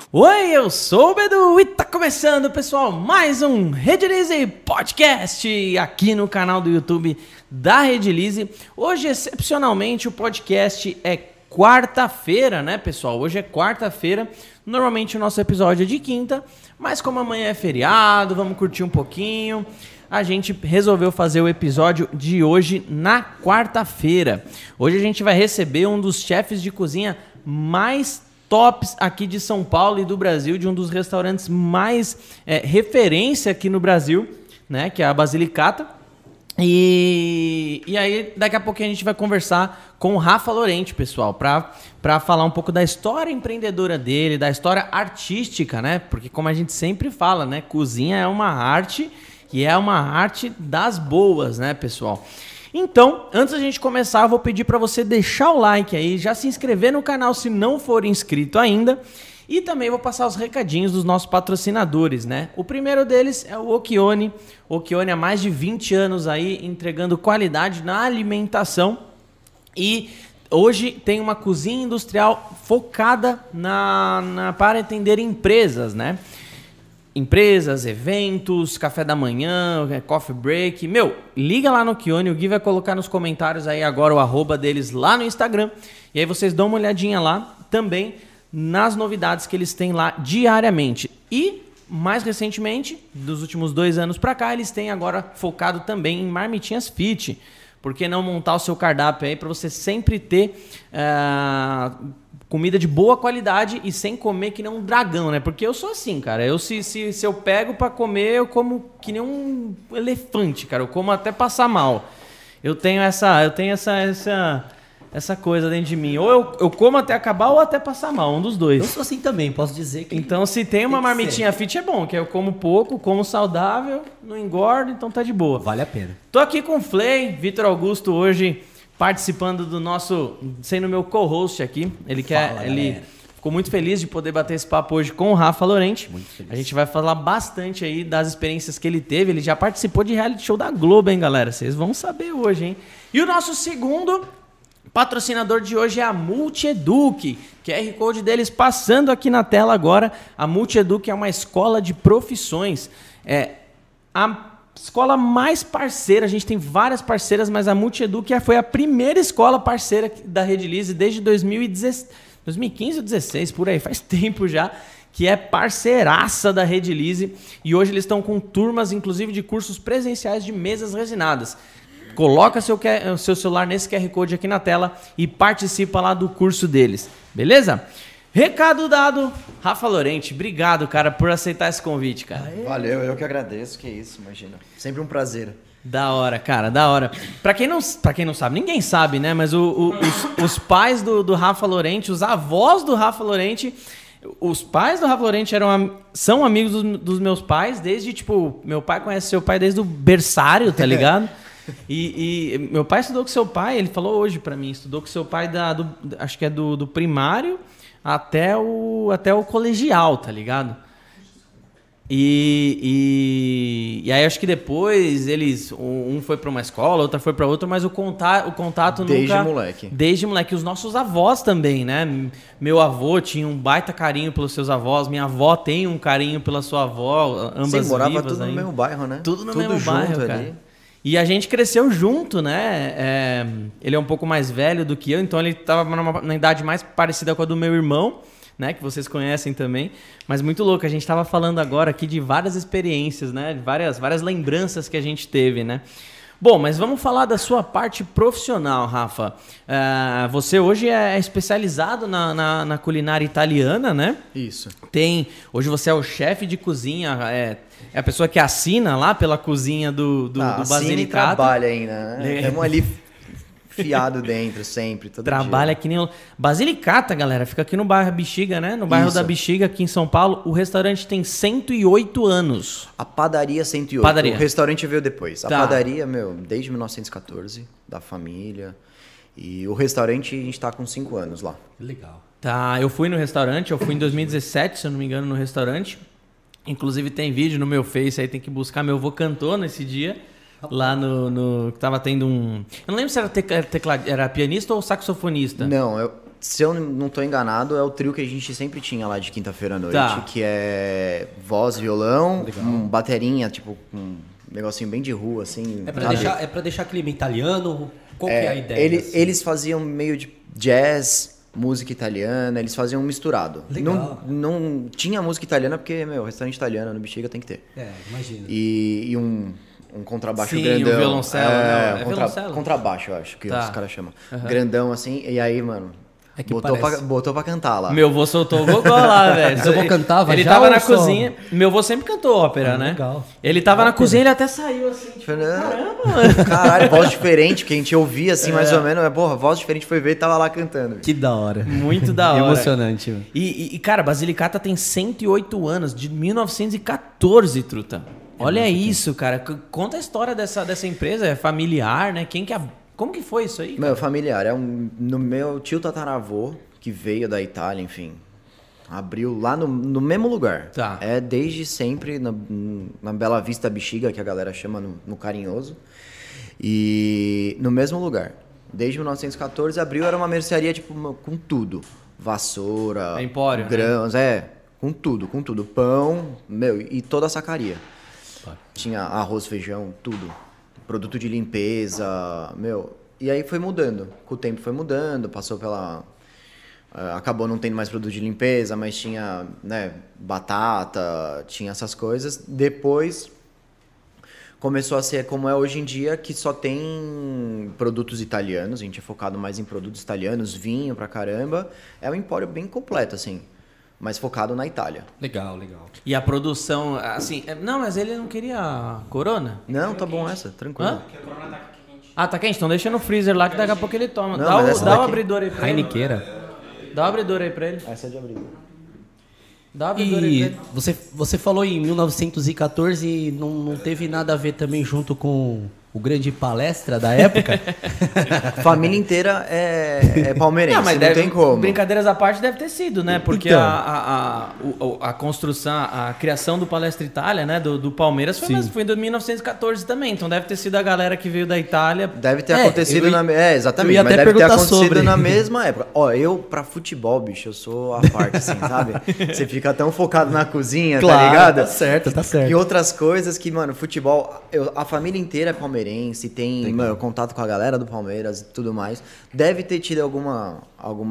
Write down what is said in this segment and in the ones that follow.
Oi, eu sou o Bedu e tá começando, pessoal, mais um Redilize Podcast aqui no canal do YouTube da Redilize. Hoje, excepcionalmente, o podcast é quarta-feira, né, pessoal? Hoje é quarta-feira, normalmente o nosso episódio é de quinta, mas como amanhã é feriado, vamos curtir um pouquinho, a gente resolveu fazer o episódio de hoje na quarta-feira. Hoje a gente vai receber um dos chefes de cozinha mais tops aqui de São Paulo e do Brasil, de um dos restaurantes mais referência aqui no Brasil, né, que é a Basilicata. E aí, daqui a pouquinho a gente vai conversar com o Rafa Lorente, pessoal, para falar um pouco da história empreendedora dele, da história artística, né? Porque como a gente sempre fala, né, cozinha é uma arte e é uma arte das boas, né, pessoal? Então, antes da gente começar, eu vou pedir para você deixar o like aí, já se inscrever no canal se não for inscrito ainda, e também vou passar os recadinhos dos nossos patrocinadores, né? O primeiro deles é o Occhione. O Occhione há mais de 20 anos aí entregando qualidade na alimentação e hoje tem uma cozinha industrial focada para atender empresas, né? Empresas, eventos, café da manhã, coffee break. Meu, liga lá no Occhione, o Gui vai colocar nos comentários aí agora o arroba deles lá no Instagram. E aí vocês dão uma olhadinha lá também nas novidades que eles têm lá diariamente. E, mais recentemente, dos últimos 2 anos pra cá, eles têm agora focado também em marmitinhas fit. Por que não montar o seu cardápio aí para você sempre ter comida de boa qualidade e sem comer que nem um dragão, né? Porque eu sou assim, cara. Se eu pego pra comer, eu como que nem um elefante, cara. Eu como até passar mal. Eu tenho essa coisa dentro de mim. Ou eu como até acabar ou até passar mal, um dos dois. Eu sou assim também, posso dizer que... Então, se tem uma marmitinha fit, é bom, que eu como pouco, como saudável, não engordo, então tá de boa. Vale a pena. Tô aqui com o Flay, Vitor Augusto, hoje participando do nosso, sendo meu co-host aqui. Ele ficou muito feliz de poder bater esse papo hoje com o Rafa Lorente. Muito feliz. A gente vai falar bastante aí das experiências que ele teve. Ele já participou de reality show da Globo, hein, galera? Vocês vão saber hoje, hein? E o nosso segundo patrocinador de hoje é a Multieduc. QR Code deles passando aqui na tela agora. A Multieduc é uma escola de profissões. É a escola mais parceira, a gente tem várias parceiras, mas a Multieduc foi a primeira escola parceira da Redilize desde 2015 ou 2016, por aí, faz tempo já, que é parceiraça da Redilize. E hoje eles estão com turmas, inclusive, de cursos presenciais de mesas resinadas. Coloca seu celular nesse QR Code aqui na tela e participa lá do curso deles, beleza? Recado dado, Rafa Lorente, obrigado, cara, por aceitar esse convite, cara. Aê. Valeu, eu que agradeço, que isso, imagina. Sempre um prazer. Da hora, cara, da hora. Pra quem não sabe, ninguém sabe, né? Mas os pais do Rafa Lorente, os avós do Rafa Lorente, os pais do Rafa Lorente são amigos dos meus pais desde, tipo, meu pai conhece seu pai desde o berçário, tá ligado? E meu pai estudou com seu pai, ele falou hoje pra mim, estudou com seu pai acho que é do primário até o colegial, tá ligado? E aí acho que depois um foi pra uma escola, outra foi pra outra, mas o contato desde nunca... moleque. Desde moleque. Os nossos avós também, né? Meu avô tinha um baita carinho pelos seus avós, minha avó tem um carinho pela sua avó, ambas Sim, morava vivas tudo ainda. no mesmo bairro, né? Tudo no mesmo bairro, cara. Ali. E a gente cresceu junto, né? Ele é um pouco mais velho do que eu, então ele estava na idade mais parecida com a do meu irmão, né? Que vocês conhecem também. Mas muito louco, a gente estava falando agora aqui de várias experiências, né? De várias lembranças que a gente teve, né? Bom, mas vamos falar da sua parte profissional, Rafa. Você hoje é especializado na culinária italiana, né? Isso. Hoje você é o chefe de cozinha, é a pessoa que assina lá pela cozinha do Basilicata. Assina e trabalha ainda, né? Estamos ali fiado dentro sempre, todo Trabalha dia. que nem... Basilicata, galera, fica aqui no bairro Bexiga, né? No bairro Isso. da Bexiga, aqui em São Paulo. O restaurante tem 108 anos. A padaria 108. Padaria. O restaurante veio depois. Tá. A padaria, desde 1914, da família. E o restaurante, a gente tá com 5 anos lá. Legal. Tá, eu fui no restaurante, eu fui em 2017, se eu não me engano, no restaurante. Inclusive tem vídeo no meu Face, aí tem que buscar. Meu avô cantou nesse dia. Lá no... Tava tendo um... Eu não lembro se era pianista ou saxofonista. Não, se eu não tô enganado, é o trio que a gente sempre tinha lá de quinta-feira à noite, Tá. que é voz, violão, Legal. baterinha, tipo, um negocinho bem de rua, assim. É pra deixar clima italiano? Qual que é a ideia? Eles faziam meio de jazz, música italiana, eles faziam um misturado. Legal. Não tinha música italiana porque, restaurante italiano no Bexiga tem que ter. Imagina. E um contrabaixo Sim, grandão. um violoncelo, não, é violoncelo? Contrabaixo, eu acho que Tá. os caras chamam. Grandão assim, e aí, mano, É que botou pra cantar lá. Meu avô soltou o gogó lá, velho. Seu avô cantava Ele já tava ou na só? cozinha. Meu avô sempre cantou ópera, né? legal. Ele tava na cozinha, ele até saiu assim, tipo, Caralho, voz diferente, que a gente ouvia assim, mais ou menos. Mas, porra, voz diferente foi ver e tava lá cantando. Que da hora. muito da hora. Emocionante. Mano. E, cara, Basilicata tem 108 anos, de 1914, truta. Olha isso, cara. Conta a história dessa empresa, é familiar, né? Como que foi isso aí? Meu, familiar, no meu tio tataravô, que veio da Itália, enfim, abriu lá no mesmo lugar. Tá. É desde sempre na Bela Vista Bexiga, que a galera chama no carinhoso. E no mesmo lugar. Desde 1914 abriu, era uma mercearia tipo com tudo. Vassoura, É empório, né? grãos, com tudo. Pão, meu, e toda a sacaria. Tinha arroz, feijão, tudo. Produto de limpeza, meu. E aí foi mudando. Com o tempo foi mudando, passou pela... acabou não tendo mais produto de limpeza, mas tinha, né, batata, tinha essas coisas. Depois começou a ser como é hoje em dia, que só tem produtos italianos. A gente é focado mais em produtos italianos, vinho pra caramba. É um empório bem completo, assim, mas focado na Itália. Legal. E a produção, assim... Não, mas ele não queria Corona? Não, tá bom essa, tranquilo. Hã? Ah, tá quente? Então deixa no freezer lá que daqui a pouco ele toma. Não, Dá mas essa o daqui- abridor aí pra ele. Heinequeira. Dá o abridor aí pra ele. Essa é de abril. Dá o abridor aí pra E ele. você falou em 1914 e não teve nada a ver também junto com o grande palestra da época? Família inteira é palmeirense, não, tem como. Brincadeiras à parte deve ter sido, né? Porque Então. a construção, a criação do Palestra Itália, né? Do Palmeiras foi em 1914 também. Então deve ter sido a galera que veio da Itália. Deve ter acontecido exatamente, eu ia mas até deve ter perguntar acontecido sobre. na mesma época. Ó, eu pra futebol, bicho, eu sou a parte, assim, sabe? Você fica tão focado na cozinha, tá ligado? Tá certo. E outras coisas que, mano, futebol, a família inteira é palmeirense, tem, mano, contato com a galera do Palmeiras e tudo mais. Deve ter tido alguma...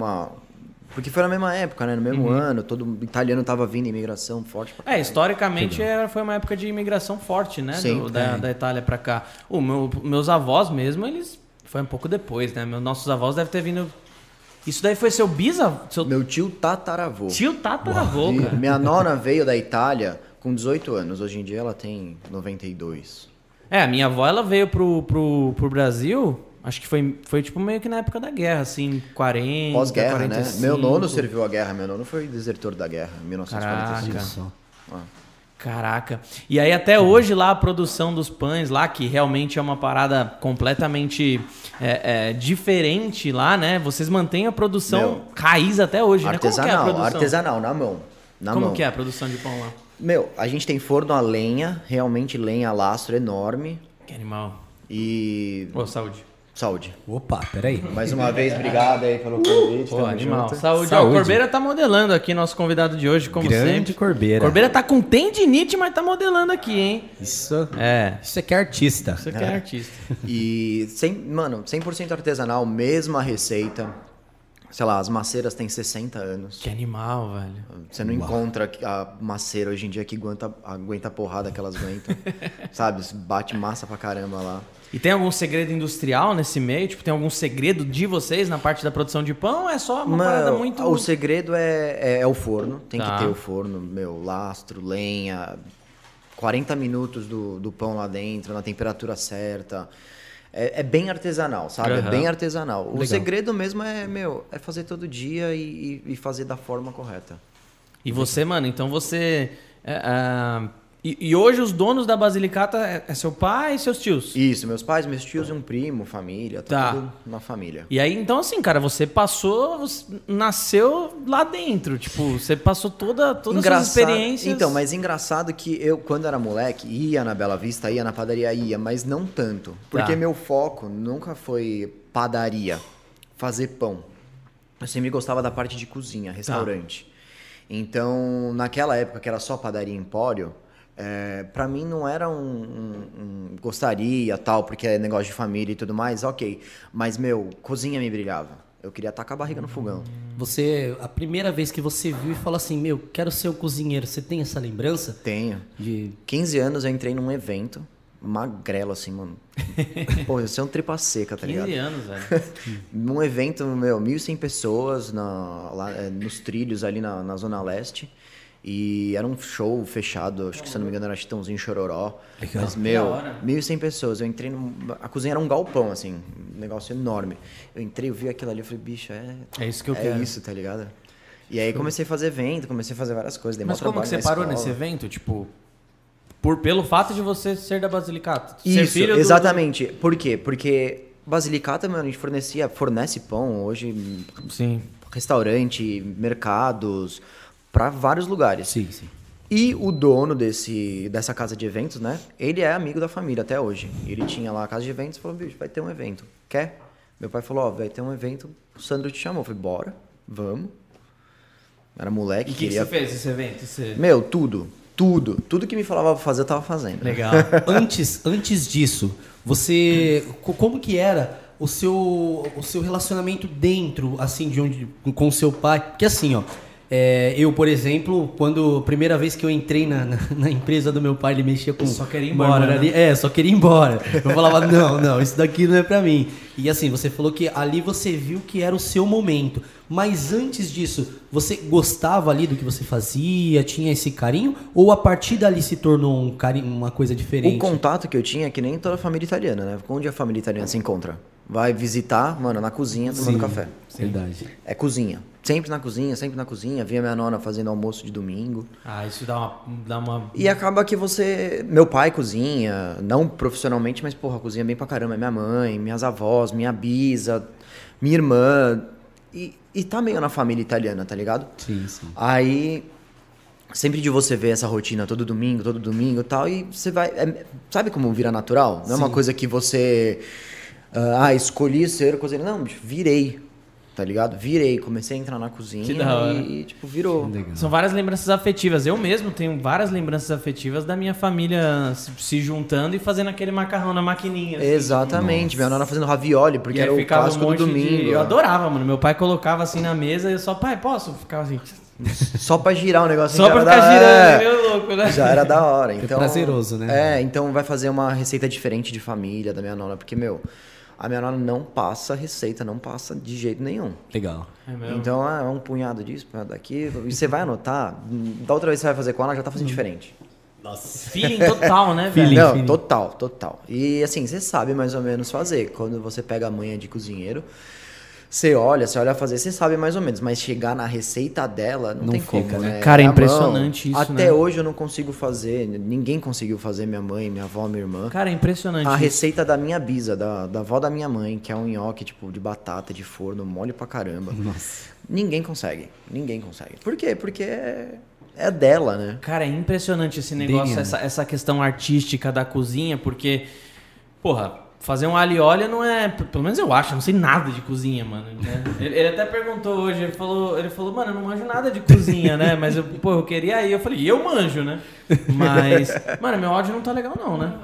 Porque foi na mesma época, né? No mesmo ano, todo italiano tava vindo, imigração forte pra cá. Historicamente foi uma época de imigração forte, né? Sim, da Itália pra cá. Meus avós mesmo, eles... Foi um pouco depois, né? Nossos avós devem ter vindo... Isso daí foi seu bisavô? Seu Meu tio tataravô. tio tataravô, E cara. minha nona veio da Itália com 18 anos. Hoje em dia ela tem 92. A minha avó, ela veio pro Brasil, acho que foi tipo meio que na época da guerra, assim, 40, Pós-guerra, 45. né? Meu nono serviu a guerra. Meu nono foi desertor da guerra, em 1945. Caraca. Ah. Caraca. E aí até hoje lá a produção dos pães lá, que realmente é uma parada completamente diferente lá, né? Vocês mantêm a produção raiz até hoje, né? Como que é a produção? Artesanal, na mão. Como que é a produção de pão lá? Meu, a gente tem forno a lenha, realmente lenha a lastro enorme. Que animal. E... Ô, saúde. Saúde. Opa, peraí. Mais uma vez, obrigado aí pelo convite. Pô, tamo animal. junto. Saúde. Saúde. Ó, o Corbeira tá modelando aqui, nosso convidado de hoje, como Grande sempre. Corbeira. Corbeira tá com tendinite, mas tá modelando aqui, hein? Isso É. é que é artista. Isso aqui é artista. E, 100% artesanal, mesma receita. Sei lá, as maceiras têm 60 anos. Que animal, velho. Você não encontra a maceira hoje em dia que aguenta a porrada que elas aguentam. Sabe? Bate massa pra caramba lá. E tem algum segredo industrial nesse meio? Tipo, tem algum segredo de vocês na parte da produção de pão? Ou é só uma parada muito... O segredo é o forno. Tem Tá. que ter o forno, lastro, lenha. 40 minutos do pão lá dentro, na temperatura certa. É bem artesanal, sabe? Uhum. É bem artesanal. O Legal. segredo mesmo é fazer todo dia e fazer da forma correta. E você, mano, então você... E hoje os donos da Basilicata é seu pai e seus tios? Isso, meus pais, meus tios e um primo, família, Tá. tudo na família. E aí, então assim, cara, você nasceu lá dentro, tipo, você passou todas as experiências... Então, mas engraçado que eu, quando era moleque, ia na Bela Vista, ia na padaria, mas não tanto. Porque Tá. meu foco nunca foi padaria, fazer pão. eu sempre gostava da parte de cozinha, restaurante. Então, naquela época que era só padaria Empório, pra mim não era gostaria, tal, porque é negócio de família e tudo mais, ok. Mas, cozinha me brilhava. Eu queria tacar a barriga no fogão. Você, a primeira vez que você viu e falou assim, quero ser o cozinheiro, você tem essa lembrança? Tenho. 15 anos eu entrei num evento, magrelo assim, mano. Pô, eu sou um tripa seca, tá ligado? 15 anos, velho. Num evento, 1.100 pessoas lá, nos trilhos ali na Zona Leste. E era um show fechado, acho que se eu não me engano era Chitãozinho Chororó. Legal. Mas, 1.100 pessoas. Eu entrei a cozinha era um galpão, assim, um negócio enorme. Eu entrei, eu vi aquilo ali, eu falei, bicho, é isso que eu quero. É isso, tá ligado? E aí comecei a fazer evento, comecei a fazer várias coisas. Mas como que você parou nesse evento? Tipo, pelo fato de você ser da Basilicata? Isso, ser filho exatamente. Por quê? Porque Basilicata, mano, a gente fornece pão hoje. Sim. Restaurante, mercados, para vários lugares. Sim, sim. E o dono dessa casa de eventos, né? Ele é amigo da família até hoje. Ele tinha lá a casa de eventos e falou, bicho, vai ter um evento. Quer? Meu pai falou, vai ter um evento, o Sandro te chamou. Eu falei, bora, vamos. Era moleque. E o que você fez esse evento? Tudo que me falava pra fazer, eu tava fazendo. Legal. Antes disso, você... Como que era o seu relacionamento dentro, assim, com o seu pai? Porque assim, ó... eu, por exemplo, a primeira vez que eu entrei na empresa do meu pai, ele mexia com... Só queria ir embora, né? Só queria ir embora. Eu falava, não, isso daqui não é pra mim. E assim, você falou que ali você viu que era o seu momento. Mas antes disso, você gostava ali do que você fazia? Tinha esse carinho? Ou a partir dali se tornou um carinho, uma coisa diferente? O contato que eu tinha é que nem toda a família italiana, né? Onde a família italiana se encontra? Vai visitar, mano, na cozinha, tomando café. Verdade. É cozinha. Sempre na cozinha. Via minha nona fazendo almoço de domingo. Isso dá uma... E acaba que meu pai cozinha, não profissionalmente, mas, porra, cozinha bem pra caramba. Minha mãe, minhas avós, minha bisa, minha irmã. E tá meio na família italiana, tá ligado? Sim, sim. Aí, sempre de você ver essa rotina todo domingo e tal, e você vai... sabe como vira natural? Não é uma coisa que você... escolhi ser cozinheiro. Não, bicho, virei. Tá ligado? Comecei a entrar na cozinha e tipo, virou. São várias lembranças afetivas. Eu mesmo tenho várias lembranças afetivas da minha família se juntando e fazendo aquele macarrão na maquininha. Assim. Exatamente. Minha nona fazendo ravioli, porque era o clássico do domingo. Eu adorava, mano. Meu pai colocava assim na mesa e eu só, pai, posso? Ficava assim... Só pra girar o negócio. Só pra ficar girando, meio louco, né? Já era da hora. Então, é prazeroso, né? Então vai fazer uma receita diferente de família da minha nona, porque, a minha nona não passa receita, não passa de jeito nenhum. Legal. É mesmo? Então, é um punhado disso, um punhado daquilo. E você vai anotar, da outra vez que você vai fazer com ela, já tá fazendo diferente. Nossa. Feeling total, né, velho? Não, total. E assim, você sabe mais ou menos fazer. Quando você pega a manha de cozinheiro, você olha fazer, você sabe mais ou menos. Mas chegar na receita dela, não tem fica, como, né? Cara, é impressionante isso, Até hoje eu não consigo fazer, ninguém conseguiu fazer, minha mãe, minha avó, minha irmã. Cara, é impressionante A isso. receita da minha bisa, da avó da minha mãe, que é um nhoque, tipo, de batata, de forno, mole pra caramba. Nossa. Ninguém consegue. Por quê? Porque é dela, né? Cara, é impressionante esse negócio, essa questão artística da cozinha, porque, porra, fazer um alho e óleo não é... Pelo menos eu acho, eu não sei nada de cozinha, mano. Né? Ele até perguntou hoje, ele falou, mano, eu não manjo nada de cozinha, né? Mas, eu queria ir. Eu falei, eu manjo, né? Mas, mano, meu áudio não tá legal não, né?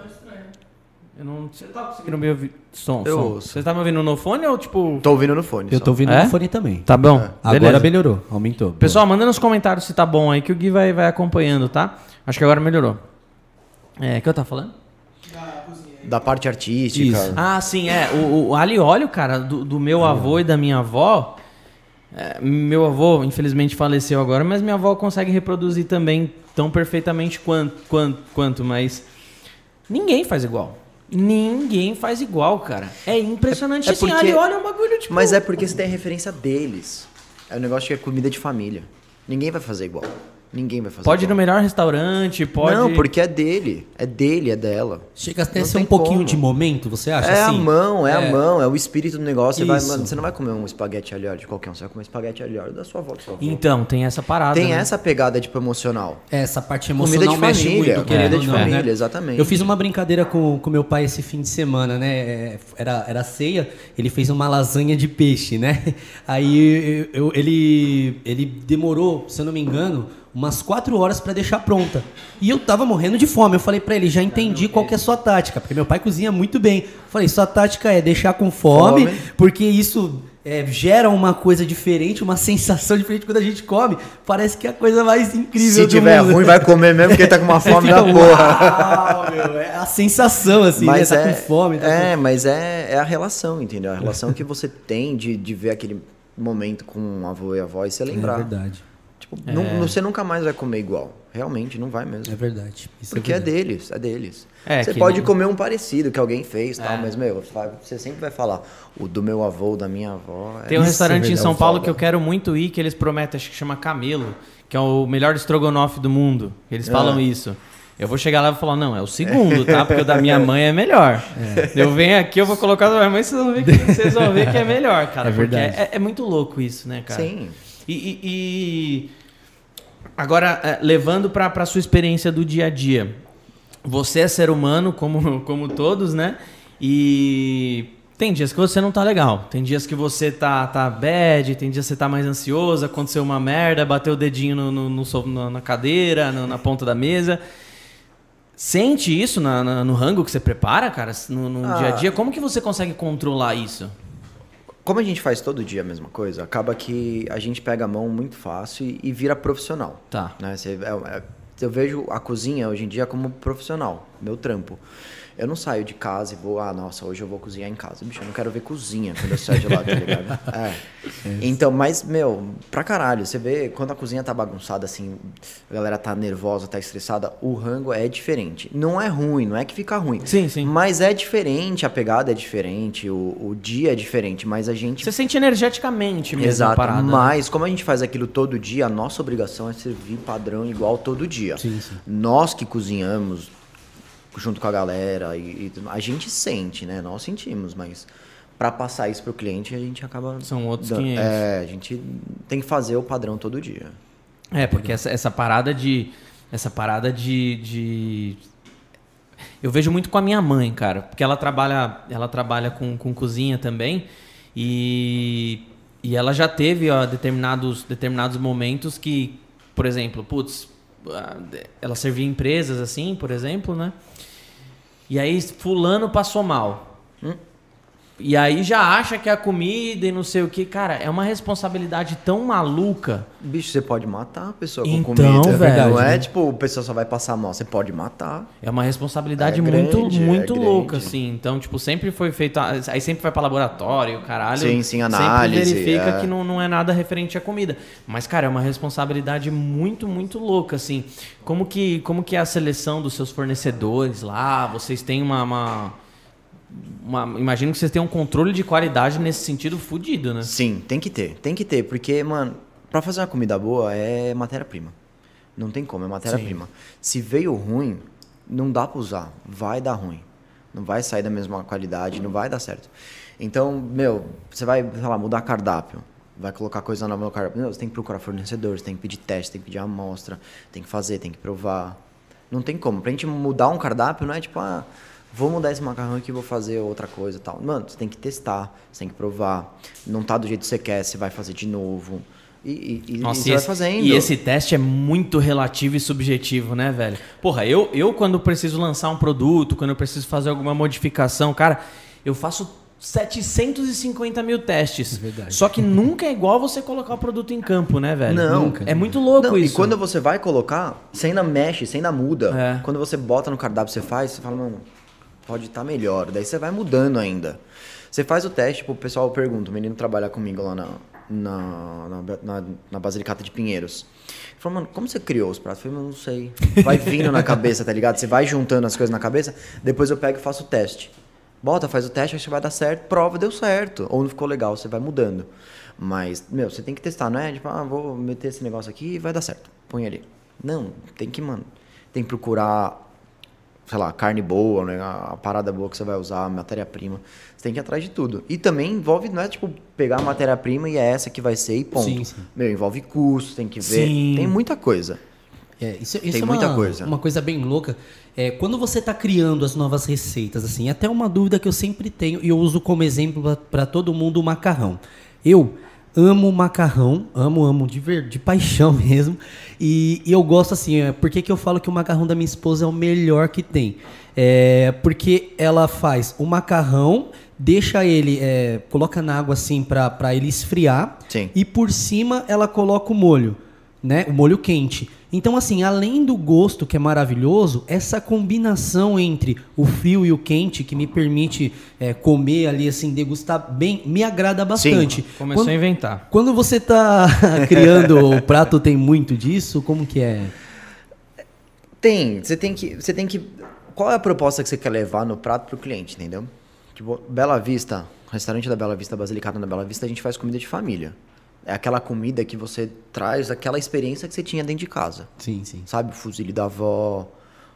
Você tá conseguindo me ouvir? Som. Você tá me ouvindo no fone ou tipo... Tô ouvindo no fone. Eu tô ouvindo no fone também. Tá bom. Agora melhorou, aumentou. Pessoal, manda nos comentários se tá bom aí, que o Gui vai acompanhando, tá? Acho que agora melhorou. O que eu tava falando? Da parte artística. Isso. Ah, sim, o alho e óleo, cara, do meu avô e da minha avó. Meu avô, infelizmente, faleceu agora, mas minha avó consegue reproduzir também tão perfeitamente quanto, mas ninguém faz igual. Ninguém faz igual, cara. É impressionante. Assim, alho e óleo é um bagulho, tipo... Mas é porque você tem a referência deles. É um negócio que é comida de família. Ninguém vai fazer igual. Ninguém vai fazer Pode ir no igual. melhor restaurante, pode... Não, porque é dele, é dela. Chega até a Não ser um tem pouquinho como. de momento, você acha? É assim? a mão, a mão, é o espírito do negócio. Isso. Mano, você não vai comer um espaguete alho e óleo de qualquer um, você vai comer espaguete alho e óleo da sua avó, do seu avô. Então, tem essa parada, Tem né? essa pegada, tipo, emocional. Essa parte Comida emocional de mexe família, muito. comida querendo de ou não, família, né? exatamente. Eu fiz uma brincadeira com meu pai esse fim de semana, né? Era ceia, ele fez uma lasanha de peixe, né? Aí ele demorou, se eu não me engano, umas 4 horas pra deixar pronta. E eu tava morrendo de fome. Eu falei pra ele, já entendi qual que é a sua tática, porque meu pai cozinha muito bem. Eu falei, sua tática é deixar com fome. Porque isso gera uma coisa diferente, uma sensação diferente quando a gente come. Parece que é a coisa mais incrível Se do tiver mundo. ruim, vai comer mesmo, porque tá com uma fome da porra. Uau, meu, é a sensação, assim, Mas né? Tá com fome. mas é a relação, entendeu? A relação que você tem de ver aquele momento com o avô e a avó e você lembrar. É verdade. Tipo, você nunca mais vai comer igual. Realmente, não vai mesmo. É verdade. Isso Porque é é verdade. deles, é deles. É, Você que pode não- comer um parecido que alguém fez, tal, mas, meu, você sempre vai falar, o do meu avô, da minha avó... Tem um Isso restaurante é em verdade. São Paulo Foda. que eu quero muito ir, que eles prometem, acho que chama Camelo, que é o melhor estrogonofe do mundo. Eles falam isso. Eu vou chegar lá e vou falar, não, é o segundo, tá? Porque o da minha mãe é melhor. Eu venho aqui, eu vou colocar o da minha mãe, vocês vão ver que é melhor, cara. É verdade. Porque é muito louco isso, né, cara? Sim. E agora, levando pra sua experiência do dia a dia, você é ser humano, como todos, né? E tem dias que você não tá legal, tem dias que você tá bad, tem dias que você tá mais ansioso, aconteceu uma merda, bateu o dedinho na cadeira, na ponta da mesa. Sente isso no rango que você prepara, cara, no dia a dia? Como que você consegue controlar isso? Como a gente faz todo dia a mesma coisa, acaba que a gente pega a mão muito fácil e vira profissional. Tá. Né? Eu vejo a cozinha hoje em dia como profissional, meu trampo. Eu não saio de casa e vou, nossa, hoje eu vou cozinhar em casa. Bicho, eu não quero ver cozinha quando eu saio de lá, tá ligado? Então, mas, meu, pra caralho, você vê quando a cozinha tá bagunçada, assim, a galera tá nervosa, tá estressada, o rango é diferente. Não é ruim, não é que fica ruim. Sim, sim. Mas é diferente, a pegada é diferente, o dia é diferente, mas a gente... Você sente energeticamente mesmo a Exato, parada. né? mas como a gente faz aquilo todo dia, a nossa obrigação é servir padrão igual todo dia. Sim, sim. Nós que cozinhamos junto com a galera e a gente sente, né? Nós sentimos, mas para passar isso pro cliente a gente acaba... São outros 500. a gente tem que fazer o padrão todo dia. Porque essa parada de... Eu vejo muito com a minha mãe, cara. Porque ela trabalha com cozinha também. E ela já teve determinados momentos que, por exemplo, ela servia empresas assim, por exemplo, né? E aí fulano passou mal. E aí já acha que é a comida e não sei o que. Cara, é uma responsabilidade tão maluca. Bicho, você pode matar a pessoa com Então, comida. velho, não é né? tipo, o pessoal só vai passar mal. Você pode matar. É uma responsabilidade É muito grande. louca, assim. Então, tipo, sempre foi feito... Aí sempre vai pra laboratório, caralho. Sim, análise. Sempre verifica que não é nada referente à comida. Mas, cara, é uma responsabilidade muito, muito louca, assim. Como que é a seleção dos seus fornecedores lá? Vocês têm imagino que vocês tenham um controle de qualidade nesse sentido fudido, né? Sim, tem que ter, porque, mano, pra fazer uma comida boa é matéria-prima. Não tem como, é matéria-prima. Se veio ruim, não dá pra usar, vai dar ruim. Não vai sair da mesma qualidade, não vai dar certo. Então, meu, você vai, sei lá, mudar cardápio, vai colocar coisa nova no cardápio. Meu, você tem que procurar fornecedores, tem que pedir teste, tem que pedir amostra, tem que fazer, tem que provar. Não tem como. Pra gente mudar um cardápio, não é tipo, vou mudar esse macarrão aqui e vou fazer outra coisa e tal. Mano, você tem que testar, você tem que provar. Não tá do jeito que você quer, você vai fazer de novo. Nossa, você vai fazendo. E esse teste é muito relativo e subjetivo, né, velho? Porra, eu quando preciso lançar um produto, quando eu preciso fazer alguma modificação, cara, eu faço 750 mil testes. Verdade. Só que nunca é igual você colocar o produto em campo, né, velho? Não. Nunca. É muito louco Não, isso. E quando você vai colocar, você ainda mexe, você ainda muda. É. Quando você bota no cardápio, você fala, mano, pode estar melhor. Daí você vai mudando ainda. Você faz o teste, tipo, o pessoal pergunta, o menino trabalha comigo lá na Basilicata de Pinheiros. Ele falou, mano, como você criou os pratos? Eu falei, não sei. Vai vindo na cabeça, tá ligado? Você vai juntando as coisas na cabeça, depois eu pego e faço o teste. Bota, faz o teste, acho que vai dar certo, prova, deu certo. Ou não ficou legal, você vai mudando. Mas, meu, você tem que testar, não é? Tipo, vou meter esse negócio aqui e vai dar certo. Põe ali. Não, tem que procurar, sei lá, carne boa, né? A parada boa que você vai usar, a matéria-prima. Você tem que ir atrás de tudo. E também envolve, não é tipo, pegar a matéria-prima e é essa que vai ser e ponto. Sim, sim. Envolve custo, tem que ver. Sim. Tem muita coisa. Isso Tem é muita coisa. Uma coisa bem louca. Quando você está criando as novas receitas, assim, até uma dúvida que eu sempre tenho, e eu uso como exemplo para todo mundo o macarrão. Eu amo macarrão, amo de paixão mesmo. E eu gosto assim, por que eu falo que o macarrão da minha esposa é o melhor que tem? Porque ela faz o macarrão, deixa ele, coloca na água assim para ele esfriar. Sim. E por cima ela coloca o molho, né? O molho quente. Então, assim, além do gosto que é maravilhoso, essa combinação entre o frio e o quente, que me permite comer ali, assim, degustar bem, me agrada bastante. Sim. Começou a inventar. Quando você está criando o prato, tem muito disso? Como que é? Tem. Você tem que... Qual é a proposta que você quer levar no prato pro cliente, entendeu? Tipo, Bela Vista, restaurante da Bela Vista, Basilicata da Bela Vista, a gente faz comida de família. É aquela comida que você traz, aquela experiência que você tinha dentro de casa. Sim, sim. Sabe? O fusilli da avó,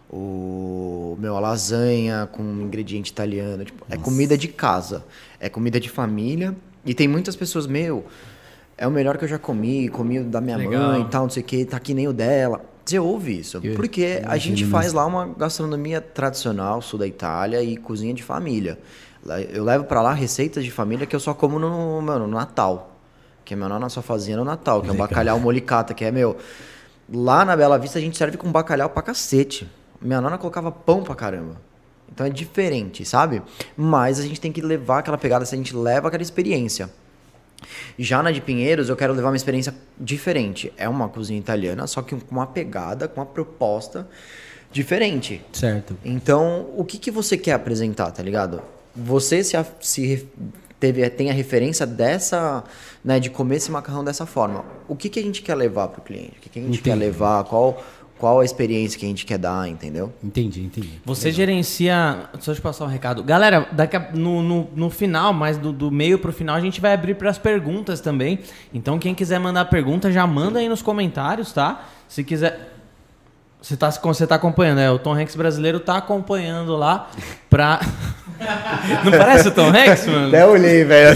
a lasanha com ingrediente italiano. Tipo, é comida de casa. É comida de família. E tem muitas pessoas, é o melhor que eu já comi o da minha mãe e tal, não sei o que, tá que nem o dela. Você ouve isso. Porque a gente faz lá uma gastronomia tradicional, sul da Itália e cozinha de família. Eu levo pra lá receitas de família que eu só como no Natal. Que a minha nona só fazia no Natal, que é um bacalhau molicata, que é Lá na Bela Vista a gente serve com bacalhau pra cacete. Minha nona colocava pão pra caramba. Então é diferente, sabe? Mas a gente tem que levar aquela pegada, se a gente leva aquela experiência. Já na de Pinheiros eu quero levar uma experiência diferente. É uma cozinha italiana, só que com uma pegada, com uma proposta diferente. Certo. Então, o que você quer apresentar, tá ligado? Você tem a referência dessa, né, de comer esse macarrão dessa forma. O que a gente quer levar pro cliente? O que a gente quer levar? Qual a experiência que a gente quer dar, entendeu? Entendi. Você gerencia... Deixa eu te passar um recado. Galera, no final, mais do meio pro final, a gente vai abrir para as perguntas também. Então, quem quiser mandar pergunta, já manda aí nos comentários, tá? Se quiser... Você tá acompanhando, o Tom Hanks brasileiro tá acompanhando lá pra... Não parece o Tom Hanks, mano? Até olhei, velho,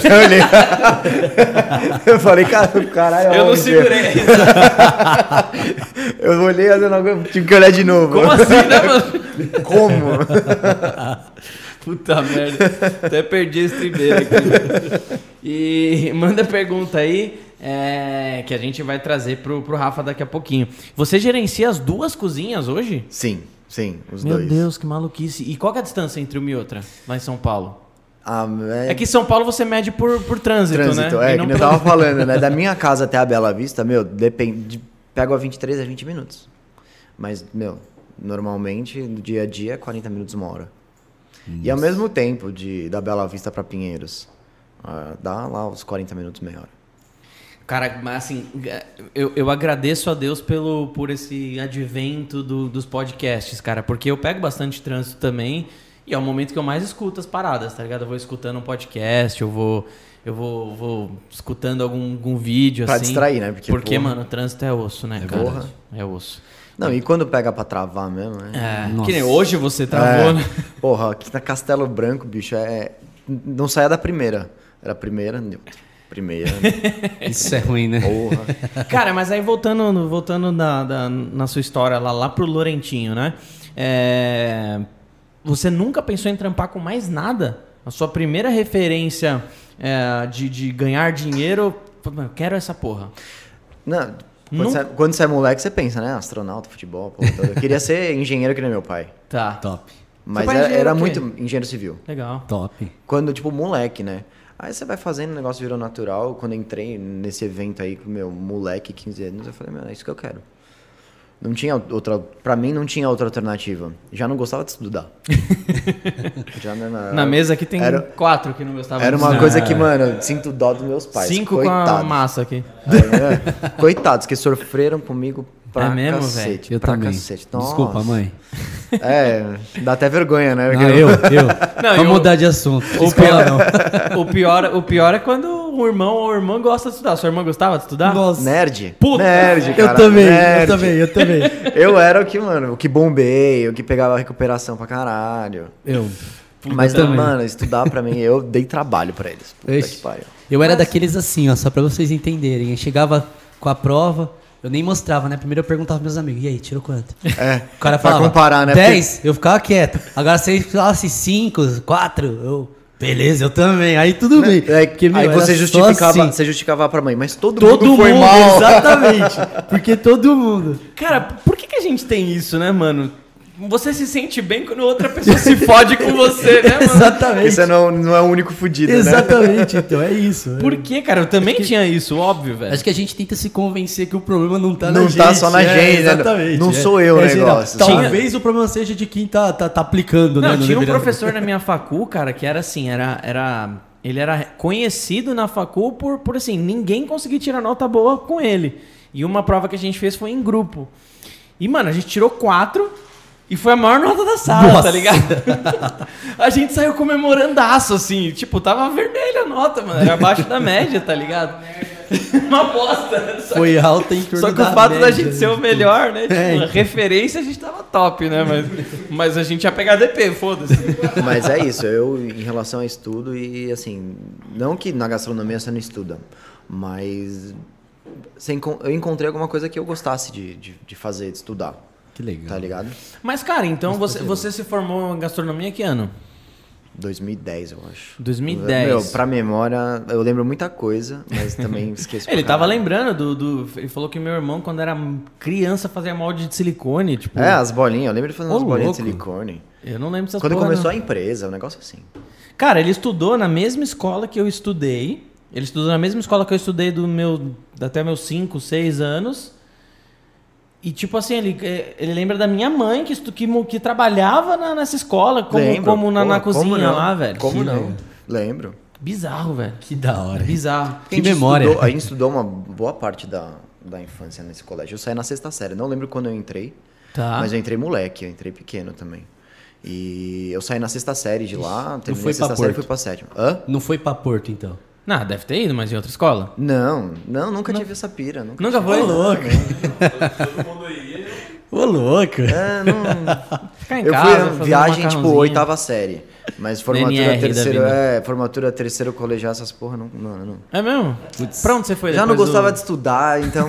Eu falei, caralho... Eu não segurei. Eu olhei, mas eu não tive que olhar de novo. Como assim, né, mano? Como? Puta merda. Até perdi esse tribeiro aqui. E manda pergunta aí, que a gente vai trazer pro Rafa daqui a pouquinho. Você gerencia as duas cozinhas hoje? Sim, os Meu dois. Meu Deus, que maluquice. E qual que é a distância entre uma e outra, lá em São Paulo? É que em São Paulo você mede por trânsito, né? Que eu tava falando, né? Da minha casa até a Bela Vista, depende. Pego a 23 a 20 minutos. Mas, normalmente, no dia a dia, 40 minutos, uma hora. Nossa. E ao mesmo tempo, da Bela Vista pra Pinheiros, dá lá uns 40 minutos, meia hora. Cara, mas assim, eu agradeço a Deus por esse advento dos podcasts, cara, porque eu pego bastante trânsito também e é o momento que eu mais escuto as paradas, tá ligado? Eu vou escutando um podcast, eu vou escutando algum vídeo, pra assim. Pra distrair, né? Porque mano, o trânsito é osso, né, cara? Porra. É osso. Não, e quando pega pra travar mesmo, que nem hoje você travou, né? Porra, aqui na Castelo Branco, bicho, não saia da primeira. Era a primeira, Isso é ruim, né? Porra. Cara, mas aí voltando na sua história lá pro Lourentinho, né? Você nunca pensou em trampar com mais nada? A sua primeira referência de ganhar dinheiro, eu quero essa porra. Não, quando você é moleque, você pensa, né? Astronauta, futebol, porra toda. Eu queria ser engenheiro que nem meu pai. Tá. Top. Mas era muito engenheiro civil. Legal. Top. Quando, moleque, né? Aí você vai fazendo, o negócio virou natural. Quando eu entrei nesse evento aí com meu moleque, 15 anos, eu falei, é isso que eu quero. Não tinha pra mim não tinha outra alternativa. Já não gostava de estudar. Na mesa aqui tem 4 que não gostavam de estudar. Era uma coisa que, mano, sinto dó dos meus pais. 5 coitados. Com a massa aqui. Coitados, que sofreram comigo pra mesmo, cacete. Eu pra também. Cacete. Desculpa, mãe. Dá até vergonha, né? Não, Vamos mudar de assunto. O pior é quando o irmão ou a irmã gosta de estudar. Sua irmã gostava de estudar? Nossa. Nerd. Puta. Nerd, cara. Eu também, nerd. eu também. Eu era o que, mano, o que bombei, o que pegava recuperação pra caralho. Mas, mano, estudar pra mim, eu dei trabalho pra eles. Puta que pariu. Eu era daqueles assim, ó, só pra vocês entenderem. Eu chegava com a prova, eu nem mostrava, né? Primeiro eu perguntava pros meus amigos, e aí, tirou quanto? O cara falava, pra comparar, né? 10, eu ficava quieto. Agora se eles falassem 5, 4, beleza, eu também. Aí tudo bem. Porque, aí você justificava pra mãe, mas todo mundo foi mal. Exatamente. Porque todo mundo. Cara, por que a gente tem isso, né, mano? Você se sente bem quando outra pessoa se fode com você, né, mano? Exatamente. Você não é o único fudido, né? Exatamente, então é isso. Por que, cara? Eu também tinha isso, óbvio, velho. Acho que a gente tenta se convencer que o problema não tá na gente. Não tá só na gente, né? Exatamente. Não sou eu o negócio. Talvez o problema seja de quem tá aplicando, né? Tinha um professor na minha facul, cara, que era assim, ele era conhecido na facul por assim, ninguém conseguia tirar nota boa com ele. E uma prova que a gente fez foi em grupo. E, mano, a gente tirou 4... E foi a maior nota da sala, tá ligado? A gente saiu comemorandaço, assim. Tipo, tava vermelha a nota, mano. Era abaixo da média, tá ligado? Uma bosta. Foi alta em torno Só que da o fato média, da gente ser o melhor, né? Tipo, a referência a gente tava top, né? Mas a gente ia pegar DP, foda-se. Mas é isso, eu em relação a estudo e assim, não que na gastronomia você não estuda, mas eu encontrei alguma coisa que eu gostasse de fazer, de estudar. Que legal. Tá ligado? Mas, cara, então você se formou em gastronomia que ano? 2010, eu acho. 2010. Meu, pra memória, eu lembro muita coisa, mas também esqueço. Ele tava lembrando ele falou que meu irmão, quando era criança, fazia molde de silicone, tipo... as bolinhas, eu lembro de fazer umas bolinhas de silicone. Eu não lembro dessas Quando porra, começou não. a empresa, um negócio assim. Cara, ele estudou na mesma escola que eu estudei. Ele estudou na mesma escola que eu estudei até meus 5, 6 anos. E, tipo assim, ele lembra da minha mãe que trabalhava nessa escola, como na cozinha lá, velho. Como não? Lembro. Bizarro, velho. Que da hora. Bizarro. Que memória. A gente estudou uma boa parte da infância nesse colégio. Eu saí na 6ª série. Não lembro quando eu entrei, mas eu entrei moleque, eu entrei pequeno também. E eu saí na 6ª série de lá, terminei a 6ª série e fui pra 7ª. Hã? Não foi pra Porto, então? Não, deve ter ido, mas em outra escola. Nunca tive essa pira. Nunca foi? Ô, louco. Todo mundo ia. Ô, louco. Ficar em Eu casa, fui viagem, tipo, 8ª série. Mas formatura NR da terceiro, vida. Formatura terceiro colegial, essas porra, não. É mesmo? Pra onde você foi Já não depois gostava de estudar, então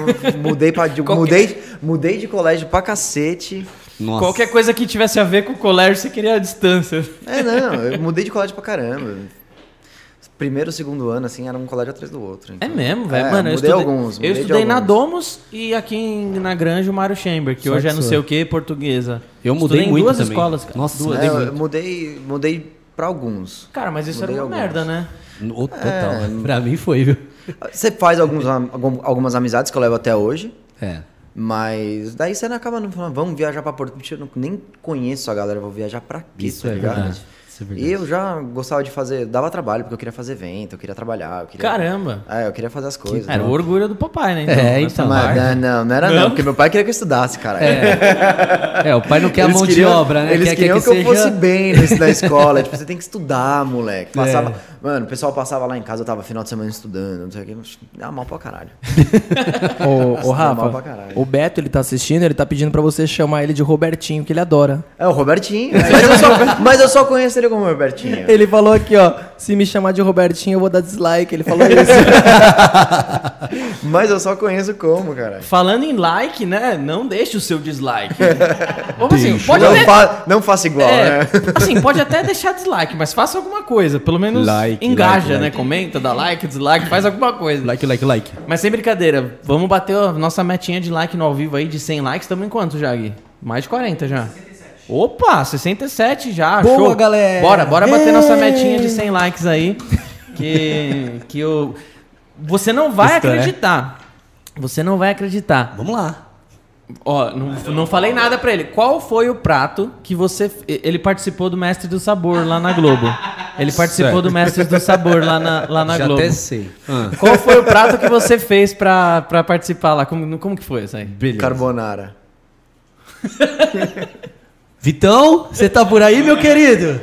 mudei de colégio pra cacete. Nossa. Qualquer coisa que tivesse a ver com o colégio, você queria a distância. Eu mudei de colégio pra caramba. Primeiro, segundo ano, assim, era um colégio atrás do outro. Então. É mesmo, velho. Mano, mudei alguns. Eu estudei na Domus e aqui na Granja o Mário Chamber, que hoje é não sei o que, portuguesa. Eu mudei estudei muito em duas também. escolas, cara. Nossa, duas. Eu mudei pra alguns. Cara, mas isso Mudei era uma alguns. merda, né? Total. Pra mim foi, viu? Você faz algumas amizades que eu levo até hoje. Mas daí você acaba não falando, vamos viajar pra Porto Príncipe. Eu nem conheço a galera, vou viajar pra quê? Isso tá é ligado? verdade. Isso é verdade. E eu já gostava de fazer, dava trabalho, porque eu queria fazer evento, eu queria trabalhar. Eu queria, Caramba. eu queria fazer as coisas. Era o orgulho do papai, né? Então. Mas, não era não, porque meu pai queria que eu estudasse, cara. O pai não quer a Eles mão queriam- de obra, né? Eles Quer queriam que, seja... eu fosse bem na escola. Tipo, você tem que estudar, moleque. Mano, o pessoal passava lá em casa, eu tava final de semana estudando, não sei o que. Dá mal pra caralho. Ô, mal pra Rafa, caralho. o Beto, ele tá assistindo, ele tá pedindo pra você chamar ele de Robertinho, que ele adora. É o Robertinho. Mas eu só conheço ele como Robertinho. Ele falou aqui, ó, se me chamar de Robertinho, eu vou dar dislike. Ele falou isso. Mas eu só conheço como, cara. Falando em like, né? Não deixe o seu dislike. Ou assim, pode Não faça igual, né? Assim, pode até deixar dislike, mas faça alguma coisa. Pelo menos Like, engaja, like, né? like. Comenta, dá like, dislike, faz alguma coisa. Like. Mas sem brincadeira, vamos bater a nossa metinha de like no ao vivo aí de 100 likes. Estamos em quanto, Jag? Mais de 40 já. 67. Opa, 67 já. Boa, show. galera. Bora bater nossa metinha de 100 likes aí. Você não vai acreditar. Você não vai acreditar. Vamos lá. Ó, não falei nada pra ele. Qual foi o prato que você... Ele participou do Mestre do Sabor lá na Globo. Ele participou do Mestre do Sabor lá na Já Globo. até sei. Qual foi o prato que você fez pra participar lá? Como que foi isso aí? Beleza. Carbonara. Vitão, você tá por aí, meu querido?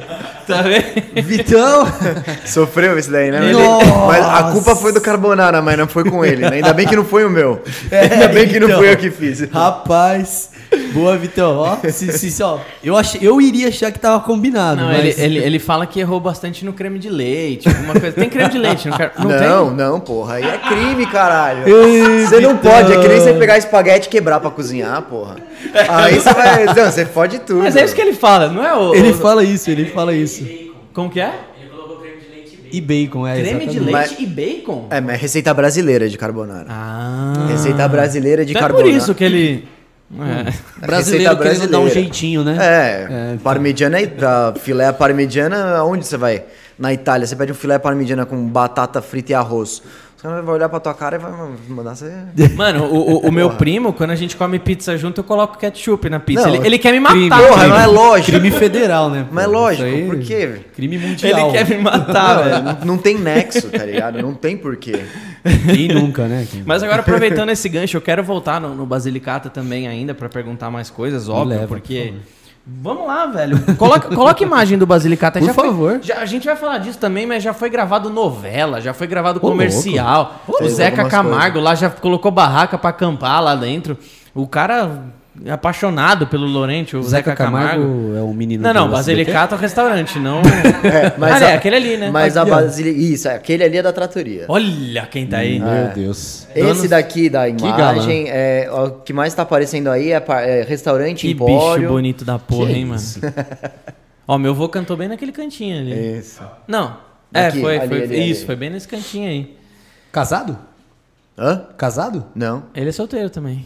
Tá vendo? Vitão! Sofreu esse daí, né? Nossa! Mas a culpa foi do Carbonara, mas não foi com ele, né? Ainda bem que não foi o meu. Ainda bem que não então. fui eu que fiz. Rapaz, boa, Vitão. Ó, ó, eu iria achar que tava combinado. Não, mas... ele fala que errou bastante no creme de leite, alguma coisa. Tem creme de leite? Não, porra. Aí é crime, caralho. Ei, Você não Vitão. pode, é que nem você pegar espaguete e quebrar pra cozinhar, porra. Aí você vai. Não, você fode tudo. Mas é isso que ele fala, não é o... Ele fala isso, ele fala isso. Como que é? E bacon, Creme de exatamente. leite e bacon? É, mas é receita brasileira de carbonara. Ah. Receita brasileira de Então é por carbonara. isso que ele... Brasileiro Receita querendo dar um jeitinho, né? Parmigiana, a filé parmigiana, aonde você vai? Na Itália, você pede um filé parmigiana com batata frita e arroz. Os caras vão olhar pra tua cara e vai mandar você... Mano, o meu primo, quando a gente come pizza junto, eu coloco ketchup na pizza. Não, Ele quer me crime. matar. Porra, velho. não é lógico. Crime federal, né? Mas é pô? lógico, Isso aí- por quê, velho? Crime mundial. Ele quer me matar, velho. Não tem nexo, tá ligado? Não tem porquê. E nunca, né? Mas agora, aproveitando esse gancho, eu quero voltar no Basilicata também ainda pra perguntar mais coisas, óbvio, leva, porque... Vamos lá, velho. Coloca imagem do Basilicata. Por Já foi- favor. a gente vai falar disso também, mas já foi gravado novela, já foi gravado Ô, comercial. O Fez Zeca algumas Camargo lá já colocou barraca pra acampar lá dentro. O cara é apaixonado pelo Lorente, o Zeca Camargo. é o menino Não, do Basilicata é o restaurante, não... Mas aquele ali, né? Mas Aqui, a ó. Isso, aquele ali é da tratoria. Olha quem tá aí. Meu Deus. Esse daqui da galã. imagem, o que mais tá aparecendo aí é restaurante Que Empório. bicho bonito da porra, Que hein, mano? isso? Ó, meu avô cantou bem naquele cantinho ali. Isso. Não. Aqui, Foi. ali. Isso, foi bem nesse cantinho aí. Casado? Hã? Casado? Não. Ele é solteiro também.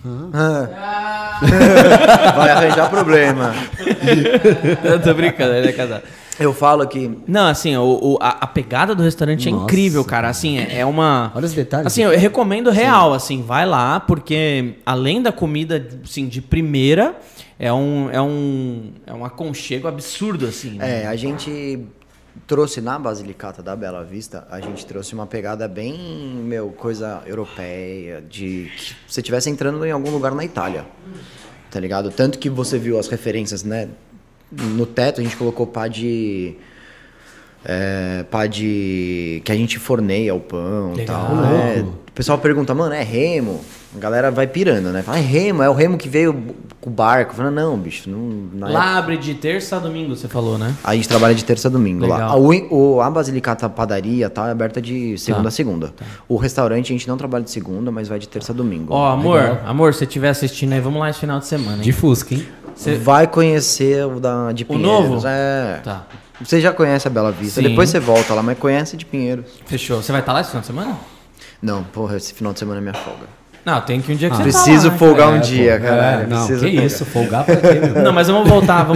Vai arranjar problema. Eu tô brincando, ele é casado. Eu falo que... Não, assim, a pegada do restaurante é Nossa. incrível, cara. Assim, é uma... Olha os detalhes. Assim, eu recomendo real, assim, vai lá, porque além da comida, assim, de primeira, é um aconchego absurdo, assim. Né? a gente trouxe na Basilicata da Bela Vista, a gente trouxe uma pegada bem, coisa europeia, de que você estivesse entrando em algum lugar na Itália, tá ligado? Tanto que você viu as referências, né? No teto a gente colocou pá de que a gente forneia o pão e Legal. tal, né? O pessoal pergunta, mano, é remo? A galera vai pirando, né? Fala, é remo, é o remo que veio com o barco. Fala, não, bicho, não é. Lá abre de terça a domingo, você falou, né? A gente trabalha de terça a domingo Legal. lá. A Basilicata Padaria tá aberta de segunda a segunda. O restaurante a gente não trabalha de segunda, mas vai de terça a domingo. Ó, amor, se você estiver assistindo aí, vamos lá esse final de semana, hein? De Fusca, hein? Vai conhecer o de Pinheiros. novo? É. Tá. Você já conhece a Bela Vista. Sim. Depois você volta lá, mas conhece de Pinheiros. Fechou. Você vai estar lá esse final de semana? Não, porra, esse final de semana é minha folga. Não, tem que um dia que você Preciso tá lá, folgar cara. um dia, caralho. Não, Preciso que folgar. isso, folgar pra quê, meu? Não, mas vamos voltar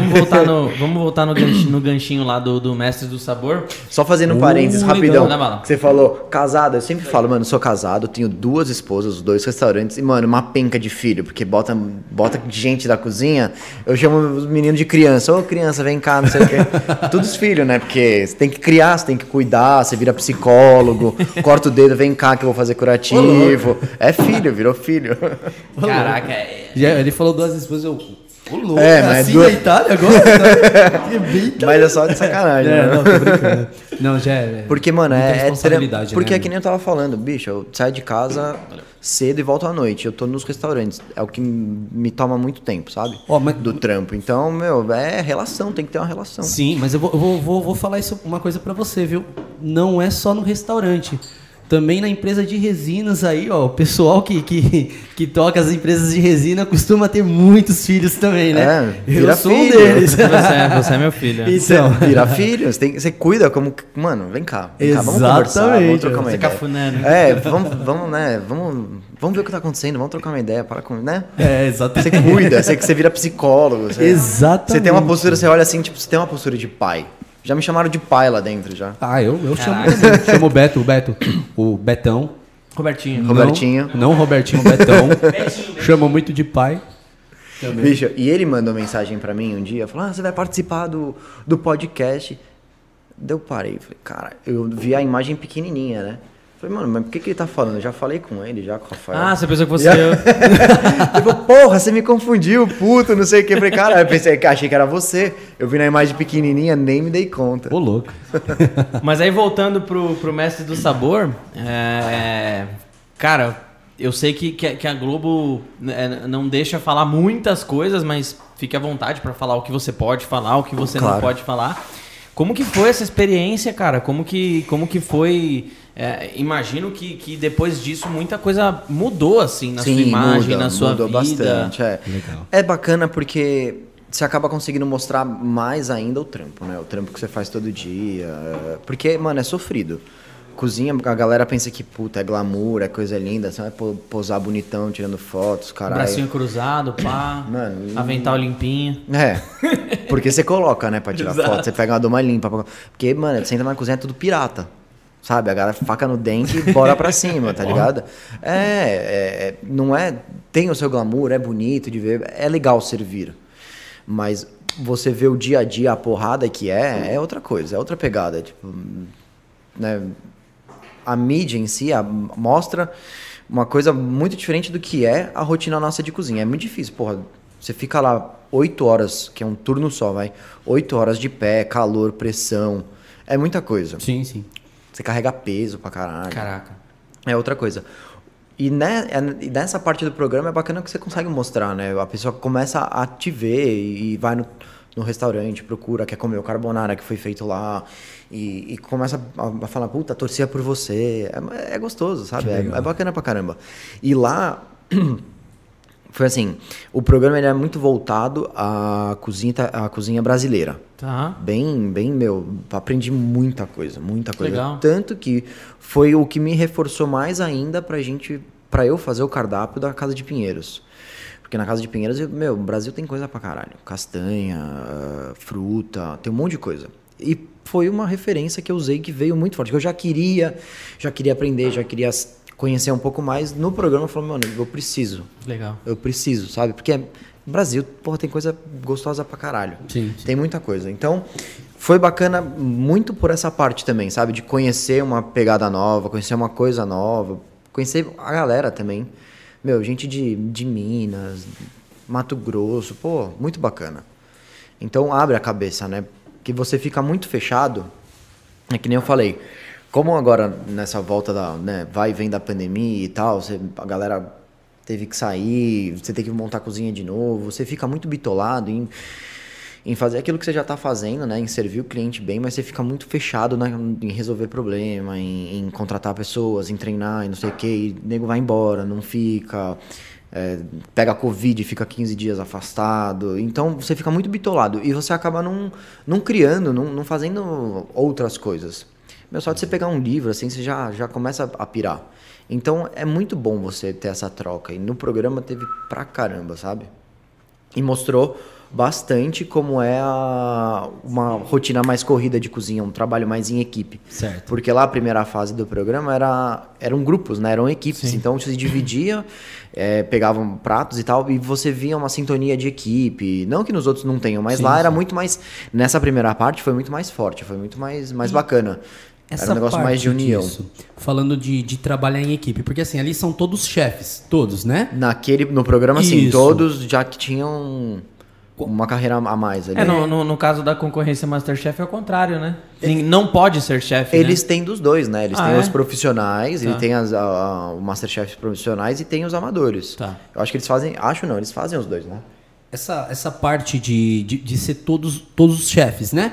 no ganchinho lá do Mestre do Sabor. Só fazendo um parênteses legal. rapidão. Manda bala. Que você falou, casado. Eu sempre falo, mano, sou casado, tenho 2 esposas, 2 restaurantes e, mano, uma penca de filho, porque bota gente da cozinha. Eu chamo os meninos de criança. Ô, criança, vem cá, não sei o quê. Todos filhos, né? Porque você tem que criar, você tem que cuidar, você vira psicólogo, corta o dedo, vem cá que eu vou fazer curativo. É filho, virou filho. Caraca, Ele falou 2 esposas, eu... Ô, louco, mas assim duas- na Itália agora? Que bem Mas é só de sacanagem, né? não, tô brincando. Não, já é... Porque, mano, muita é responsabilidade, porque né, é que nem eu tava falando, bicho, eu saio de casa cedo e volto à noite. Eu tô nos restaurantes. É o que me toma muito tempo, sabe? Ó, mas- Do trampo. Então, é relação, tem que ter uma relação. Sim, mas eu vou falar uma coisa pra você, viu? Não é só no restaurante. Também na empresa de resinas aí, ó, o pessoal que toca as empresas de resina costuma ter muitos filhos também, né? É, vira eu sou um filho. deles. você é meu filho. Então, Vira filho, você cuida como... Mano, vem cá, vamos conversar, vamos Exatamente, trocar uma Você ideia. cafuné, né? Vamos, né, vamos ver o que tá acontecendo, vamos trocar uma ideia, para com, né? exatamente. Você cuida, você vira psicólogo. Exatamente. Você tem uma postura, você olha assim, tipo, você tem uma postura de pai. Já me chamaram de pai lá dentro, já. Ah, eu chamo também. Chamo o Beto, o Betão. Robertinho. Robertinho. Não Robertinho, o Betão. Chamo muito de pai. Bicho, e ele mandou mensagem pra mim um dia, falou, você vai participar do podcast. Daí eu parei, falei, cara, eu vi a imagem pequenininha, né? Falei, mano, mas por que ele tá falando? Eu já falei com ele, já com o Rafael. Ah, você pensou que fosse eu. Ele falou, porra, você me confundiu, puto, não sei o que. Eu falei, cara, achei que era você. Eu vi na imagem pequenininha, nem me dei conta. Ô, louco. Mas aí voltando pro Mestre do Sabor, cara, eu sei que a Globo não deixa falar muitas coisas, mas fique à vontade pra falar o que você pode falar, o que você não pode falar. Como que foi essa experiência, cara? Como que foi... imagino que depois disso muita coisa mudou, assim, na sua imagem, na sua vida. Mudou bastante, Legal. É bacana porque você acaba conseguindo mostrar mais ainda o trampo, né? O trampo que você faz todo dia. Porque, mano, é sofrido. Cozinha, a galera pensa que, puta, é glamour, é coisa linda. Você vai posar bonitão, tirando fotos, caralho. Bracinho cruzado, pá. Mano, avental limpinho. Porque você coloca, né, pra tirar Exato. foto. Você pega uma doma limpa. Porque, mano, você entra na cozinha, é tudo pirata. Sabe? A galera faca no dente e bora pra cima, tá ligado? Não é... Tem o seu glamour, é bonito de ver, é legal servir. Mas você vê o dia a dia, a porrada que é outra coisa, é outra pegada. Tipo, né? A mídia em si mostra uma coisa muito diferente do que é a rotina nossa de cozinha. É muito difícil, porra. Você fica lá 8 horas, que é um turno só, 8 horas de pé, calor, pressão. É muita coisa. Sim, sim. Você carrega peso pra caralho. Caraca. É outra coisa. E nessa parte do programa é bacana que você consegue mostrar, né? A pessoa começa a te ver e vai no restaurante, procura, quer comer o carbonara que foi feito lá e começa a falar, puta, torcia por você. É gostoso, sabe? É bacana pra caramba. E lá... Foi assim, o programa ele é muito voltado à cozinha brasileira. Tá. Bem, meu, aprendi muita coisa. Legal. Tanto que foi o que me reforçou mais ainda pra eu fazer o cardápio da Casa de Pinheiros. Porque na Casa de Pinheiros, o Brasil tem coisa pra caralho. Castanha, fruta, tem um monte de coisa. E foi uma referência que eu usei que veio muito forte. Que eu já queria aprender, já queria conhecer um pouco mais. No programa eu falei, mano, eu preciso. Legal. Eu preciso, sabe? Porque no Brasil, porra, tem coisa gostosa pra caralho. Sim. Tem muita coisa. Então, foi bacana muito por essa parte também, sabe? De conhecer uma pegada nova, conhecer uma coisa nova, conhecer a galera também. Gente de Minas, Mato Grosso, pô, muito bacana. Então, abre a cabeça, né? Que você fica muito fechado, é que nem eu falei. Como agora, nessa volta vai e vem da pandemia e tal, a galera teve que sair, você tem que montar a cozinha de novo, você fica muito bitolado em fazer aquilo que você já está fazendo, né? Em servir o cliente bem, mas você fica muito fechado, né? Em resolver problema, em contratar pessoas, em treinar e não sei o quê, e o nego vai embora, não fica... pega Covid e fica 15 dias afastado. Então você fica muito bitolado e você acaba não criando, não fazendo outras coisas. Só de você pegar um livro, assim, você já começa a pirar. Então, é muito bom você ter essa troca. E no programa teve pra caramba, sabe? E mostrou bastante como é uma rotina mais corrida de cozinha, um trabalho mais em equipe. Certo. Porque lá a primeira fase do programa eram grupos, né? Eram equipes. Sim. Então, você se dividia, pegavam pratos e tal, e você via uma sintonia de equipe. Não que nos outros não tenham, mas lá era muito mais... Nessa primeira parte foi muito mais forte, foi muito mais bacana. Era um negócio mais de união. Disso, falando de trabalhar em equipe, porque assim, ali são todos chefes, todos, né? No programa, sim, todos já que tinham uma carreira a mais ali. No caso da concorrência Masterchef é o contrário, né? Não pode ser chefe, Eles né? têm dos dois, né? Eles têm os profissionais, ele tem o Masterchef profissionais e tem os amadores. Tá. Eu acho que eles fazem... eles fazem os dois, né? Essa parte de ser todos os chefes, né?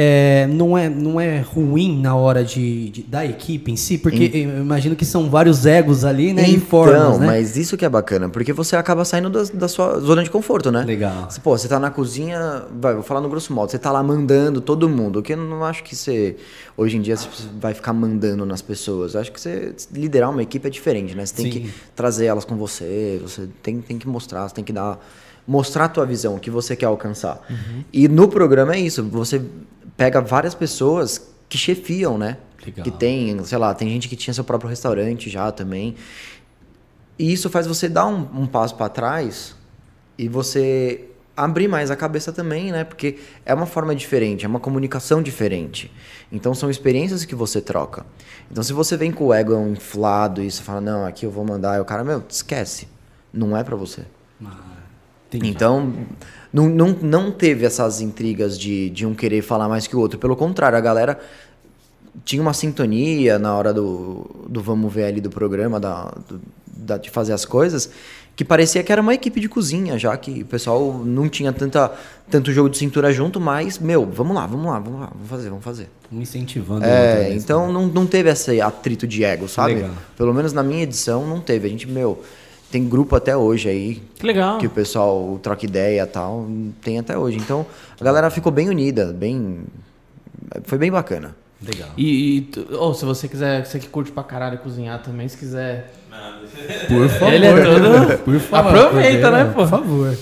Não é ruim na hora da equipe em si, porque eu imagino que são vários egos ali, né? Em formas, né? Mas isso que é bacana, porque você acaba saindo da sua zona de conforto, né? Legal. Você tá na cozinha, vou falar no grosso modo, você tá lá mandando todo mundo, o que eu não acho que hoje em dia, você vai ficar mandando nas pessoas. Eu acho que você liderar uma equipe é diferente, né? Você tem que trazer elas com você tem que mostrar, você tem que mostrar a tua visão, o que você quer alcançar. Uhum. E no programa é isso, você pega várias pessoas que chefiam, né? Legal. Que tem, sei lá, tem gente que tinha seu próprio restaurante já também. E isso faz você dar um passo para trás e você abrir mais a cabeça também, né? Porque é uma forma diferente, é uma comunicação diferente. Então são experiências que você troca. Então se você vem com o ego inflado e você fala, não, aqui eu vou mandar, e o cara, meu, esquece. Não é pra você. Então, não teve essas intrigas de um querer falar mais que o outro. Pelo contrário, a galera tinha uma sintonia na hora do vamos ver ali do programa, de fazer as coisas, que parecia que era uma equipe de cozinha, já que o pessoal não tinha tanto jogo de cintura junto, mas, meu, vamos lá, vamos fazer. Um incentivando. Então não teve esse atrito de ego, sabe? Legal. Pelo menos na minha edição não teve. A gente, tem grupo até hoje aí. Que legal. Que o pessoal troca ideia e tal. Tem até hoje. Então, a galera ficou bem unida, foi bem bacana. Legal. Se você quiser, você que curte pra caralho cozinhar também, se quiser... Por favor. Ele é todo... Por favor. Aproveita, né, pô? Por favor.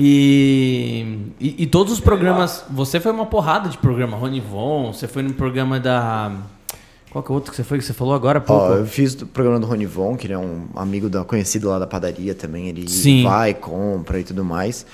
E todos os programas... Você foi uma porrada de programa. Ronivon, você foi no programa da... Qual que é o outro que você foi, que você falou agora há pouco? Eu fiz o programa do Ronivon, que ele é um amigo conhecido lá da padaria também. Ele Sim. compra e tudo mais.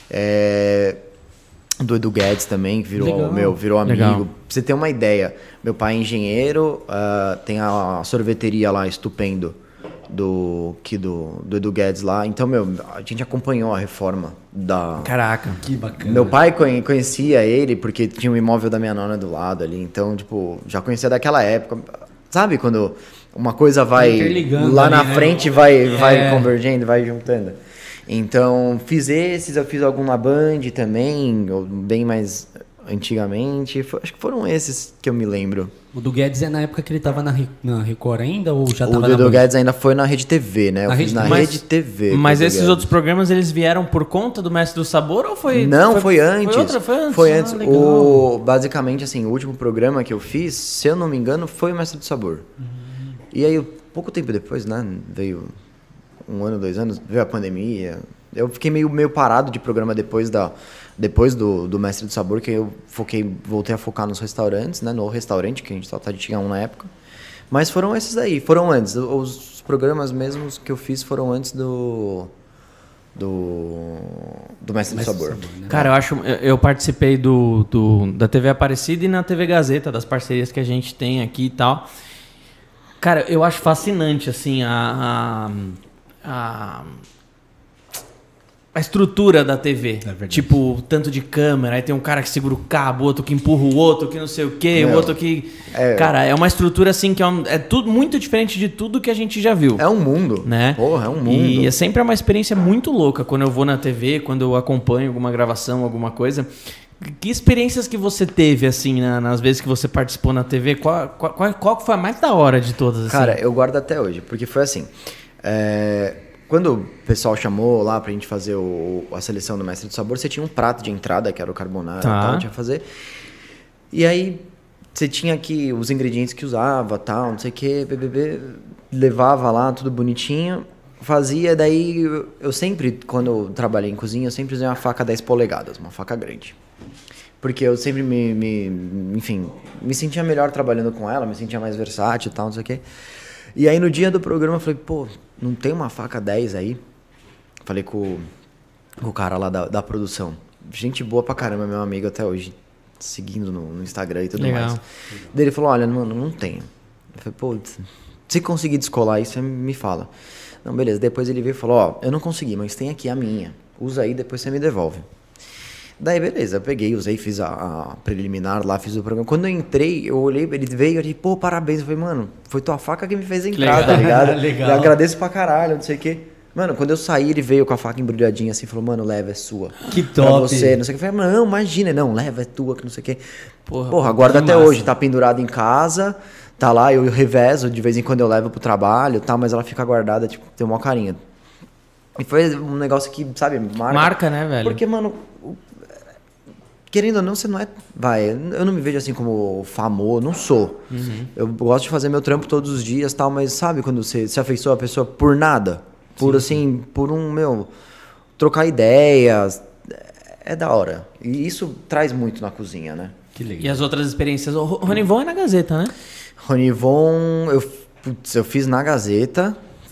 Do Edu Guedes também, que virou amigo. Legal. Pra você ter uma ideia, meu pai é engenheiro, tem a sorveteria lá, Estupendo, do Edu Guedes lá. Então, a gente acompanhou a reforma da... Caraca. Que bacana. Meu pai conhecia ele porque tinha um imóvel da minha nona do lado ali. Então, tipo, já conhecia daquela época. Sabe quando uma coisa vai... lá na frente, vai convergendo, vai juntando. Então, fiz esses, eu fiz algum na Band também, ou bem mais antigamente. Acho que foram esses que eu me lembro. O do Guedes é na época que ele tava na Record ainda ou já tava na Band? O do Guedes ainda foi na Rede TV, né? Eu fiz na Rede TV. Mas esses outros programas, eles vieram por conta do Mestre do Sabor ou foi... Não, foi antes. Foi antes? Basicamente, assim, o último programa que eu fiz, se eu não me engano, foi o Mestre do Sabor. E aí, pouco tempo depois, né? Veio 1 ano, 2 anos, veio a pandemia. Eu fiquei meio parado de programa depois do Mestre do Sabor, que eu voltei a focar nos restaurantes, né? No restaurante, que a gente só tinha um na época. Mas foram esses aí, foram antes. Os programas mesmos que eu fiz foram antes do Mestre do Sabor. Né? Cara, eu participei da TV Aparecida e na TV Gazeta, das parcerias que a gente tem aqui e tal. Cara, eu acho fascinante, assim, a estrutura da TV. Tipo, tanto de câmera, aí tem um cara que segura o cabo, outro que empurra o outro, que não sei o quê, o outro que... Cara, é uma estrutura assim que é tudo muito diferente de tudo que a gente já viu. É um mundo. Né? Porra, é um mundo. E é sempre uma experiência muito louca quando eu vou na TV, quando eu acompanho alguma gravação, alguma coisa. Que experiências que você teve, assim, nas vezes que você participou na TV? Qual foi a mais da hora de todas? Assim? Cara, eu guardo até hoje, porque foi assim... Quando o pessoal chamou lá pra gente fazer a seleção do Mestre do Sabor, você tinha um prato de entrada, que era o carbonara e tal, tinha que fazer. E aí, você tinha aqui os ingredientes que usava, tal, não sei o que, levava lá, tudo bonitinho, fazia, daí eu sempre, quando eu trabalhei em cozinha, eu sempre usei uma faca 10 polegadas, uma faca grande. Porque eu sempre me sentia melhor trabalhando com ela, me sentia mais versátil e tal, não sei o que. E aí no dia do programa eu falei, pô, não tem uma faca 10 aí? Falei com o cara lá da produção. Gente boa pra caramba, meu amigo até hoje. Seguindo no Instagram e tudo mais. Daí ele falou, olha, mano, não tenho. Eu falei, pô, se conseguir descolar isso, você me fala. Não, beleza. Depois ele veio e falou, ó, eu não consegui, mas tem aqui a minha. Usa aí, depois você me devolve. Daí, beleza, eu peguei, usei, fiz a preliminar lá, fiz o programa. Quando eu entrei, eu olhei, ele veio, eu falei, pô, parabéns. Eu falei, mano, foi tua faca que me fez entrar, tá ligado? Legal. Eu agradeço pra caralho, não sei o quê. Mano, quando eu saí, ele veio com a faca embrulhadinha assim, falou, mano, leva, é sua. Que top. Pra você, não sei o que. Eu falei, não, imagina, não, leva, é tua, que não sei o quê. Porra, guarda até massa. hoje, tá pendurado em casa, tá lá, eu revezo, de vez em quando eu levo pro trabalho, tá, mas ela fica guardada, tipo, tem uma carinha. E foi um negócio que, sabe, marca, né, velho? Porque, mano, querendo ou não, você não é... eu não me vejo assim como famoso, não sou. Uhum. Eu gosto de fazer meu trampo todos os dias, tal, mas sabe quando você se afeiçoa a pessoa por nada? Por trocar ideias, é da hora. E isso traz muito na cozinha, né? Que legal. E as outras experiências? O Ronivon é na Gazeta, né? Ronivon, eu fiz na Gazeta,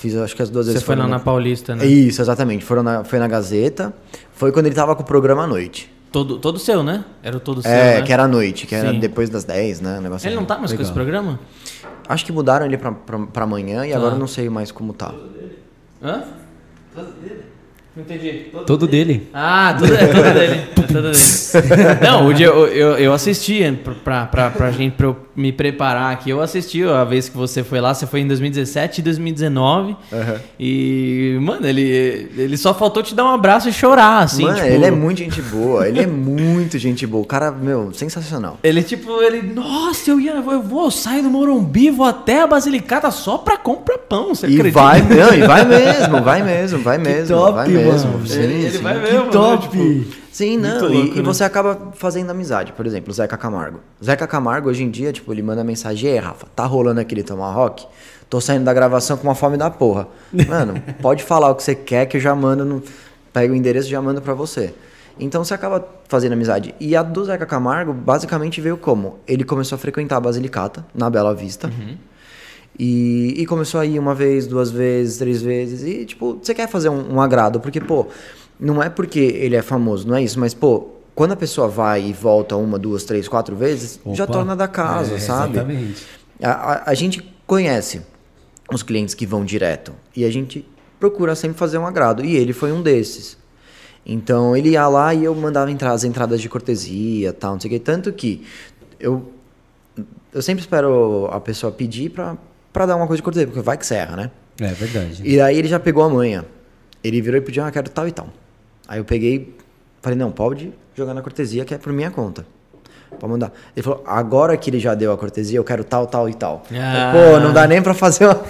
Fiz acho que as 2 vezes. Você foi lá na Paulista, né? Isso, exatamente. Foi na Gazeta. Foi quando ele tava com o programa à noite. Todo seu, né? Era o todo seu, né? Que era à noite, que era Sim. depois das 10, né? Negócio Ele não tá mais com esse programa? Acho que mudaram ele pra amanhã e agora eu não sei mais como tá. Hã? Não entendi. Todo dele. Ah, tudo dele. Tudo dele. Não, eu assisti pra gente, pra eu me preparar aqui. Eu assisti a vez que você foi lá. Você foi em 2017 e 2019. E, mano, ele só faltou te dar um abraço e chorar, assim. Mano, tipo... ele é muito gente boa. Ele é muito gente boa. O cara, meu, sensacional. Nossa, eu saio do Morumbi, vou até a Basilicata só pra comprar pão, você E acredita? vai mesmo. top, vai mesmo. mano. Sim, Ele sim. vai mesmo. Top! Né? Tipo, Sim, não, muito louco, e né? você acaba fazendo amizade. Por exemplo, o Zeca Camargo. Zeca Camargo, hoje em dia, tipo, ele manda mensagem: "Ei, Rafa, tá rolando aquele Tomahawk? Tô saindo da gravação com uma fome da porra. Mano, pode falar o que você quer que eu já mando, pego o endereço e já mando pra você." Então você acaba fazendo amizade. E a do Zeca Camargo, basicamente, veio como? Ele começou a frequentar a Basilicata, na Bela Vista. E começou a ir 1 vez, 2 vezes, 3 vezes. E, tipo, você quer fazer um agrado. Porque, pô, não é porque ele é famoso, não é isso. Mas, pô, quando a pessoa vai e volta 1, 2, 3, 4 vezes, já torna da casa, sabe? Exatamente. A gente conhece os clientes que vão direto. E a gente procura sempre fazer um agrado. E ele foi um desses. Então, ele ia lá e eu mandava as entradas de cortesia, tal, não sei o quê. Tanto que eu sempre espero a pessoa pedir pra dar uma coisa de cortesia, porque vai que você erra, né? É verdade. E aí ele já pegou a manha. Ele virou e pediu: quero tal e tal. Aí eu peguei, falei: não, pode jogar na cortesia, que é por minha conta. Pode mandar. Ele falou: agora que ele já deu a cortesia, eu quero tal, tal e tal. Pô, não dá nem pra fazer uma...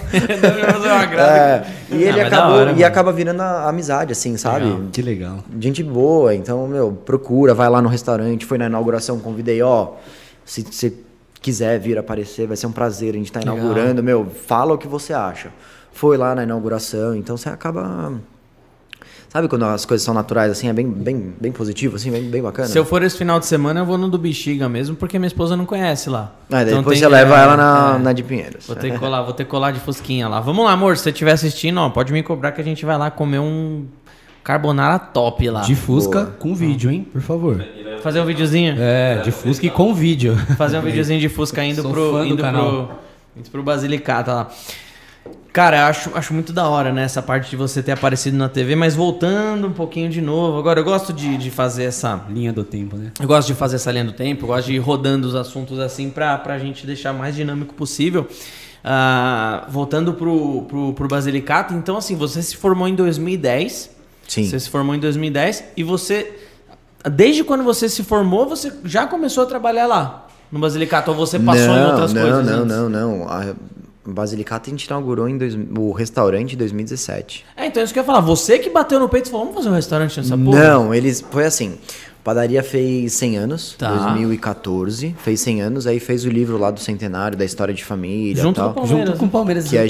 E ele acaba virando a amizade, assim, sabe? Legal. Que legal. Gente boa, então, meu, procura, vai lá no restaurante, foi na inauguração, convidei, se você quiser vir aparecer, vai ser um prazer, a gente tá inaugurando, meu, fala o que você acha. Foi lá na inauguração, então você acaba... Sabe quando as coisas são naturais, assim, é bem positivo, assim, bem bacana? Se eu for esse final de semana, eu vou no do Bexiga mesmo, porque minha esposa não conhece lá. Então depois você leva ela na de Pinheiros. Vou ter que colar de fusquinha lá. Vamos lá, amor, se você estiver assistindo, pode me cobrar que a gente vai lá comer um carbonara top lá. De Fusca com vídeo, hein? Por favor. Fazer um videozinho? De Fusca e com vídeo. Fazer um videozinho de Fusca indo Sou fã do canal. pro Basilicata lá. Cara, acho muito da hora, né? Essa parte de você ter aparecido na TV, mas voltando um pouquinho de novo. Agora, eu gosto de fazer essa... Linha do tempo, né? Eu gosto de fazer essa linha do tempo, eu gosto de ir rodando os assuntos assim pra gente deixar mais dinâmico possível. Voltando pro Basilicata, então assim, você se formou em 2010. Sim. Você se formou em 2010 e você... Desde quando você se formou, você já começou a trabalhar lá no Basilicata? Ou você passou em outras coisas antes? Não. A Basilicata a gente inaugurou o restaurante em 2017. Então isso que eu ia falar. Você que bateu no peito e falou: vamos fazer um restaurante nessa porra? Não, foi assim. A padaria fez 100 anos, Tá. 2014. Fez 100 anos, aí fez o livro lá do centenário, da história de família Junto e tal. com o Palmeiras. Junto com o Palmeiras. Que a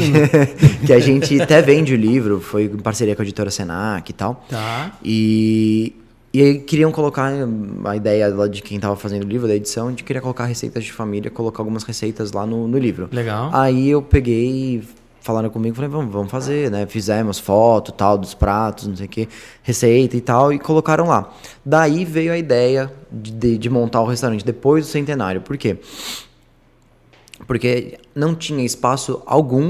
gente até vende o livro, foi em parceria com a editora Senac e tal. Tá. E aí queriam colocar a ideia lá de quem estava fazendo o livro, da edição, de queria colocar receitas de família, colocar algumas receitas lá no livro. Legal. Aí eu peguei, falaram comigo, falei: vamos fazer, né? Fizemos foto, tal, dos pratos, não sei o que, receita e tal, e colocaram lá. Daí veio a ideia de montar o restaurante depois do centenário. Por quê? Porque não tinha espaço algum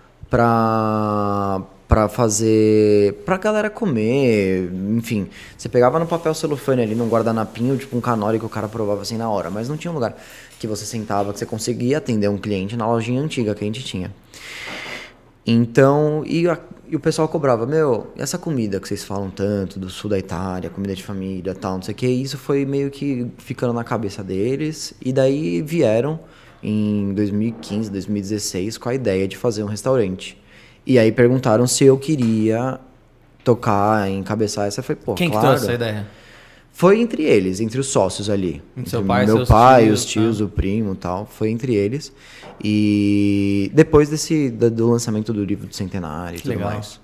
pra fazer, pra galera comer, enfim. Você pegava no papel celofane ali, num guardanapinho, tipo um canole que o cara provava assim na hora, mas não tinha um lugar que você sentava, que você conseguia atender um cliente na lojinha antiga que a gente tinha. Então, e o pessoal cobrava: meu, essa comida que vocês falam tanto, do sul da Itália, comida de família, tal, não sei o que, isso foi meio que ficando na cabeça deles, e daí vieram em 2015, 2016, com a ideia de fazer um restaurante. E aí perguntaram se eu queria tocar, encabeçar essa. Foi, pô, Quem claro. que trouxe essa ideia? Foi entre eles, entre os sócios ali. Seu pai, meu seus pai, tios, os tios, o primo e tal. Foi entre eles. E depois do lançamento do livro do centenário e tudo Legal. mais.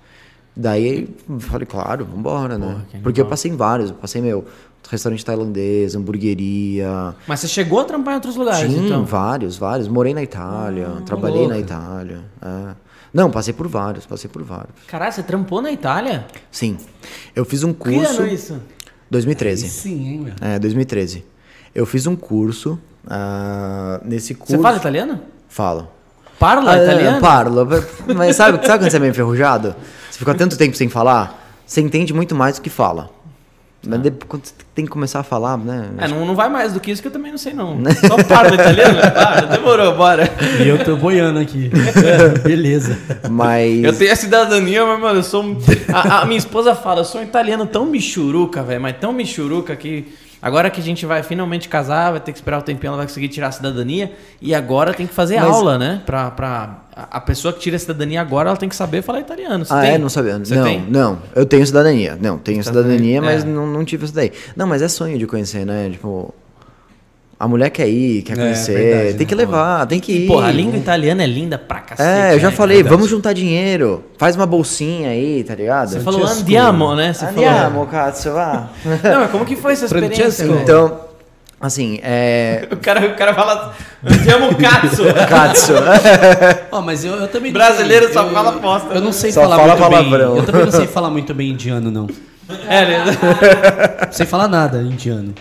Daí falei, claro, vambora, né? Porque eu passei em vários. Eu passei, restaurante tailandês, hamburgueria. Mas você chegou a trampar em outros lugares, Sim, então? vários. Morei na Itália, trabalhei na Itália. Não, passei por vários. Caralho, você trampou na Itália? Sim. Eu fiz um Que curso... ano isso? 2013. Sim, hein, meu? 2013. Eu fiz um curso, nesse curso... Você fala italiano? Falo. Parla italiano? Parlo. Mas sabe quando você é meio enferrujado? Você fica tanto tempo sem falar, você entende muito mais do que fala. Mas depois, quando você tem que começar a falar, né? Não vai mais do que isso que eu também não sei, não. Só parla italiano? Demorou, bora. E eu tô boiando aqui. Beleza. Mas... Eu tenho a cidadania, mas, mano, eu sou... A minha esposa fala, eu sou um italiano tão michuruca, velho, mas tão michuruca que... Agora que a gente vai finalmente casar, vai ter que esperar o tempinho, ela vai conseguir tirar a cidadania. E agora tem que fazer aula, né? A pessoa que tira a cidadania agora, ela tem que saber falar italiano. Você tem? Não sabia. Você não, tem? não. Eu tenho cidadania. Não, tenho cidadania, mas É. não tive isso daí. Não, mas é sonho de conhecer, né? Tipo... A mulher quer ir, quer conhecer. verdade, tem que né? levar, tem que ir. Porra, a língua italiana é linda pra cacete. Eu já né? falei, verdade. vamos juntar dinheiro. Faz uma bolsinha aí, tá ligado? Você falou andiamo, né? Você Andiamo, cazzo, vá. Não, mas como que foi essa experiência, Francesco. velho? Então, assim, O cara fala andiamo cazzo. Cazzo. Mas eu também... Brasileiro só fala bosta. Eu não sei Só falar fala muito palavrão. bem. Eu também não sei falar muito bem indiano, não. Né? Não sei falar nada indiano.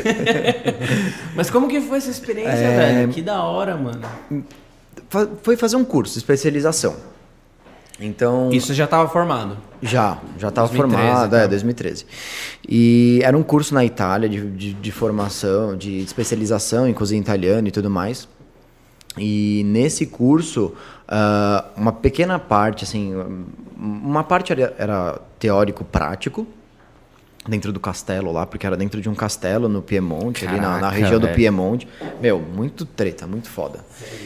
Mas como que foi essa experiência, velho? Que da hora, mano. Foi fazer um curso de especialização. Então... Isso já tava formado. Já estava 2013, formado, então. 2013. E era um curso na Itália de formação, de especialização em cozinha italiana e tudo mais. E nesse curso, uma pequena parte, assim, uma parte era teórico-prático, dentro do castelo lá, porque era dentro de um castelo no Piemonte, ali na Caraca, região do velho. Piemonte. Muito treta, muito foda.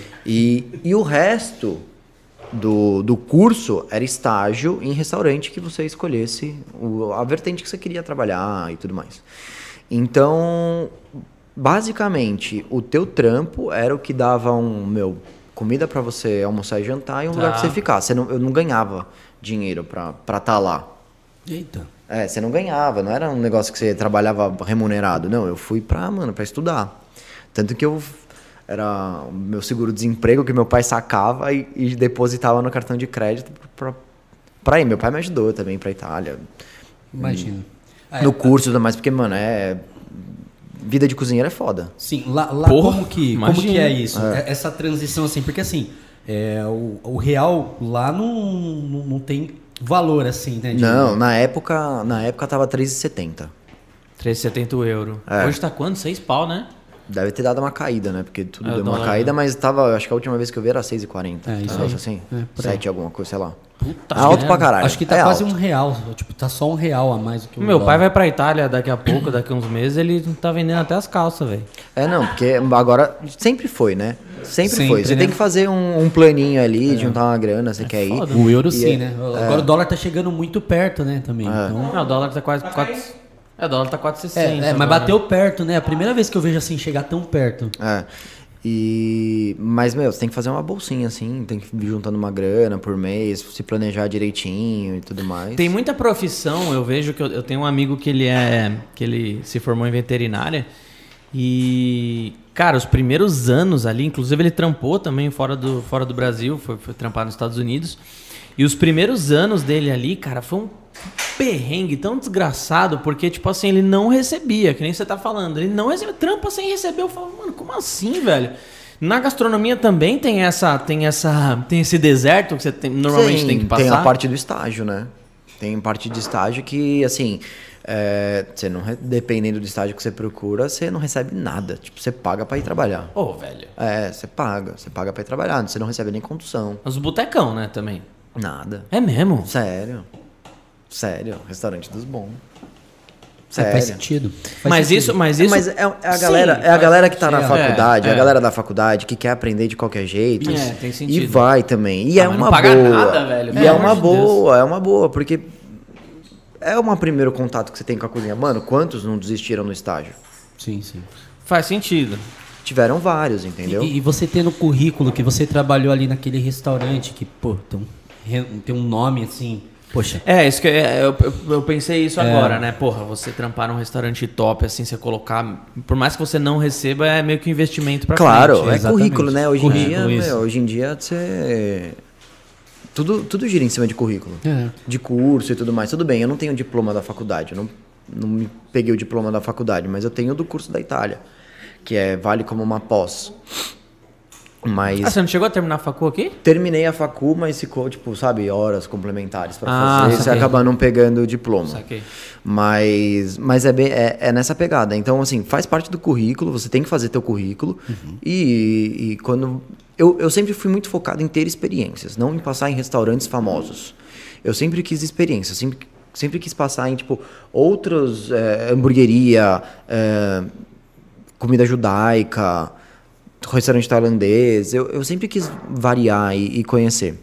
E o resto do curso era estágio em restaurante que você escolhesse a vertente que você queria trabalhar e tudo mais. Então, basicamente, o teu trampo era o que dava comida pra você almoçar e jantar e um lugar pra você ficar. Eu não ganhava dinheiro pra estar lá. Eita. Você não ganhava, não era um negócio que você trabalhava remunerado. Não, eu fui pra estudar. Tanto que era o meu seguro-desemprego que meu pai sacava e depositava no cartão de crédito pra ir. Meu pai me ajudou também pra Itália. Imagino. No curso e tudo mais, porque, mano, vida de cozinheiro é foda. Sim, lá Porra, como que imagina. é isso? Essa transição, assim, porque assim, o real lá não tem valor, assim, né? Não, na época tava 3,70. 3,70 €. Hoje tá quanto? 6 pau, né? Deve ter dado uma caída, né? Porque tudo É, deu uma dólar, caída, né? mas acho que a última vez que eu vi era 6,40. Isso Negócio aí. assim. Por aí. 7 alguma coisa, sei lá. Puta Alto merda. pra caralho. Acho que tá É quase alto. R$1. Tipo, tá só R$1 a mais do que o Meu dólar. pai vai pra Itália daqui a pouco, daqui a uns meses, ele tá vendendo até as calças, velho. Não, porque agora sempre foi, né? Sempre foi. Você né? tem que fazer um planinho ali, juntar uma grana, você quer ir. foda. O euro E sim, né? Agora o dólar tá chegando muito perto, né, também. Então... Não, o dólar tá quase 4... o dólar tá 4,60. mas agora. bateu perto, né? A primeira vez que eu vejo assim chegar tão perto. Mas, você tem que fazer uma bolsinha, assim, tem que ir juntando uma grana por mês, se planejar direitinho e tudo mais. Tem muita profissão, eu vejo que eu tenho um amigo que ele se formou em veterinária e, cara, os primeiros anos ali, inclusive ele trampou também fora do Brasil, foi trampar nos Estados Unidos, e os primeiros anos dele ali, cara, foi um perrengue tão desgraçado, porque, tipo assim, ele não recebia, que nem você tá falando, ele não recebia, trampa sem receber, eu falo, mano, como assim, velho? Na gastronomia também tem esse deserto que você normalmente Sim, tem que passar? tem a parte do estágio, né? Tem parte de estágio que, assim, você não, dependendo do estágio que você procura, você não recebe nada. Tipo, você paga pra ir trabalhar. Ô, velho. Você paga pra ir trabalhar, você não recebe nem condução. Os botecão, né, também. Nada. É mesmo? Sério, restaurante dos bons. Faz sentido. Mas isso... Mas é a Sim, galera que tá na sentido. faculdade, a galera da faculdade que quer aprender de qualquer jeito. Tem sentido. E vai também. E é mas não uma paga boa. nada, velho, E pelo é amor uma de boa, é uma boa, porque é um primeiro contato que você tem com a cozinha. Mano, quantos não desistiram no estágio? Sim. Faz sentido. Tiveram vários, entendeu? E você ter no currículo que você trabalhou ali naquele restaurante que, pô, tem um nome assim Poxa. Isso que eu pensei isso agora, né? Porra, você trampar num restaurante top, assim, você colocar... Por mais que você não receba, é meio que um investimento pra Claro, frente. é Exatamente. currículo, né? Hoje Currículo, em dia você... Tudo gira em cima de currículo. De curso e tudo mais. Tudo bem, eu não tenho diploma da faculdade. Eu não me peguei o diploma da faculdade, mas eu tenho do curso da Itália. Que vale como uma pós. Mas... Você não chegou a terminar a facu aqui? Terminei a facu, mas ficou, tipo, sabe, horas complementares pra Ah, fazer. Você saquei. acaba não pegando o diploma. Saquei. Mas é nessa pegada. Então, assim, faz parte do currículo, você tem que fazer teu currículo. E quando... Eu sempre fui muito focado em ter experiências, não em passar em restaurantes famosos. Eu sempre quis experiência, sempre quis passar em, tipo, outros... hamburgueria, comida judaica... restaurante tailandês, eu sempre quis variar e conhecer.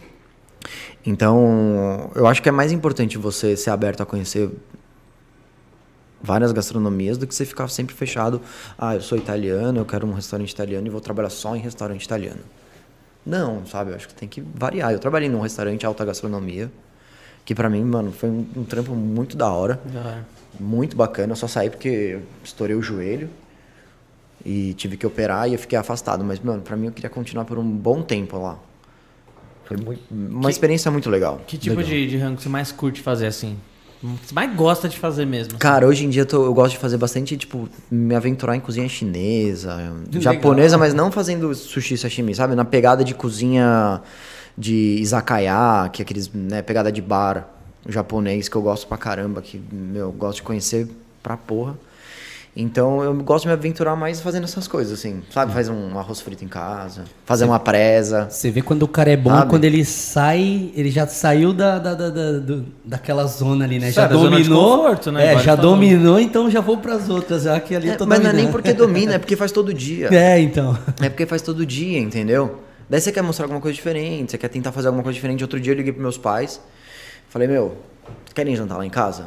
Então, eu acho que é mais importante você ser aberto a conhecer várias gastronomias do que você ficar sempre fechado. Eu sou italiano, eu quero um restaurante italiano e vou trabalhar só em restaurante italiano. Não, sabe? Eu acho que tem que variar. Eu trabalhei num restaurante alta gastronomia, que pra mim, mano, foi um trampo muito da hora. Muito bacana. Eu só saí porque eu estourei o joelho. E tive que operar e eu fiquei afastado. Mas, mano, pra mim eu queria continuar por um bom tempo lá. Foi uma experiência muito legal. Que tipo de rango você mais curte fazer, assim? Você mais gosta de fazer mesmo? Cara, hoje em dia eu gosto de fazer bastante, tipo, me aventurar em cozinha chinesa, japonesa, mas não fazendo sushi sashimi, sabe? Na pegada de cozinha de izakaya, que é aqueles, né, pegada de bar japonês que eu gosto pra caramba, que, eu gosto de conhecer pra porra. Então, eu gosto de me aventurar mais fazendo essas coisas, assim, sabe? Faz um arroz frito em casa, fazer uma presa. Você vê quando o cara é bom, sabe? Quando ele sai, ele já saiu daquela zona ali, né? Já Sabe, a zona de dominou, conforto, né? Igual já ele falou. dominou, então já vou pras outras, já que ali eu tô Mas não é nem dominando. porque domina, é porque faz todo dia. Então. É porque faz todo dia, entendeu? Daí você quer mostrar alguma coisa diferente, você quer tentar fazer alguma coisa diferente. Outro dia eu liguei pros meus pais, falei, querem jantar lá em casa?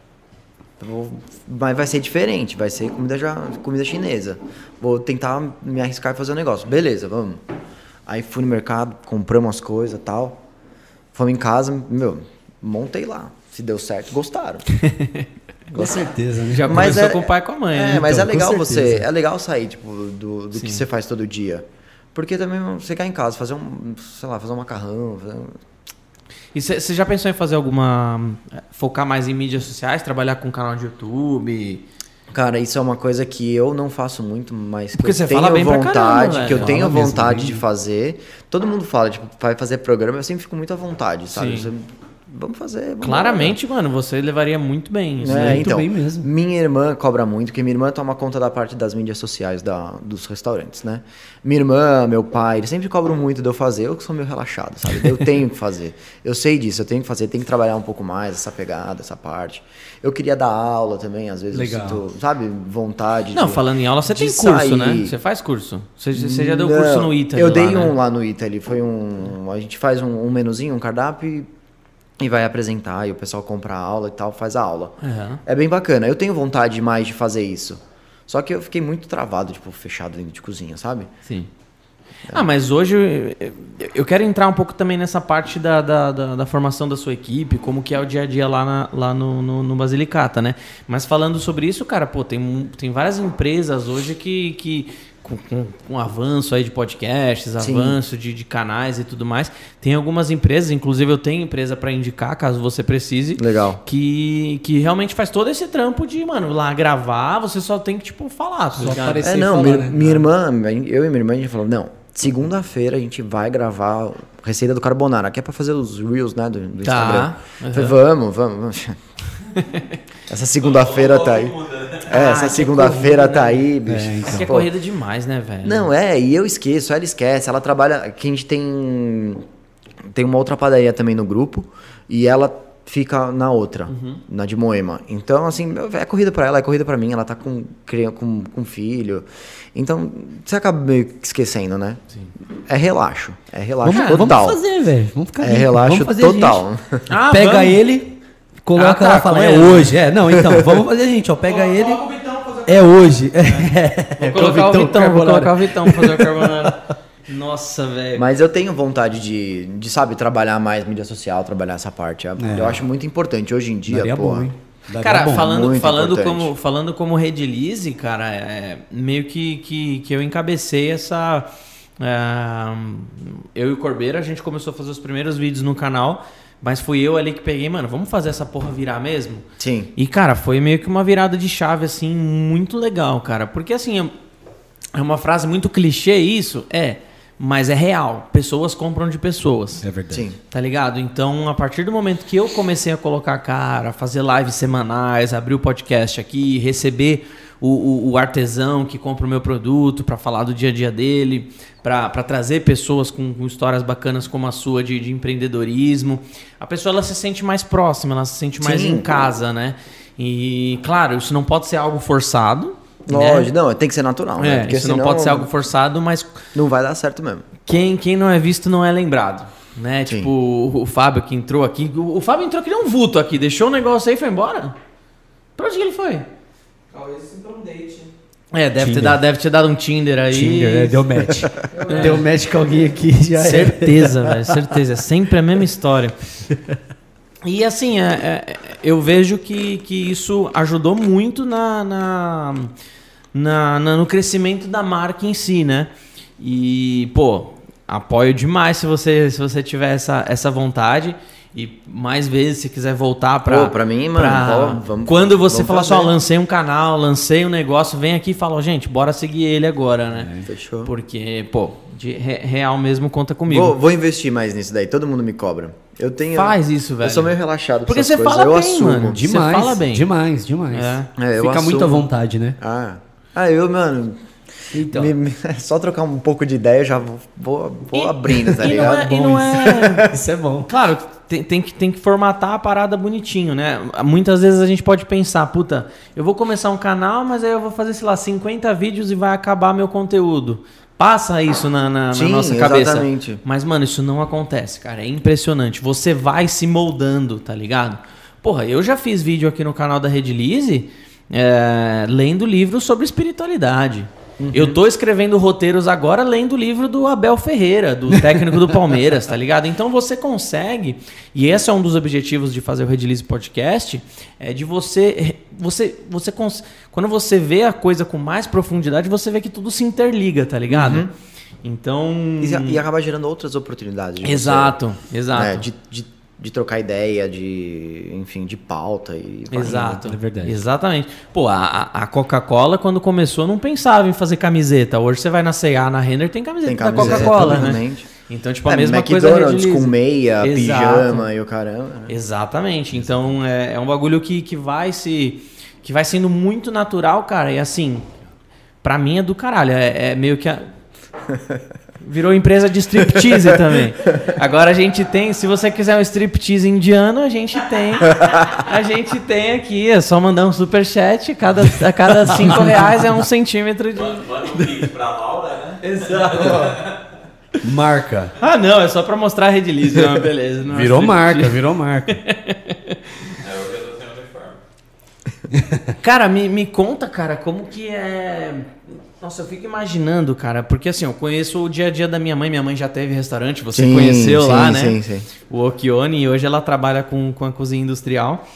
Mas vai ser diferente, vai ser comida chinesa. Vou tentar me arriscar e fazer um negócio. Beleza, vamos. Aí fui no mercado, compramos as coisas e tal. Fomos em casa, montei lá. Se deu certo, gostaram. Com certeza, né? Já Mas começou com o pai e com a mãe, né? Mas Então, é legal com certeza. é legal sair, tipo, do que você faz todo dia. Porque também você ficar em casa, fazer fazer um macarrão, E você já pensou em fazer focar mais em mídias sociais, trabalhar com um canal de YouTube? Cara, isso é uma coisa que eu não faço muito, mas que Porque eu você tenho fala bem pra vontade, caramba, que eu velho. tenho Fala mesmo, vontade né? de fazer. Todo mundo fala, tipo, vai fazer programa, eu sempre fico muito à vontade, sabe? Sim. Vamos fazer. Vamos Claramente, mano, você levaria muito bem isso. É, Muito então, bem mesmo. minha irmã cobra muito, porque minha irmã toma conta da parte das mídias sociais dos restaurantes, né? Minha irmã, meu pai, eles sempre cobram muito de eu fazer, eu que sou meio relaxado, sabe? Eu tenho que fazer. Eu sei disso, eu tenho que fazer, tenho que trabalhar um pouco mais essa pegada, essa parte. Eu queria dar aula também, às vezes Legal. eu sinto, sabe, vontade Não, de... falando em aula, você de tem curso, sair. né? Você faz curso. Você já deu curso no Italy Eu lá, dei né? um lá no Italy, a gente faz um menuzinho, um cardápio e vai apresentar, e o pessoal compra a aula e tal, faz a aula. Uhum. É bem bacana. Eu tenho vontade mais de fazer isso. Só que eu fiquei muito travado, tipo, fechado dentro de cozinha, sabe? Sim. Mas hoje eu quero entrar um pouco também nessa parte da formação da sua equipe, como que é o dia a dia lá no Basilicata, né? Mas falando sobre isso, cara, pô, tem várias empresas hoje que com avanço aí de podcasts, Sim. avanço de canais e tudo mais, tem algumas empresas, inclusive eu tenho empresa para indicar, caso você precise, Legal. que realmente faz todo esse trampo de, mano, lá gravar, você só tem que, tipo, falar, tá Só ligado? aparecer. Sem Não, falar, né? minha irmã, eu e minha irmã, a gente falou, não, segunda-feira a gente vai gravar receita do carbonara, que é pra fazer os reels, né, do Instagram. Uhum. Falei, vamos. Essa segunda-feira tá aí. Essa segunda-feira tá aí, bicho. Isso que é Pô. corrida demais, né, velho? Não, e eu esqueço, ela esquece. Ela trabalha. Que a gente tem uma outra padaria também no grupo. E ela fica na outra, na de Moema. Então, assim, é corrida pra ela, é corrida pra mim. Ela tá com filho. Então, você acaba meio que esquecendo, né? Sim. É relaxo. É relaxo total. Vamos fazer, velho. Vamos ficar É rico. relaxo Vamos fazer, total. gente. Ah, Pega vamos. ele, coloca lá e fala, com é ele. hoje. Não, então, vamos fazer, gente, ó. Pega ele. É hoje. Vou colocar o Vitão pra fazer o carbonara. Nossa, velho. Mas eu tenho vontade de, sabe, trabalhar mais mídia social, trabalhar essa parte. Eu acho muito importante. Hoje em dia, Daria pô. bom, hein? Daria Cara, bom. falando como Redilize, cara, meio que eu encabecei essa... eu e o Corbeira, a gente começou a fazer os primeiros vídeos no canal, mas fui eu ali que peguei, mano, vamos fazer essa porra virar mesmo? Sim. E, cara, foi meio que uma virada de chave, assim, muito legal, cara. Porque, assim, é uma frase muito clichê isso, mas é real. Pessoas compram de pessoas. É verdade. Sim. Tá ligado? Então, a partir do momento que eu comecei a colocar a cara, fazer lives semanais, abrir o podcast aqui, receber o artesão que compra o meu produto para falar do dia a dia dele, para trazer pessoas com histórias bacanas como a sua de empreendedorismo, a pessoa ela se sente mais próxima, ela se sente mais em casa, né? E, claro, isso não pode ser algo forçado. Lógico, né? não, tem que ser natural, né? Porque Isso não senão pode ser algo forçado, mas não vai dar certo mesmo. quem não é visto não é lembrado, né? Sim. Tipo, o Fábio que entrou aqui, o Fábio entrou que nem um vulto aqui, deixou o negócio aí e foi embora? Pra onde que ele foi? Talvez isso pra um date. Deve ter dado um Tinder aí. Tinder, deu match. Deu match com alguém aqui já Certeza, velho, certeza. É sempre a mesma história. E assim, eu vejo que isso ajudou muito no crescimento da marca em si, né? E, pô, apoio demais se você tiver essa vontade. E mais vezes, se quiser voltar Pra mim, mano, vamos. Quando você falar fazer. só, lancei um canal, lancei um negócio, vem aqui e fala, gente, bora seguir ele agora, né? Fechou. Porque, pô, real mesmo conta comigo. Vou investir mais nisso daí, todo mundo me cobra. Eu tenho. Faz isso, velho. Eu sou meio relaxado com Porque essas você coisas, fala eu bem, assumo. mano. Demais, Você fala bem. demais. Eu Fica muito à assumo. vontade, né? Mano. Então. Só trocar um pouco de ideia, eu já vou abrindo, tá ligado? Não é... Isso é bom. Claro, tem que formatar a parada bonitinho, né? Muitas vezes a gente pode pensar, puta, eu vou começar um canal, mas aí eu vou fazer, sei lá, 50 vídeos e vai acabar meu conteúdo. Passa isso na Sim, nossa cabeça. Exatamente. Mas, mano, isso não acontece, cara. É impressionante. Você vai se moldando, tá ligado? Porra, eu já fiz vídeo aqui no canal da Redilize lendo livros sobre espiritualidade. Eu tô escrevendo roteiros agora lendo o livro do Abel Ferreira, do técnico do Palmeiras, tá ligado? Então você consegue, e esse é um dos objetivos de fazer o Redilize Podcast, é de quando você vê a coisa com mais profundidade, você vê que tudo se interliga, tá ligado? Então... E acaba gerando outras oportunidades. De Exato. Né, de trocar ideia, enfim, de pauta e vai Exato, é verdade. Exatamente. Pô, a Coca-Cola, quando começou, não pensava em fazer camiseta. Hoje você vai na C&A, na Renner, tem camiseta da Coca-Cola, né? realmente. Então, tipo, a mesma coisa McDonald's com meia, Exato. pijama e o caramba. Né? Exatamente. Então, é um bagulho que vai sendo muito natural, cara. E assim, pra mim é do caralho. É meio que... Virou empresa de striptease também. Agora a gente tem, se você quiser um striptease indiano, a gente tem aqui, é só mandar um superchat, a cada R$5 é 1 centímetro de... Manda um link pra Laura, né? Exato. Marca. Ah, não, é só pra mostrar a Redilize, não, beleza. Não é Virou striptease. marca. Eu já tô sem uniforme. Cara, me conta, cara, como que é... Nossa, eu fico imaginando, cara, porque assim, eu conheço o dia a dia da minha mãe já teve restaurante, você conheceu lá, né? Sim. O Okione, e hoje ela trabalha com a cozinha industrial.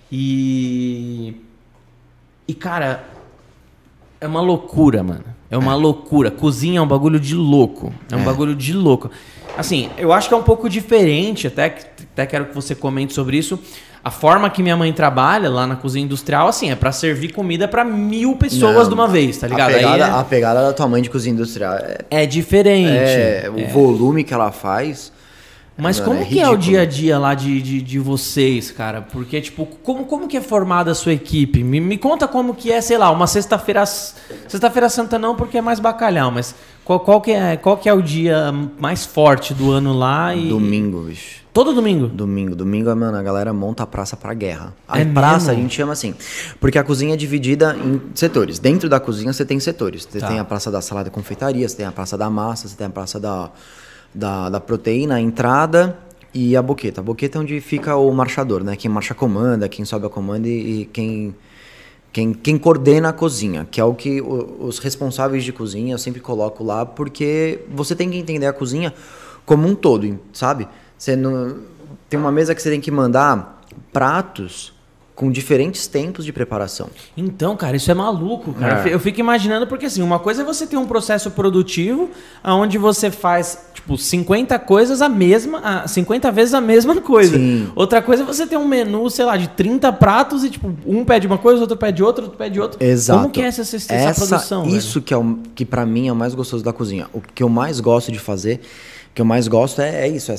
E, cara, é uma loucura, mano. É uma loucura. Cozinha é um bagulho de louco. É um bagulho de louco. Assim, eu acho que é um pouco diferente, até quero que você comente sobre isso. A forma que minha mãe trabalha lá na cozinha industrial, assim, é pra servir comida pra 1000 pessoas de uma vez, tá ligado? A pegada da tua mãe de cozinha industrial é diferente. o volume que ela faz. Mas mano, como que é o dia a dia lá de vocês, cara? Porque, tipo, como que é formada a sua equipe? Me conta como que é, sei lá, uma sexta-feira santa não, porque é mais bacalhau, mas qual que é o dia mais forte do ano lá? Domingo, bicho. Todo domingo? Domingo, mano, a galera monta a praça pra guerra. A É praça mesmo? a gente chama assim, porque a cozinha é dividida em setores. Dentro da cozinha você tem setores. Você Tá. tem a praça da salada e confeitaria, você tem a praça da massa, você tem a praça da proteína, a entrada e a boqueta. A boqueta é onde fica o marchador, né? Quem marcha comanda, quem sobe a comanda e quem Quem coordena a cozinha, que é o que os responsáveis de cozinha eu sempre coloco lá, porque você tem que entender a cozinha como um todo, sabe? Você não, tem uma mesa que você tem que mandar pratos com diferentes tempos de preparação. Então, cara, isso é maluco, cara. Eu fico imaginando, porque assim, uma coisa é você ter um processo produtivo onde você faz, tipo, 50 coisas 50 vezes a mesma coisa. Sim. Outra coisa é você ter um menu, sei lá, de 30 pratos e, tipo, um pede uma coisa, outro pede outra, outro pede outra. Exato. Como que é essa produção? Isso que pra mim é o mais gostoso da cozinha. O que eu mais gosto de fazer, o que eu mais gosto é isso,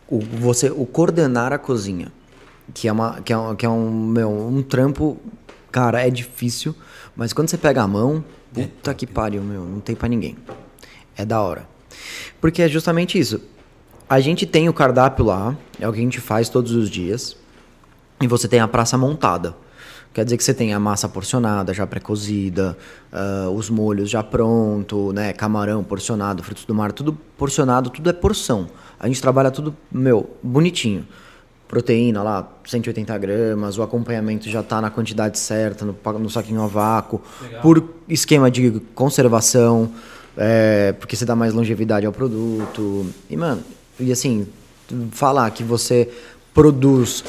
o coordenar a cozinha. Que é um trampo, cara, é difícil, mas quando você pega a mão, puta que pariu, não tem pra ninguém. É da hora. Porque é justamente isso. A gente tem o cardápio lá, é o que a gente faz todos os dias, e você tem a praça montada. Quer dizer que você tem a massa porcionada, já pré-cozida, os molhos já pronto, né? Camarão porcionado, frutos do mar, tudo porcionado, tudo é porção. A gente trabalha tudo, bonitinho. Proteína lá, 180 gramas, o acompanhamento já está na quantidade certa, no saquinho a vácuo, por esquema de conservação, porque você dá mais longevidade ao produto. E assim, falar que você produz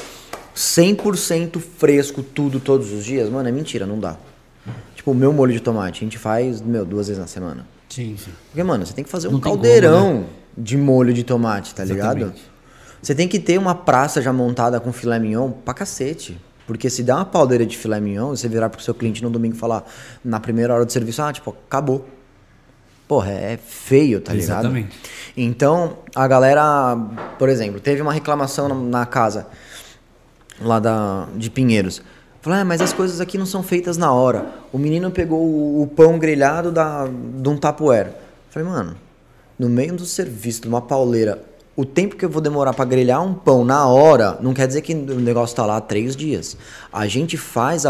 100% fresco tudo todos os dias, é mentira, não dá. Tipo, o meu molho de tomate, a gente faz, 2 vezes na semana. Sim, sim. Porque, você tem que fazer um caldeirão como, né? De molho de tomate, tá ligado? Exatamente. Você tem que ter uma praça já montada com filé mignon pra cacete. Porque se der uma pauleira de filé mignon, você virar pro seu cliente no domingo e falar, na primeira hora de serviço, acabou. Porra, é feio, tá ligado? Exatamente. Então, a galera, por exemplo, teve uma reclamação na casa lá de Pinheiros. Falou, mas as coisas aqui não são feitas na hora. O menino pegou o pão grelhado de um Tupperware. Falei, no meio do serviço, de uma pauleira, o tempo que eu vou demorar para grelhar um pão na hora, não quer dizer que o negócio tá lá há 3 dias. A gente faz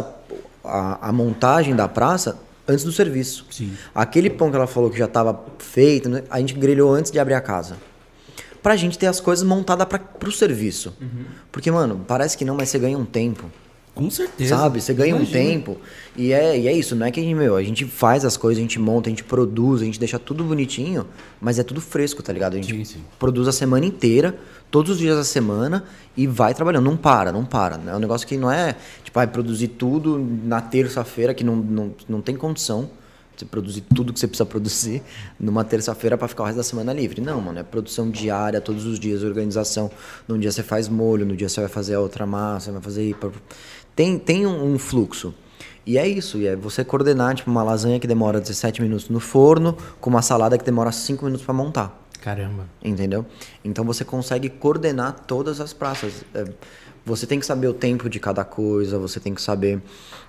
a montagem da praça antes do serviço. Sim. Aquele pão que ela falou que já estava feito, a gente grelhou antes de abrir a casa. Pra gente ter as coisas montadas pro serviço. Uhum. Porque, parece que não, mas você ganha um tempo. Com certeza. Sabe? Você ganha um tempo. E é isso, não é que a gente faz as coisas, a gente monta, a gente produz, a gente deixa tudo bonitinho, mas é tudo fresco, tá ligado? A gente produz a semana inteira, todos os dias da semana e vai trabalhando. Não para. É um negócio que não é, produzir tudo na terça-feira, que não tem condição. Você produzir tudo que você precisa produzir numa terça-feira para ficar o resto da semana livre. Não, é produção diária, todos os dias, organização. Num dia você faz molho, no dia você vai fazer a outra massa, vai fazer... Tem um fluxo. E é isso, é você coordenar, uma lasanha que demora 17 minutos no forno, com uma salada que demora 5 minutos para montar. Caramba. Entendeu? Então você consegue coordenar todas as praças. Você tem que saber o tempo de cada coisa, você tem que saber...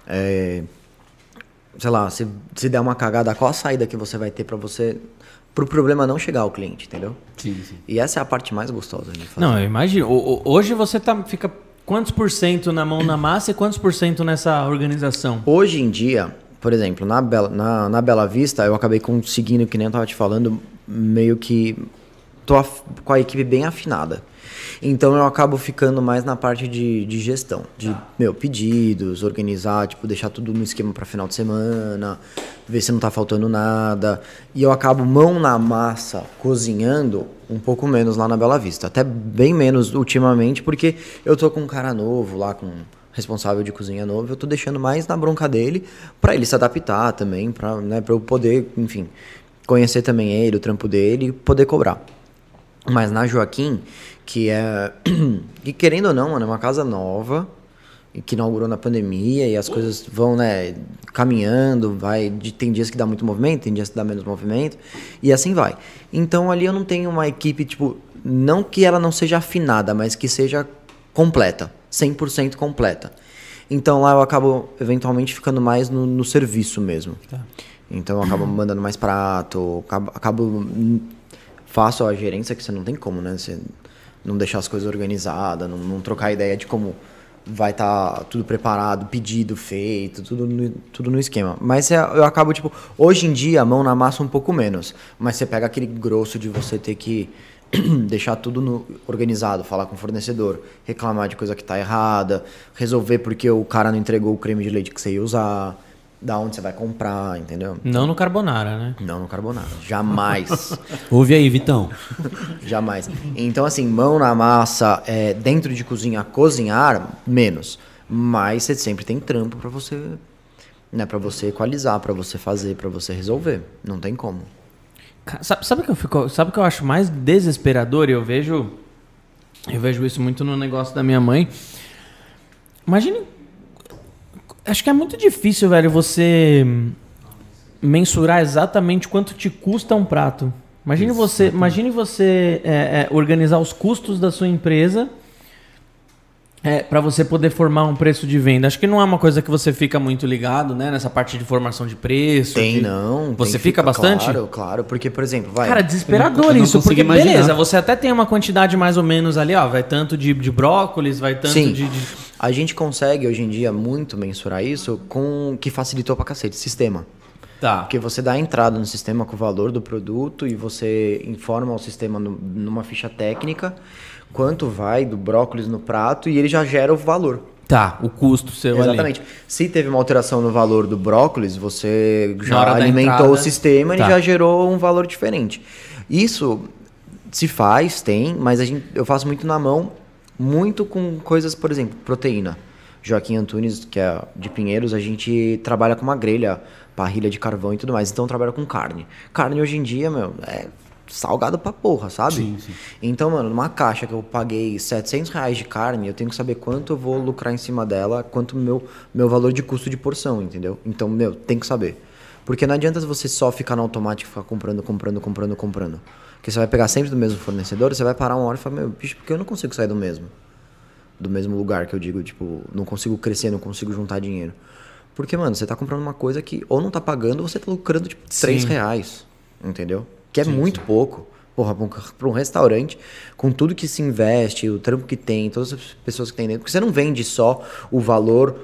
sei lá, se der uma cagada, qual a saída que você vai ter para você... Pro problema não chegar ao cliente, entendeu? Sim. E essa é a parte mais gostosa de fazer. Não, eu imagino. Hoje você fica quantos % na mão na massa e quantos % nessa organização? Hoje em dia, por exemplo, na Bela Vista, eu acabei conseguindo, que nem eu tava te falando, meio que tô com a equipe bem afinada. Então eu acabo ficando mais na parte de gestão, de pedidos, organizar, deixar tudo no esquema para final de semana, ver se não tá faltando nada. E eu acabo mão na massa, cozinhando um pouco menos lá na Bela Vista, até bem menos ultimamente, porque eu tô com um cara novo lá, com responsável de cozinha novo, eu tô deixando mais na bronca dele para ele se adaptar também, para eu poder, enfim, conhecer também ele, o trampo dele e poder cobrar. Mas na Joaquim, que querendo ou não, é uma casa nova, que inaugurou na pandemia e as coisas vão, caminhando, tem dias que dá muito movimento, tem dias que dá menos movimento, e assim vai. Então ali eu não tenho uma equipe, não que ela não seja afinada, mas que seja completa, 100% completa. Então lá eu acabo eventualmente ficando mais no serviço mesmo. Tá. Então eu acabo mandando mais prato, faço a gerência, que você não tem como, né? Você não deixar as coisas organizadas, não trocar ideia de como vai estar tudo preparado, pedido feito, tudo no esquema. Mas eu acabo, hoje em dia, a mão na massa um pouco menos. Mas você pega aquele grosso de você ter que deixar tudo organizado, falar com o fornecedor, reclamar de coisa que tá errada, resolver porque o cara não entregou o creme de leite que você ia usar, da onde você vai comprar, entendeu? Não no carbonara, né? Não no carbonara, jamais. Ouve aí, Vitão. Jamais. Então, assim, mão na massa, dentro de cozinha, cozinhar, menos. Mas você sempre tem trampo pra você, né? Pra você equalizar, pra você fazer, pra você resolver. Não tem como. Sabe o que eu acho mais desesperador? Eu vejo isso muito no negócio da minha mãe. Imagine... Acho que é muito difícil, velho, você mensurar exatamente quanto te custa um prato. Imagine você organizar os custos da sua empresa para você poder formar um preço de venda. Acho que não é uma coisa que você fica muito ligado, né? Nessa parte de formação de preço. Não. Você fica bastante? Claro. Porque, por exemplo, vai... Cara, desesperador eu não isso. Porque, imaginar. beleza, você até tem uma quantidade mais ou menos ali, ó. Vai tanto de brócolis, vai tanto Sim. de... A gente consegue, hoje em dia, muito mensurar isso com que facilitou pra cacete, sistema. Tá. Porque você dá a entrada no sistema com o valor do produto e você informa o sistema numa ficha técnica quanto vai do brócolis no prato e ele já gera o valor. Tá, o custo seu ali. Exatamente. Se teve uma alteração no valor do brócolis, você Na já hora da alimentou entrada, o sistema e tá. já gerou um valor diferente. Isso se faz, tem, mas eu faço muito na mão, muito com coisas, por exemplo, proteína. Joaquim Antunes, que é de Pinheiros, a gente trabalha com uma grelha, parrilha de carvão e tudo mais, então trabalha com carne. Carne hoje em dia, meu, é salgado pra porra, sabe? Sim. Então, mano, numa caixa que eu paguei R$700 de carne, eu tenho que saber quanto eu vou lucrar em cima dela, quanto meu valor de custo de porção, entendeu? Então, meu, tem que saber. Porque não adianta você só ficar no automático e ficar comprando. Porque você vai pegar sempre do mesmo fornecedor, você vai parar uma hora e falar, meu, bicho, porque eu não consigo sair do mesmo lugar que eu digo, tipo, não consigo crescer, não consigo juntar dinheiro. Porque, mano, você tá comprando uma coisa que ou não tá pagando ou você tá lucrando, tipo, R$3, entendeu? Que é muito pouco. Porra, pra um restaurante, com tudo que se investe, o trampo que tem, todas as pessoas que tem dentro. Porque você não vende só o valor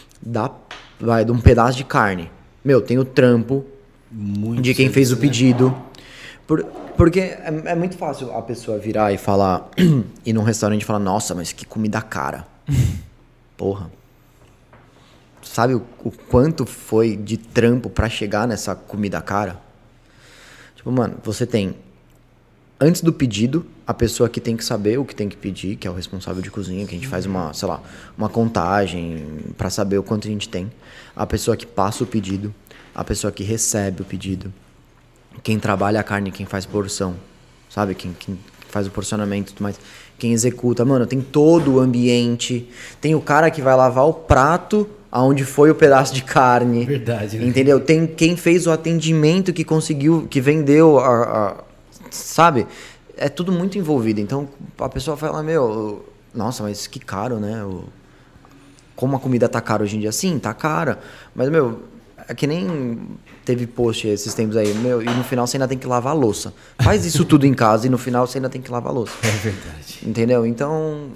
de um pedaço de carne. Meu, tem o trampo de quem fez o pedido. Porque é muito fácil a pessoa virar e falar, ir num restaurante e falar, nossa, mas que comida cara. Porra. Sabe o quanto foi de trampo pra chegar nessa comida cara? Tipo, mano, você tem, antes do pedido, a pessoa que tem que saber o que tem que pedir, que é o responsável de cozinha, que a gente faz uma contagem pra saber o quanto a gente tem. A pessoa que passa o pedido, a pessoa que recebe o pedido, quem trabalha a carne, quem faz porção, sabe? Quem faz o porcionamento e tudo mais. Quem executa, mano, tem todo o ambiente. Tem o cara que vai lavar o prato aonde foi o pedaço de carne. Verdade, né? Entendeu? Tem quem fez o atendimento, que conseguiu, que vendeu, sabe? É tudo muito envolvido. Então, a pessoa fala, meu, nossa, mas que caro, né? Como a comida tá cara hoje em dia? Sim, tá cara. Mas, meu, é que nem teve post esses tempos aí, meu, e no final você ainda tem que lavar a louça. Faz isso tudo em casa e no final você ainda tem que lavar a louça. É verdade. Entendeu? Então,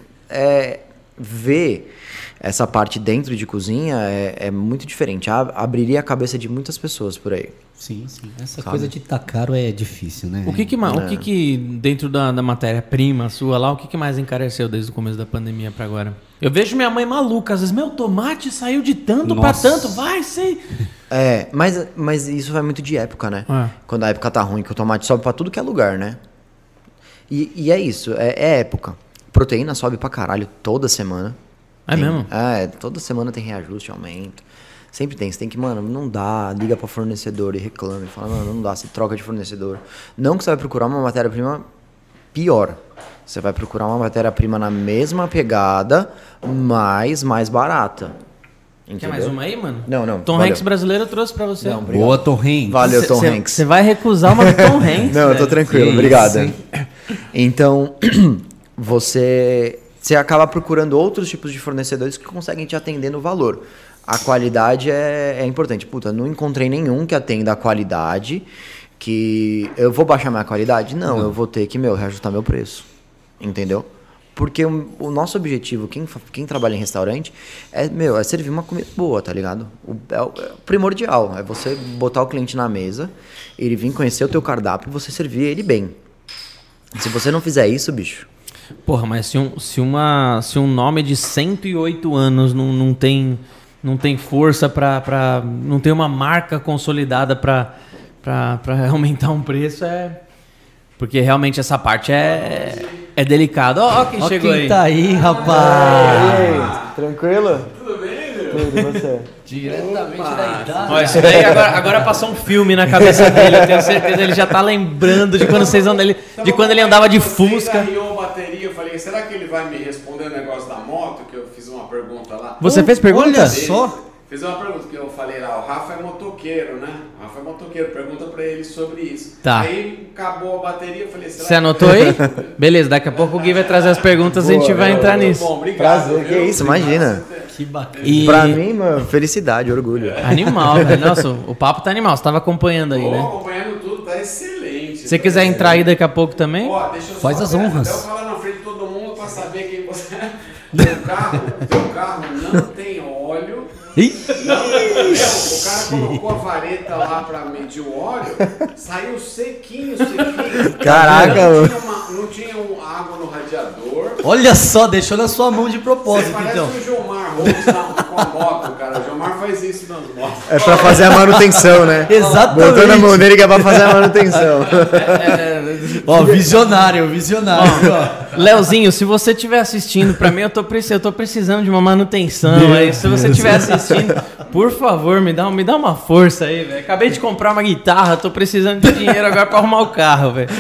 ver essa parte dentro de cozinha é muito diferente. Abriria a cabeça de muitas pessoas por aí. Sim. Essa coisa de tá caro é difícil, né? O que dentro da matéria-prima sua lá, o que mais encareceu desde o começo da pandemia pra agora? Eu vejo minha mãe maluca, às vezes, meu tomate saiu de tanto pra tanto, vai ser... Mas isso vai muito de época, né? Quando a época tá ruim, que o tomate sobe pra tudo que é lugar, né? E é isso, é época. Proteína sobe pra caralho toda semana. Mesmo? Toda semana tem reajuste, aumento. Sempre tem. Você tem que, mano, não dá. Liga pra fornecedor e reclama. E fala, mano, não dá. Você troca de fornecedor. Não que você vai procurar uma matéria-prima pior. Você vai procurar uma matéria-prima na mesma pegada, mas mais barata. Entendeu? Quer mais uma aí, mano? Não. Tom Hanks brasileiro eu trouxe pra você. Não, obrigado. Boa, Tom Hanks. Valeu, Tom Hanks. Você vai recusar uma do Tom Hanks? Não, eu tô velho. tranquilo. Sim, Obrigado. sim. Então, você acaba procurando outros tipos de fornecedores que conseguem te atender no valor. A qualidade é importante. Puta, não encontrei nenhum que atenda a qualidade, que eu vou baixar minha qualidade? Não, eu vou ter que, reajustar meu preço. Entendeu? Porque o nosso objetivo, quem trabalha em restaurante, é servir uma comida boa, tá ligado? É o primordial. É você botar o cliente na mesa, ele vir conhecer o teu cardápio e você servir ele bem. Se você não fizer isso, bicho... Porra, mas se um nome de 108 anos não tem força pra... Não tem uma marca consolidada pra aumentar um preço, porque realmente essa parte é delicada. Ó quem chegou quem aí. tá aí, rapaz. Tranquilo? Tudo bem, meu? Tudo, e você? Diretamente da idade. Ó, isso daí agora passou um filme na cabeça dele. Eu tenho certeza, ele já tá lembrando de quando quando ele andava de Fusca. Ele arriou a bateria, eu falei, será que ele vai me responder o negócio da moto? Que eu fiz uma pergunta lá. Você fez pergunta? Olha só. Fiz uma pergunta que eu falei lá, o Rafa é motoqueiro, né? O Rafa é motoqueiro, pergunta pra ele sobre isso. Tá. Aí acabou a bateria, eu falei, será Você anotou aí? Beleza, daqui a pouco o Gui vai trazer as perguntas e a gente vai entrar nisso. Bom, obrigado. Prazer, que viu? isso, imagina. Que bacana. E... Pra mim, mano, felicidade, orgulho. Animal, velho. Nossa, o papo tá animal. Você tava acompanhando aí, Tô né? acompanhando tudo, tá excelente. Se você quiser entrar aí daqui a pouco também. Ó, deixa eu só Faz as honras. Até eu falar na frente de todo mundo pra saber quem você é. Teu carro não tem óleo. O cara colocou a vareta lá pra medir o óleo, saiu sequinho. Caraca, Não tinha água no radiador. Olha só, deixou na sua mão de Você propósito, parece então. o Gilmar Holmes com a moto, cara. O Gilmar faz isso nas motos. É pra fazer a manutenção, né? Exatamente. Botando a mão dele que é pra fazer a manutenção. Ó, visionário. Ó. Leozinho, se você estiver assistindo, pra mim eu tô precisando de uma manutenção aí. Se você estiver assistindo, por favor, me dá uma força aí, velho. Acabei de comprar uma guitarra, tô precisando de dinheiro agora pra arrumar o carro, velho.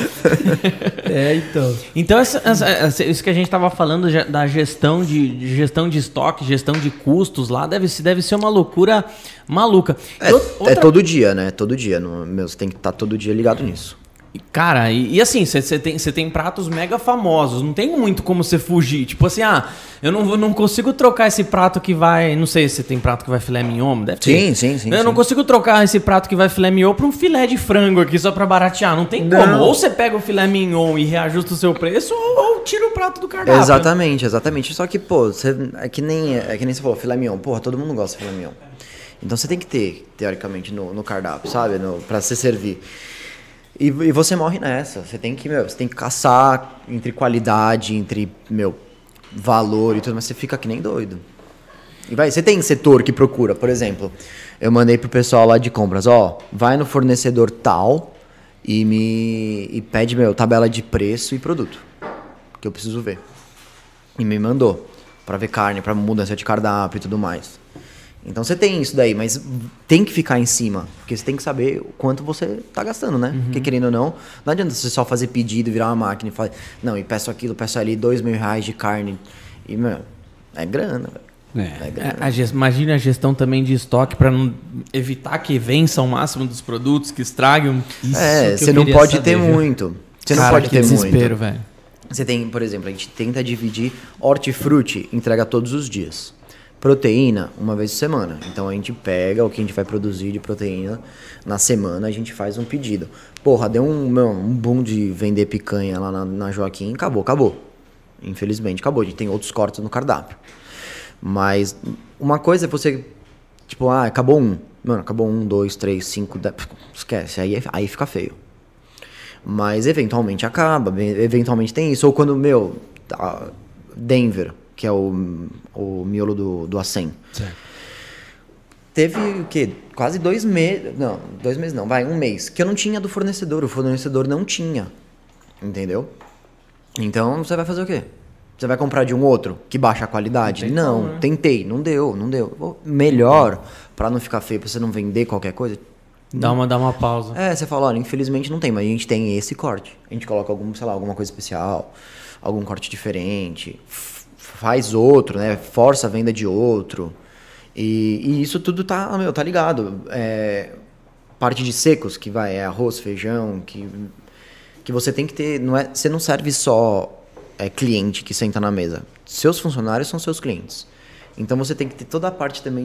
Então. Então, isso que a gente tava falando da gestão de estoque, gestão de custos lá, deve ser uma loucura maluca. É todo dia, né? Todo dia. Você tem que estar todo dia ligado nisso. Cara, e assim, você tem pratos mega famosos, não tem muito como você fugir. Tipo assim, eu não consigo trocar esse prato que vai... Não sei se tem prato que vai filé mignon, deve ter. Sim. Eu não consigo trocar esse prato que vai filé mignon pra um filé de frango aqui só pra baratear. Não tem como. Ou você pega o filé mignon e reajusta o seu preço, ou tira o prato do cardápio. Exatamente. Só que, pô, é que nem você falou, filé mignon. Porra, todo mundo gosta de filé mignon. Então você tem que ter, teoricamente, no cardápio, sabe? Pra se servir. E você morre nessa. Você tem que caçar entre qualidade, entre, valor e tudo, mas você fica que nem doido. E você tem setor que procura, por exemplo, eu mandei pro pessoal lá de compras, vai no fornecedor tal e pede, tabela de preço e produto, que eu preciso ver. E me mandou, pra ver carne, pra mudança de cardápio e tudo mais. Então você tem isso daí, mas tem que ficar em cima, porque você tem que saber o quanto você tá gastando, né? Porque querendo ou não adianta você só fazer pedido, virar uma máquina e falar, não, e peço aquilo, peço ali, R$2.000 de carne. E, é grana, velho. É grana. Imagina a gestão também de estoque para não evitar que vença o máximo dos produtos, que estraguem. Você não pode ter muito. Você não pode ter desespero, muito. Velho. Você tem, por exemplo, a gente tenta dividir hortifruti, entrega todos os dias. Proteína, uma vez por semana. Então a gente pega o que a gente vai produzir de proteína na semana, a gente faz um pedido. Porra, deu um boom de vender picanha lá na Joaquim, acabou. Infelizmente, acabou. A gente tem outros cortes no cardápio. Mas uma coisa é você, tipo, acabou um. Mano, acabou 1, 2, 3, 5, 10. Esquece, aí fica feio. Mas eventualmente acaba, eventualmente tem isso. Ou quando, Denver, que é o miolo do Acém. Certo. Teve o quê? Quase 2 meses. Não, 2 meses não, um mês. Que eu não tinha do fornecedor. O fornecedor não tinha. Entendeu? Então você vai fazer o quê? Você vai comprar de um outro que baixa a qualidade? Não, né? Tentei, não deu. Melhor, pra não ficar feio, pra você não vender qualquer coisa. Dá uma pausa. Você fala, olha, infelizmente não tem, mas a gente tem esse corte. A gente coloca alguma coisa especial, algum corte diferente. Faz outro, né? Força a venda de outro. E isso tudo tá ligado. Parte de secos, que arroz, feijão, que você tem que ter. Você não serve só cliente que senta na mesa. Seus funcionários são seus clientes. Então você tem que ter toda a parte também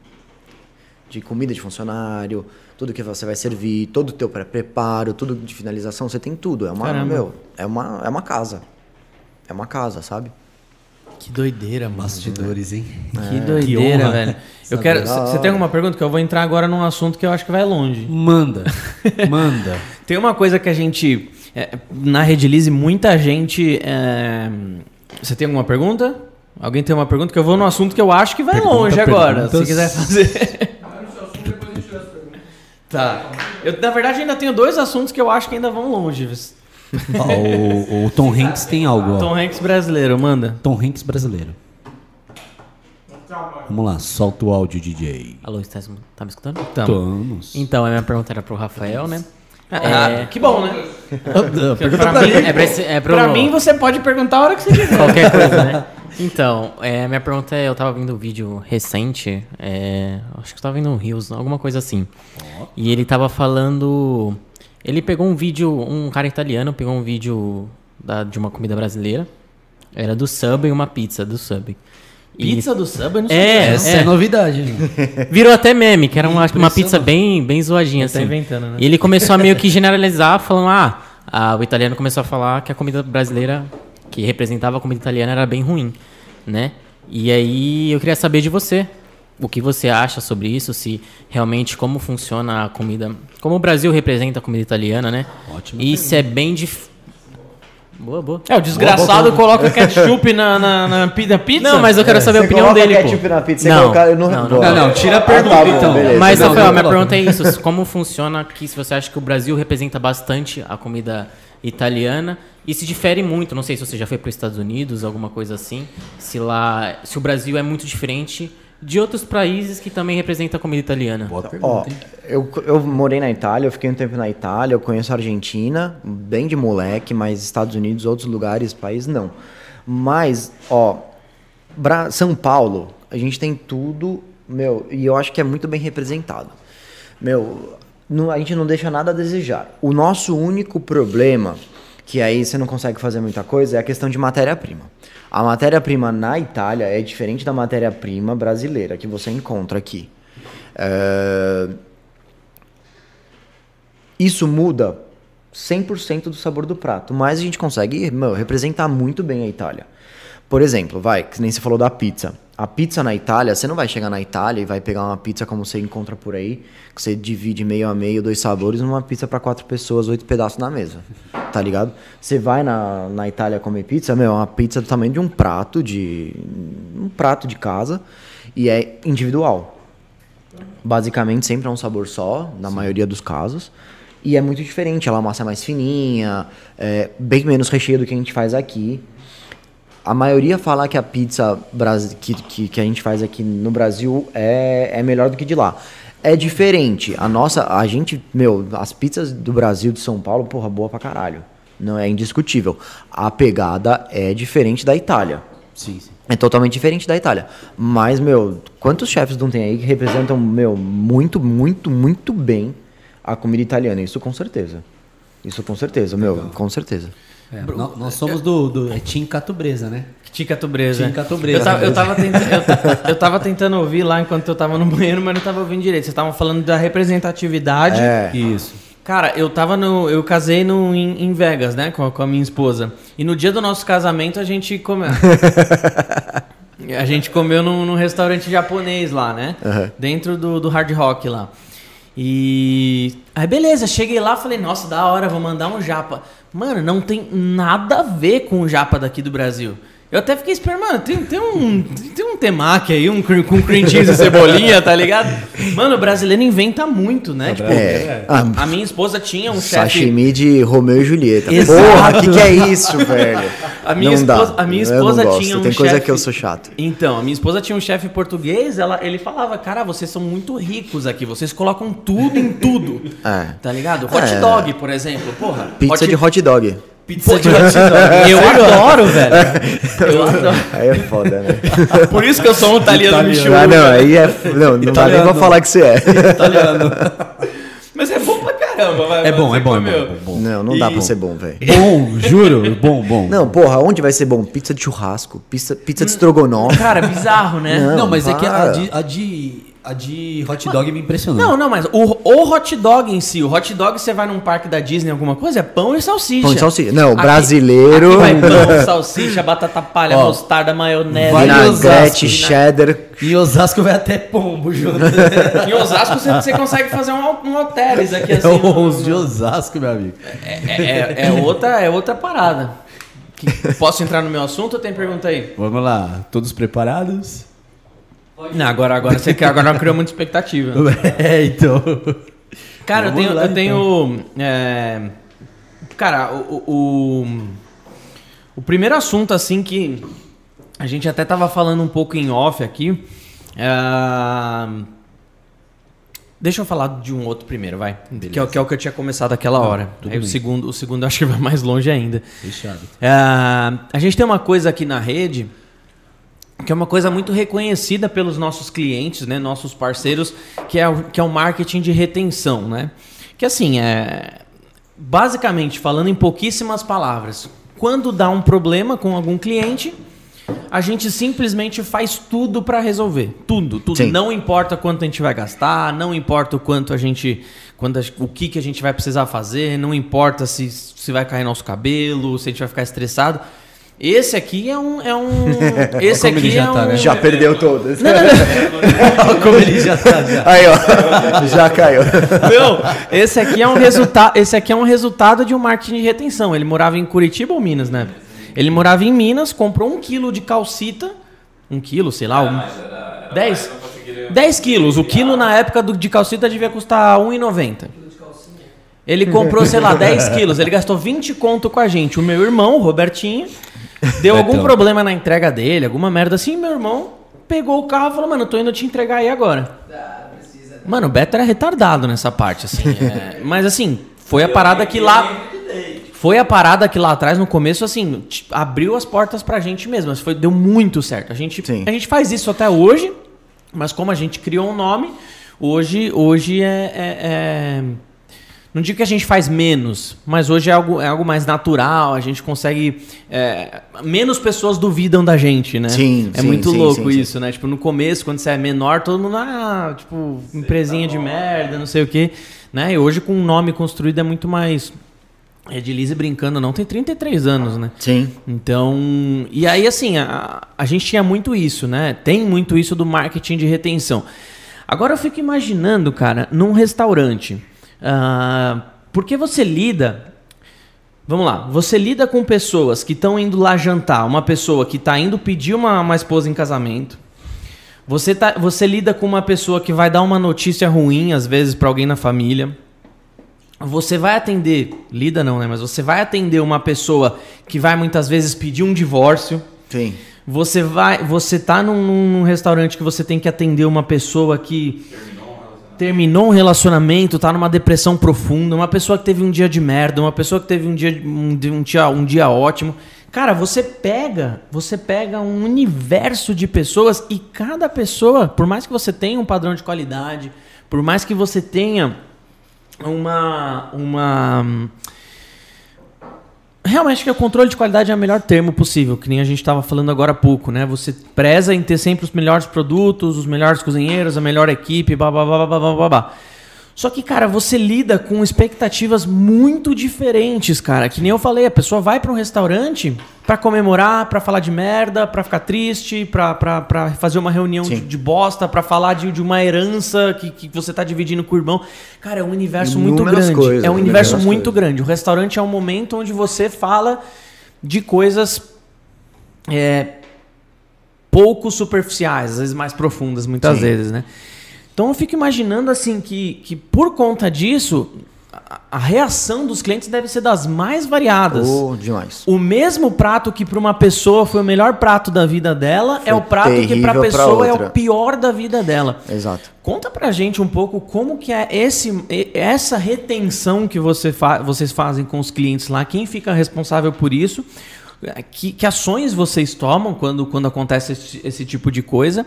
de comida de funcionário, tudo que você vai servir, todo o teu pré-preparo, tudo de finalização, você tem tudo. É uma casa. É uma casa, sabe? Que doideira, mano. Bastidores, hein? Que doideira, honra. velho. Você tem alguma pergunta? Que eu vou entrar agora num assunto que eu acho que vai longe. Manda. Tem uma coisa que a gente na Redilize, muita gente... Você tem alguma pergunta? Alguém tem uma pergunta? Que eu vou no assunto que eu acho que vai longe agora. Se quiser fazer... Tá. Eu, na verdade, ainda tenho 2 assuntos que eu acho que ainda vão longe. O Tom Hanks tem algo, ó. Tom Hanks brasileiro, manda. Tom Hanks brasileiro. Vamos lá, solta o áudio, DJ. Alô, tá me escutando? Estamos. Então, a minha pergunta era pro Rafael, né? Que bom, né? Pra mim, você pode perguntar a hora que você quiser. Qualquer coisa, né? Então, minha pergunta é, eu tava vendo um vídeo recente, acho que eu tava vendo um Reels, alguma coisa assim. E ele tava falando... Ele pegou um vídeo, um cara italiano pegou um vídeo de uma comida brasileira. Era do Subway, uma pizza do Subway. Pizza do Subway? Não sei essa é novidade. Virou até meme, que era uma pizza bem zoadinha, assim. Tá inventando, né? E ele começou a meio que generalizar, falando, o italiano começou a falar que a comida brasileira, que representava a comida italiana, era bem ruim, né? E aí eu queria saber de você, o que você acha sobre isso, se realmente como funciona a comida, como o Brasil representa a comida italiana, né? Ótimo. E se é bem difícil. Boa. O desgraçado coloca ketchup na pizza. Não, mas eu quero saber a opinião dele, pô. ketchup na pizza, Não, colocar... não, tira a pergunta, tá bom, então. beleza. Mas, Não, Rafael, não, minha coloca. pergunta é isso. Como funciona aqui, se você acha que o Brasil representa bastante a comida italiana e se difere muito, não sei se você já foi para os Estados Unidos, alguma coisa assim, se o Brasil é muito diferente de outros países que também representam a comida italiana. Boa pergunta, hein? Eu morei na Itália, eu fiquei um tempo na Itália, eu conheço a Argentina, bem de moleque, mas Estados Unidos, outros lugares, países, não. Mas, São Paulo, a gente tem tudo, e eu acho que é muito bem representado. A gente não deixa nada a desejar. O nosso único problema, que aí você não consegue fazer muita coisa, é a questão de matéria-prima. A matéria-prima na Itália é diferente da matéria-prima brasileira que você encontra aqui. Isso muda 100% do sabor do prato, mas a gente consegue representar muito bem a Itália. Por exemplo, que nem você falou da pizza. A pizza na Itália, você não vai chegar na Itália e vai pegar uma pizza como você encontra por aí, que você divide meio a meio, 2 sabores, numa pizza para 4 pessoas, 8 pedaços na mesa. Tá ligado? Você vai na Itália comer pizza, é uma pizza do tamanho de um prato de casa e é individual. Basicamente sempre é um sabor só, na maioria dos casos. E é muito diferente, ela é uma massa mais fininha, bem menos recheio do que a gente faz aqui. A maioria fala que a pizza que a gente faz aqui no Brasil é melhor do que de lá. É diferente. As pizzas do Brasil, de São Paulo, boa pra caralho. Não é indiscutível. A pegada é diferente da Itália. Sim. É totalmente diferente da Itália. Mas, quantos chefes não tem aí que representam, muito, muito, muito bem a comida italiana? Isso com certeza. Com certeza. Nós somos do Team Catubresa, né? Team Catubresa. Team Catubresa. Eu tava tentando ouvir lá enquanto eu tava no banheiro, mas não tava ouvindo direito. Vocês estavam falando da representatividade. Isso. Cara, eu casei em Vegas, né, com a minha esposa. E no dia do nosso casamento a gente comeu. A gente comeu num restaurante japonês lá, né? Uhum. Dentro do Hard Rock lá. E aí beleza, cheguei lá, falei, nossa, da hora, vou mandar um japa. Mano, não tem nada a ver com o japa daqui do Brasil. Eu até fiquei esperando, mano, tem um temaki aí, com cream cheese e cebolinha, tá ligado? Mano, o brasileiro inventa muito, né? Tipo, a minha esposa tinha um chefe... Sashimi de Romeu e Julieta. Exato. Porra, que é isso, velho? A minha esposa tinha um Tem chefe... coisa que eu sou chato. Então, a minha esposa tinha um chefe português, ele falava, cara, vocês são muito ricos aqui, vocês colocam tudo em tudo. Tá ligado? Hot dog, por exemplo, porra. Pizza de hot dog. Pizza de hot dog. Eu adoro, velho. Eu adoro. Aí é foda, né? Por isso que eu sou um italiano bicho. Aí é... Não dá nem pra falar que você é. Italiano. Mas é bom pra caramba, vai. É bom. Não dá pra ser bom, velho. Bom, juro. Bom. Não, porra, onde vai ser bom? Pizza de churrasco, pizza de estrogonofe. Cara, bizarro, né? Não, mas é que a de A de hot dog me impressionou. Não, mas o hot dog em si, o hot dog você vai num parque da Disney, alguma coisa, é pão e salsicha. Pão e salsicha. Não, brasileiro. Aqui vai pão, salsicha, batata palha, mostarda, maionese, Vinagrete, cheddar. Em Osasco vai até pombo junto. Em Osasco você consegue fazer um halteres aqui assim. Os de Osasco, meu amigo. É outra parada. Posso entrar no meu assunto ou tem pergunta aí? Vamos lá, todos preparados? Não, agora você criou muita expectativa. Então. Cara, eu tenho. Cara, o primeiro assunto, assim, que a gente até tava falando um pouco em off aqui. Deixa eu falar de um outro primeiro, vai. Que é o que eu tinha começado aquela hora. Aí o segundo eu acho que vai mais longe ainda. Fechado. A gente tem uma coisa aqui na rede que é uma coisa muito reconhecida pelos nossos clientes, né, nossos parceiros, que é o marketing de retenção, né? Que assim, basicamente, falando em pouquíssimas palavras, quando dá um problema com algum cliente, a gente simplesmente faz tudo para resolver. Tudo. Sim. Não importa quanto a gente vai gastar, não importa o quanto o que a gente vai precisar fazer, não importa se vai cair nosso cabelo, se a gente vai ficar estressado. Esse aqui esse como aqui ele já é tá, né? Já perdeu todas. Como ele já tá. Já. Aí, ó. Já caiu. Meu, esse aqui é um resultado de um marketing de retenção. Ele morava em Curitiba ou Minas, né? Ele morava em Minas, comprou 1 quilo de calcita. 1 quilo, sei lá. 10 quilos. O quilo na época de calcita devia custar R$1,90. Ele comprou, sei lá, 10 quilos. Ele gastou 20 conto com a gente. O meu irmão, o Robertinho, deu algum problema na entrega dele, alguma merda assim. Meu irmão pegou o carro e falou, mano, eu tô indo te entregar aí agora. Mano, o Beto era retardado nessa parte, assim. Mas assim, foi a parada que lá... Foi a parada que lá atrás, no começo, assim, abriu as portas pra gente mesmo. Mas deu muito certo. A gente faz isso até hoje, mas como a gente criou um nome, hoje não digo que a gente faz menos, mas hoje é algo mais natural, a gente consegue... menos pessoas duvidam da gente, né? Sim, muito louco sim. isso, né? Tipo, no começo, quando você é menor, todo mundo... tipo, empresinha de merda, não sei o quê. Né? E hoje, com um nome construído, é muito mais... Redilize brincando, não, tem 33 anos, né? Sim. Então, e aí assim, a gente tinha muito isso, né? Tem muito isso do marketing de retenção. Agora eu fico imaginando, cara, num restaurante, porque você lida... Vamos lá, você lida com pessoas que estão indo lá jantar, uma pessoa que está indo pedir uma esposa em casamento, você lida com uma pessoa que vai dar uma notícia ruim, às vezes, para alguém na família... Você vai atender, lida não, né? Mas você vai atender uma pessoa que vai muitas vezes pedir um divórcio. Sim. Você tá num restaurante que você tem que atender uma pessoa que terminou um relacionamento, tá numa depressão profunda, uma pessoa que teve um dia de merda, uma pessoa que teve um dia ótimo. Cara, você pega um universo de pessoas e cada pessoa, por mais que você tenha um padrão de qualidade, por mais que você tenha realmente que o controle de qualidade é o melhor termo possível, que nem a gente estava falando agora há pouco, né? Você preza em ter sempre os melhores produtos, os melhores cozinheiros, a melhor equipe, babá. Só que, cara, você lida com expectativas muito diferentes, cara. Que nem eu falei, a pessoa vai para um restaurante para comemorar, para falar de merda, para ficar triste, para fazer uma reunião de bosta, para falar de uma herança que você tá dividindo com o irmão. Cara, é um universo muito grande. É um universo muito grande. O restaurante é um momento onde você fala de coisas pouco superficiais, às vezes mais profundas, muitas vezes, né? Então eu fico imaginando assim que por conta disso, a reação dos clientes deve ser das mais variadas. Demais. O mesmo prato que para uma pessoa foi o melhor prato da vida dela, é o prato que para a pessoa é o pior da vida dela. Exato. Conta pra gente um pouco como que é essa retenção que vocês fazem com os clientes lá, quem fica responsável por isso, que ações vocês tomam quando acontece esse tipo de coisa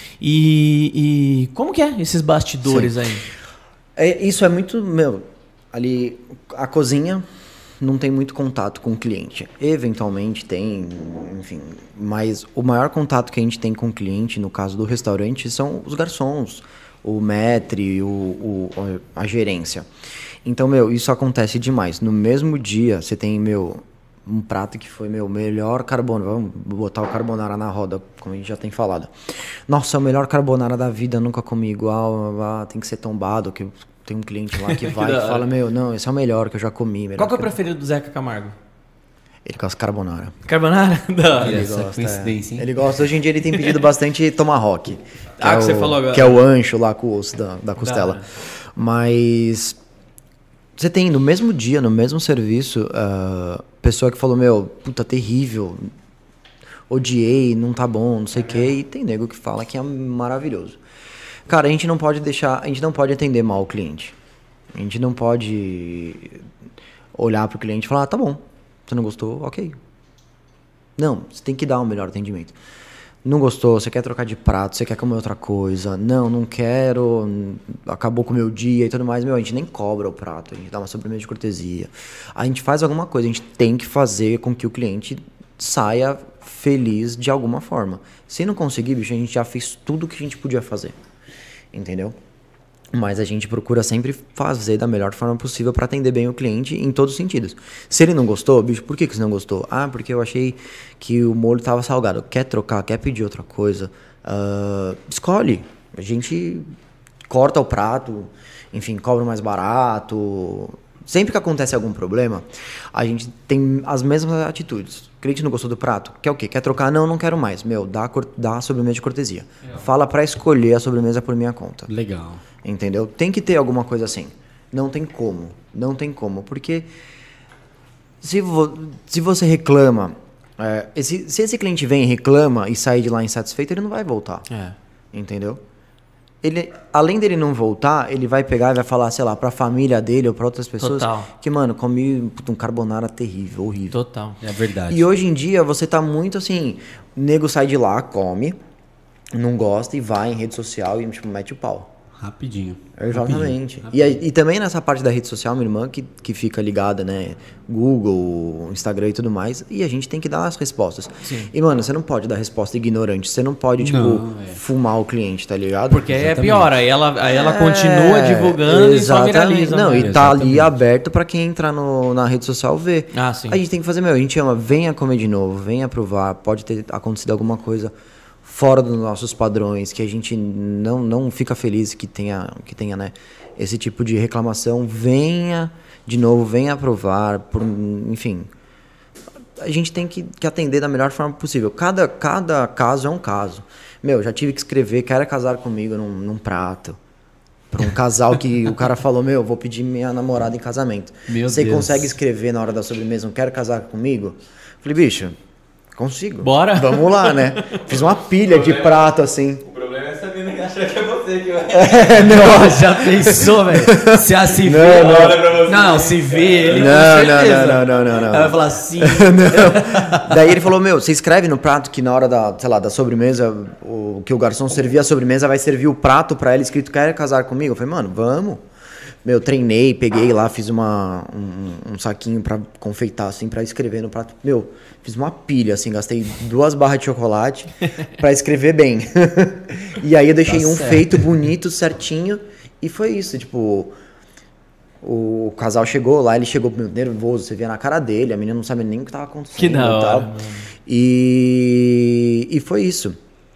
e como que é esses bastidores aí? Isso é muito, ali a cozinha, não tem muito contato com o cliente. Eventualmente tem, enfim, mas o maior contato que a gente tem com o cliente, no caso do restaurante, são os garçons, o maître, a gerência. Então, isso acontece demais. No mesmo dia, você tem, um prato que foi, melhor carbonara. Vamos botar o carbonara na roda, como a gente já tem falado. Nossa, é o melhor carbonara da vida, nunca comi igual, tem que ser tombado, que tem um cliente lá que vai e fala, não, esse é o melhor que eu já comi. Qual que é o preferido do Zeca Camargo? Ele gosta de carbonara. Carbonara? Não. Essa coincidência, hein? Ele gosta, hoje em dia ele tem pedido bastante tomahawk. Que você falou agora. Que é o ancho lá com o osso da costela. Mas você tem no mesmo dia, no mesmo serviço, pessoa que falou, puta, terrível, odiei, não tá bom, não sei o quê, e tem nego que fala que é maravilhoso. Cara, a gente não pode atender mal o cliente. A gente não pode olhar pro cliente e falar, tá bom, você não gostou, ok. Não, você tem que dar um melhor atendimento. Não gostou, você quer trocar de prato, você quer comer outra coisa. Não quero, acabou com o meu dia e tudo mais. A gente nem cobra o prato, a gente dá uma sobremesa de cortesia. A gente faz alguma coisa, a gente tem que fazer com que o cliente saia feliz de alguma forma. Se não conseguir, bicho, a gente já fez tudo o que a gente podia fazer. Entendeu? Mas a gente procura sempre fazer da melhor forma possível para atender bem o cliente em todos os sentidos. Se ele não gostou, bicho, por que você não gostou? Ah, porque eu achei que o molho estava salgado. Quer trocar? Quer pedir outra coisa? Escolhe. A gente corta o prato, enfim, cobra mais barato. Sempre que acontece algum problema, a gente tem as mesmas atitudes. O cliente não gostou do prato? Quer o quê? Quer trocar? Não quero mais. Dá a sobremesa de cortesia. Fala para escolher a sobremesa por minha conta. Legal. Entendeu? Tem que ter alguma coisa assim. Não tem como. Porque se você reclama, se esse cliente vem e reclama e sai de lá insatisfeito, ele não vai voltar. Entendeu? Ele, além dele não voltar, ele vai pegar e vai falar, sei lá, pra família dele ou pra outras pessoas. Total. Que, mano, comi um carbonara terrível, horrível. Total. É verdade. E hoje em dia você tá muito assim, o nego sai de lá, come, não gosta e vai em rede social e tipo, mete o pau. Rapidinho. Exatamente. E também nessa parte da rede social, minha irmã que fica ligada, né? Google, Instagram e tudo mais. E a gente tem que dar as respostas. Sim. E, mano, você não pode dar resposta ignorante. Você não pode, fumar o cliente, tá ligado? Porque é pior. Aí ela continua divulgando e só viraliza. Não, né? e tá ali aberto pra quem entrar na rede social ver. Ah, sim. A gente tem que fazer, a gente ama, venha comer de novo, venha provar. Pode ter acontecido alguma coisa fora dos nossos padrões, que a gente não fica feliz que tenha, né, esse tipo de reclamação, venha de novo, venha aprovar, enfim. A gente tem que atender da melhor forma possível. Cada caso é um caso. Já tive que escrever, quero casar comigo num prato. Para um casal que o cara falou, vou pedir minha namorada em casamento. Você consegue escrever na hora da sobremesa, não quero casar comigo? Falei, bicho, consigo. Bora. Vamos lá, né? Fiz uma pilha de prato, assim. O problema é essa mina que acha que é você que vai. Não, já pensou, velho? Se assim vê. Não, se vê ele. Não. Ela vai falar assim. Não. Daí ele falou, você escreve no prato que na hora da sobremesa, que o garçom servir a sobremesa, vai servir o prato pra ela escrito, quer casar comigo? Eu falei, mano, vamos. Treinei, peguei lá, fiz um saquinho pra confeitar, assim, pra escrever no prato. Fiz uma pilha, assim, gastei 2 barras de chocolate pra escrever bem. E aí eu deixei feito bonito, certinho, e foi isso, tipo... O casal chegou lá, ele chegou nervoso, você via na cara dele, a menina não sabia nem o que tava acontecendo. Que da hora, e tal. Mano. E foi isso.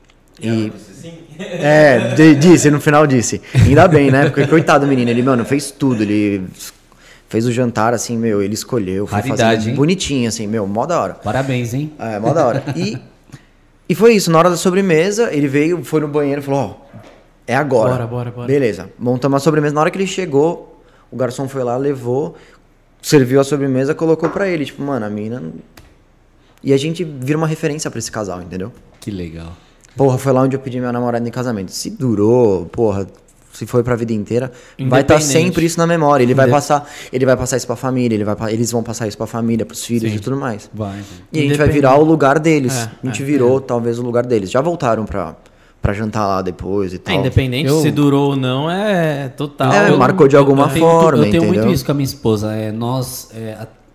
Disse, no final disse. Ainda bem, né? Porque coitado do menino, ele, fez tudo. Ele fez o jantar, assim, ele escolheu. Foi Raridade, hein? Bonitinho, assim, mó da hora. Parabéns, hein? Mó da hora. E foi isso, na hora da sobremesa, ele veio, foi no banheiro e falou, é agora. Bora. Beleza, montamos a sobremesa. Na hora que ele chegou, o garçom foi lá, levou, serviu a sobremesa, colocou pra ele. Tipo, mano, a mina... E a gente vira uma referência pra esse casal, entendeu? Que legal. Porra, foi lá onde eu pedi minha namorada em casamento. Se durou, se foi pra vida inteira, vai estar sempre isso na memória. Ele vai passar isso pra família, eles vão passar isso pra família, pros filhos e tudo mais. E a gente vai virar o lugar deles. A gente virou, talvez, o lugar deles. Já voltaram pra jantar lá depois e tal. Independente se durou ou não, é total. Marcou de alguma forma, Eu tenho entendeu? muito isso com a minha esposa.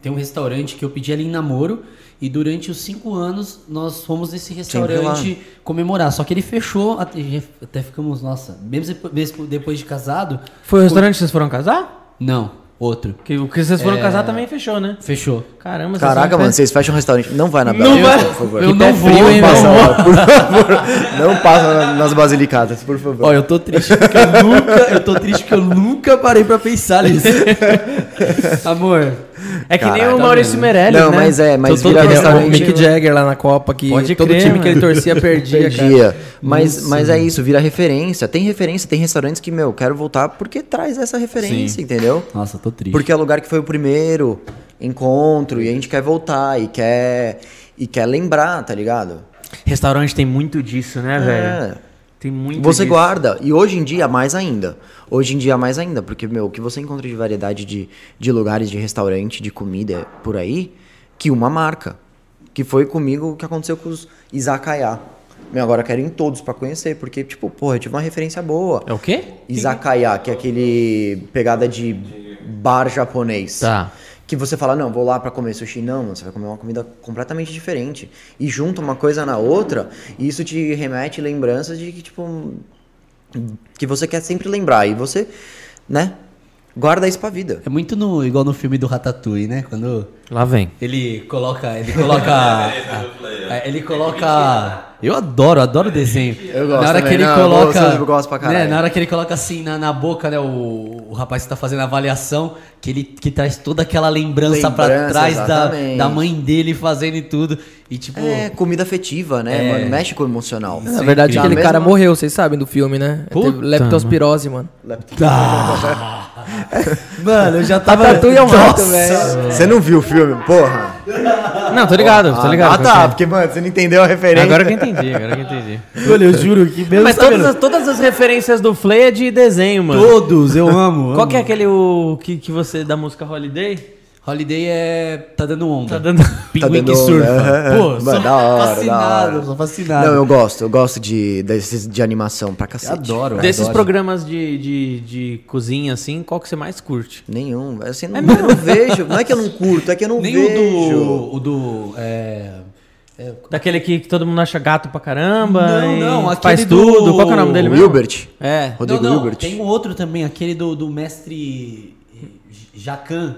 tem um restaurante que eu pedi ela em namoro e durante os 5 anos nós fomos nesse restaurante comemorar. Só que ele fechou, até ficamos, nossa, mesmo depois de casado... Foi o restaurante que vocês foram casar? Não, outro. Que o que vocês foram casar também fechou, né? Fechou. Caramba, Caraca, mano, vocês fecham um restaurante. Não vai na Não Bélgica, vai. por favor. Eu não vou, Não hein, passa meu lá, por favor. Não passa nas basilicatas, por favor. Ó, eu tô triste porque eu nunca parei pra pensar nisso. Amor. É que nem Caraca, o Maurício Meirelles, Não, né? mas Todo vira time- O restaurante... Mick Jagger lá na Copa, que Pode todo crer, time que ele mano. torcia perdia, cara. Perdia. Mas é isso, vira referência. Tem restaurantes que, quero voltar porque traz essa referência, entendeu? Nossa, tô triste. Porque é o lugar que foi o primeiro encontro e a gente quer voltar e quer lembrar, tá ligado? Restaurante tem muito disso, né, velho? É. Tem muito Você disso. guarda. E hoje em dia, mais ainda. Porque, o que você encontra de variedade de lugares, de restaurante, de comida por aí, que uma marca. Que foi comigo o que aconteceu com os Izakaya. Agora eu quero ir em todos pra conhecer, porque, tipo, porra, eu tive uma referência boa. É o quê? Izakaya, que é aquele pegada de bar japonês. Tá. Que você fala, não, vou lá pra comer sushi. Não, mano, você vai comer uma comida completamente diferente. E junta uma coisa na outra, e isso te remete lembranças de que, tipo, que você quer sempre lembrar. E você, né, guarda isso pra vida. É muito igual no filme do Ratatouille, né? Quando Lá vem. ele coloca... Eu adoro desenho. Eu gosto Na hora também. que ele Não, coloca... eu gosto pra caralho. né, na hora que ele coloca assim na boca, né? O rapaz que tá fazendo a avaliação, que traz toda aquela lembrança pra Lembrança, trás exatamente. da mãe dele fazendo e tudo. E tipo... É, comida afetiva, né, mano? Mexe com o emocional. Na verdade, Da aquele mesma- cara morreu, vocês sabem do filme, né? Puta, Teve leptospirose, mano. Mano, eu já tava... Ratatouille é um rato, Nossa, velho. Você não viu o filme? Porra. Não, tô ligado, tô ligado. Ah, tá, porque, mano, você não entendeu a referência. Agora que eu entendi. Olha, eu juro que mesmo Mas sabendo- todas as referências do Flay é de desenho, mano. Todos, eu amo. Qual que é aquele que você, da música Holiday? Holiday tá dando onda. Tá dando... Pinguim que dando onda, surfa. aham. Pô, Mano, sou da hora, fascinado, da hora. sou fascinado. Não, eu gosto desses de animação pra cacete. Adoro. Desses adoro. programas de cozinha, assim, qual que você mais curte? Nenhum. Assim, eu não vejo. Não é que eu não curto, é que eu não Nem vejo. o do Daquele que todo mundo acha gato pra caramba Não, e faz aquele do- tudo. Qual que é o nome dele mesmo? Wilbert. É. Rodrigo não, Hilbert. tem um outro também, aquele do mestre Jacan.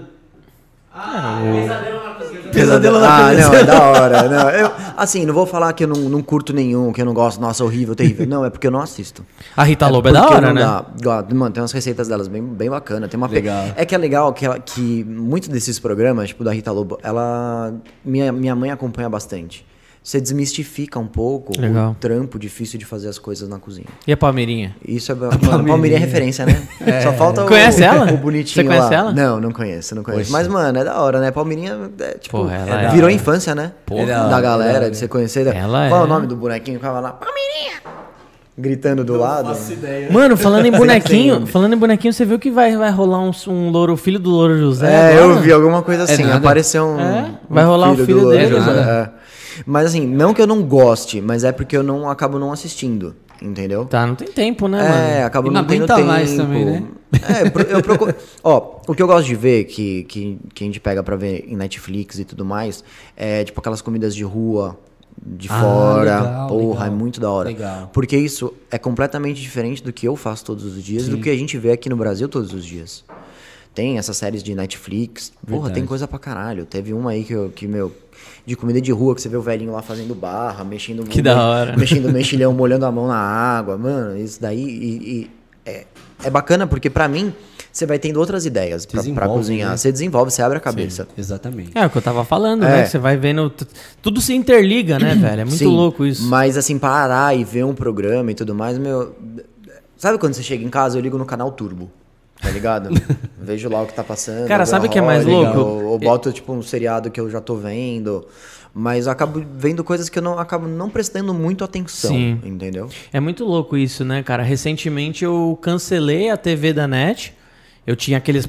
Pesadelo na Ah, cabeça. não, é da hora. Não, assim, não vou falar que eu não curto nenhum, que eu não gosto, nossa, horrível, terrível. Não, é porque eu não assisto. A Rita Lobo é da Porque hora, não né? dá. Mano, tem umas receitas delas bem bacana. Tem uma Legal. É que é legal que muitos desses programas, tipo da Rita Lobo, minha mãe acompanha bastante. Você desmistifica um pouco Legal. o trampo difícil de fazer as coisas na cozinha. E a Palmeirinha? Isso é... Mano, Palmeirinha é referência, né? Só falta Conhece ela? o bonitinho Você conhece lá. ela? Não conheço. Mas, mano, é da hora, né? Palmeirinha, tipo, Porra, ela é virou infância, né? Porra. Da galera, de você conhecer. Ela Qual é é. o nome do bonequinho que ficava lá? Palmeirinha! Gritando do lado. Mano, falando em bonequinho, Sim. você viu que vai rolar um louro, filho do Louro José? É, agora? eu vi alguma coisa assim. nada. Apareceu um. É, vai rolar o filho do dele, Louro José, mano. é. Mas assim, não que eu não goste, mas é porque eu acabo não assistindo. Entendeu? Tá, não tem tempo, né, mano? É, acaba E não não tendo aguenta tempo. mais também, né? Eu procuro. Ó, o que eu gosto de ver, que a gente pega pra ver em Netflix e tudo mais, é tipo aquelas comidas de rua, de fora. legal, Porra, legal. é muito da hora. Legal. Porque isso é completamente diferente do que eu faço todos os dias e do que a gente vê aqui no Brasil todos os dias. Tem essas séries de Netflix. Porra, Verdade. tem coisa pra caralho. Teve uma aí de comida de rua, que você vê o velhinho lá fazendo barra, mexendo... Que da hora. Mexendo o mexilhão, molhando a mão na água. Mano, isso daí... É bacana, porque pra mim, você vai tendo outras ideias pra Desenvolve, cozinhar. né? Você desenvolve, você abre a cabeça. Exatamente. É o que eu tava falando, É. né? Você vai vendo. Tudo se interliga, né, velho? É muito Sim, louco isso. Mas assim, parar e ver um programa e tudo mais, Sabe quando você chega em casa, eu ligo no canal Turbo, tá ligado? Vejo lá o que tá passando. Cara, sabe o que é mais Workaholic, louco? Ou boto, tipo, um seriado que eu já tô vendo. Mas eu acabo vendo coisas que eu acabo não prestando muito atenção, Sim. entendeu? É muito louco isso, né, cara? Recentemente eu cancelei a TV da NET. Eu tinha aqueles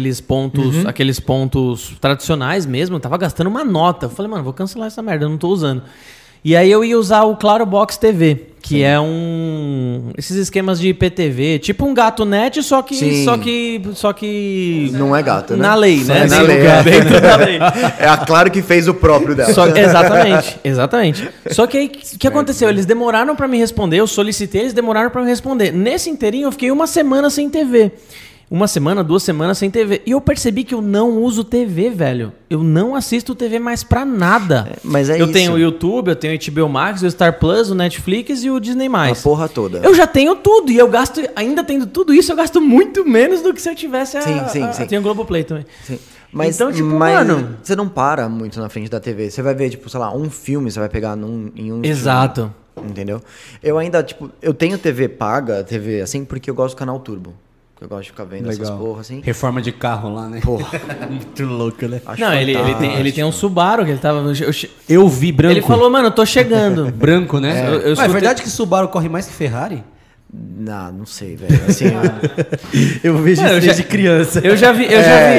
pontos tradicionais mesmo. Eu tava gastando uma nota. Eu falei, mano, vou cancelar essa merda, eu não tô usando. E aí eu ia usar o Claro Box TV, Que é esses esquemas de IPTV, tipo um gato net, só que Não é gato, né? na lei, né? É na Dentro- lei. dentro da lei. É a Claro que fez o próprio dela. Exatamente. Só que aí, o que aconteceu? Eles demoraram pra me responder, eu solicitei, eles demoraram pra me responder. Nesse inteirinho, eu fiquei uma semana sem TV. Uma semana, 2 semanas sem TV. E eu percebi que eu não uso TV, velho. Eu não assisto TV mais pra nada. Mas é eu isso. tenho o YouTube, eu tenho o HBO Max, o Star Plus, o Netflix e o Disney+. A porra toda. Eu já tenho tudo e eu gasto, ainda tendo tudo isso, eu gasto muito menos do que se eu tivesse Sim. Eu tenho o Globoplay também. Sim. Mas, Então, tipo, mas mano... você não para muito na frente da TV. Você vai ver, tipo, sei lá, um filme, você vai pegar em um Exato. filme, entendeu? Eu ainda, tipo, eu tenho TV paga, TV assim, porque eu gosto do canal Turbo. Eu gosto de ficar vendo essas porra assim. Reforma de carro lá, né? Porra. Muito louco, né? Acho Não, ele fantástico. tem um Subaru que ele tava... Eu vi branco. Ele falou, mano, eu tô chegando. Branco, né? Eu Mas é escutei- verdade que Subaru corre mais que Ferrari? Não sei, velho. Assim, Eu vejo Mano, eu isso já- desde criança. Eu já vi...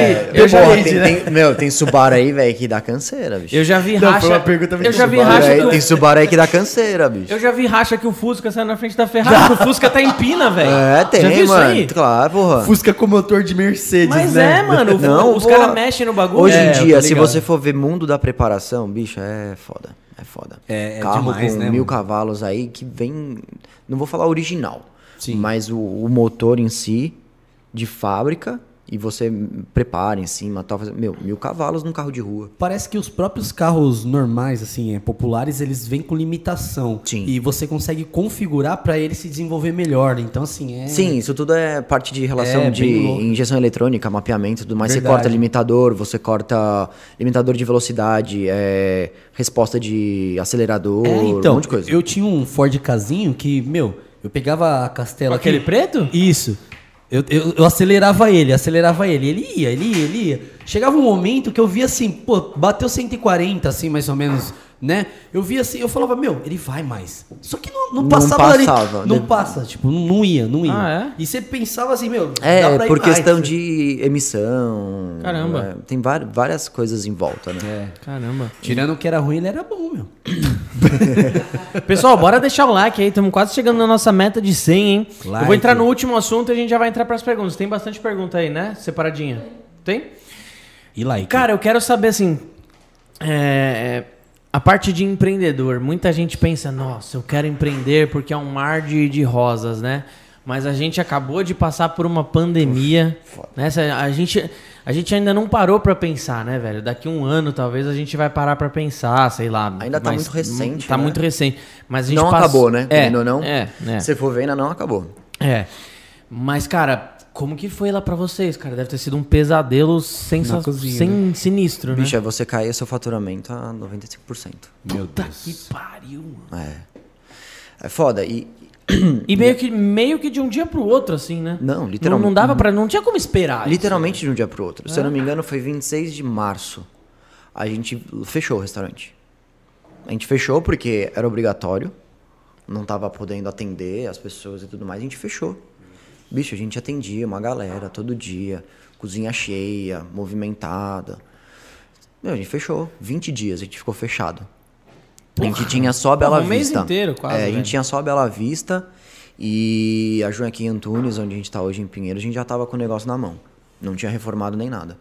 tem Subaru aí, velho, que dá canseira, bicho. Eu já vi Não, racha... foi uma pergunta muito Eu já vi Subaru racha aí- que Tem o... Subaru aí que dá canseira, bicho. Eu já vi racha que o Fusca saiu na frente da Ferrari, que o Fusca tá em pina, velho. É, Já viu tem, isso mano. aí? Claro, porra. Fusca com motor de Mercedes, Mas né? é, mano. Não, os porra. caras mexem no bagulho. Hoje É, em eu tô dia, se ligado. você for ver mundo da preparação, bicho, é foda. É foda. É Carro demais, com né, 1000 mano? cavalos aí que vem. Não vou falar original. Sim. Mas o motor em si, de fábrica, e você prepara em cima, tal. 1000 cavalos num carro de rua. Parece que os próprios carros normais, assim, populares, eles vêm com limitação. Sim. E você consegue configurar para ele se desenvolver melhor. Então, assim, é... Sim, isso tudo é parte de relação É, de bem louco. injeção eletrônica, mapeamento e tudo mais. Verdade. Você corta limitador, você corta limitador de velocidade, resposta de acelerador, então, um monte de coisa. eu tinha um Ford Casinho que, eu pegava a castela... Aquele preto? Isso. Eu acelerava ele. Ele ia. Chegava um momento que eu via assim, pô, bateu 140, assim, mais ou menos, né? Eu via assim, eu falava, ele vai mais. Só que não passava dali. passava. Não passa, tipo, não ia. Ah, é? E você pensava assim, dá pra ir por mais. questão de emissão. Caramba. Tem várias coisas em volta, né? Caramba. Tirando o que era ruim, ele era bom, Pessoal, bora deixar o like aí. Estamos quase chegando na nossa meta de 100, hein? Eu Like. vou entrar no último assunto e a gente já vai entrar pras perguntas. Tem bastante pergunta aí, né? Separadinha. Tem? E like. Cara, eu quero saber assim. A parte de empreendedor. Muita gente pensa, nossa, eu quero empreender porque é um mar de rosas, né? Mas a gente acabou de passar por uma pandemia. Né? A gente ainda não parou pra pensar, né, velho? Daqui um ano, talvez, a gente vai parar pra pensar, sei lá. Ainda tá mas muito recente, Tá né? muito recente. Mas a gente Não acabou, né? Querendo ou não. Se Se for ver, ainda não acabou. Mas, cara, como que foi lá pra vocês, cara? Deve ter sido um pesadelo Na cozinha, sinistro, né? Bicho, é você cair seu faturamento a 95%. Meu Puta Deus. que pariu, mano. É foda. E E meio que de um dia pro outro, assim, né? Não, literalmente. Não dava pra... Não tinha como esperar. literalmente de um dia pro outro. Se eu não me engano, foi 26 de março. A gente fechou o restaurante. A gente fechou porque era obrigatório. Não tava podendo atender as pessoas e tudo mais. A gente fechou. Bicho, a gente atendia uma galera todo dia. Cozinha cheia, movimentada. A gente fechou. 20 dias a gente ficou fechado. A gente tinha só a Bela um mês Vista. inteiro, quase, a velho. gente tinha só a Bela Vista e a Joaquim Antunes, onde a gente tá hoje em Pinheiros, a gente já tava com o negócio na mão. Não tinha reformado nem nada.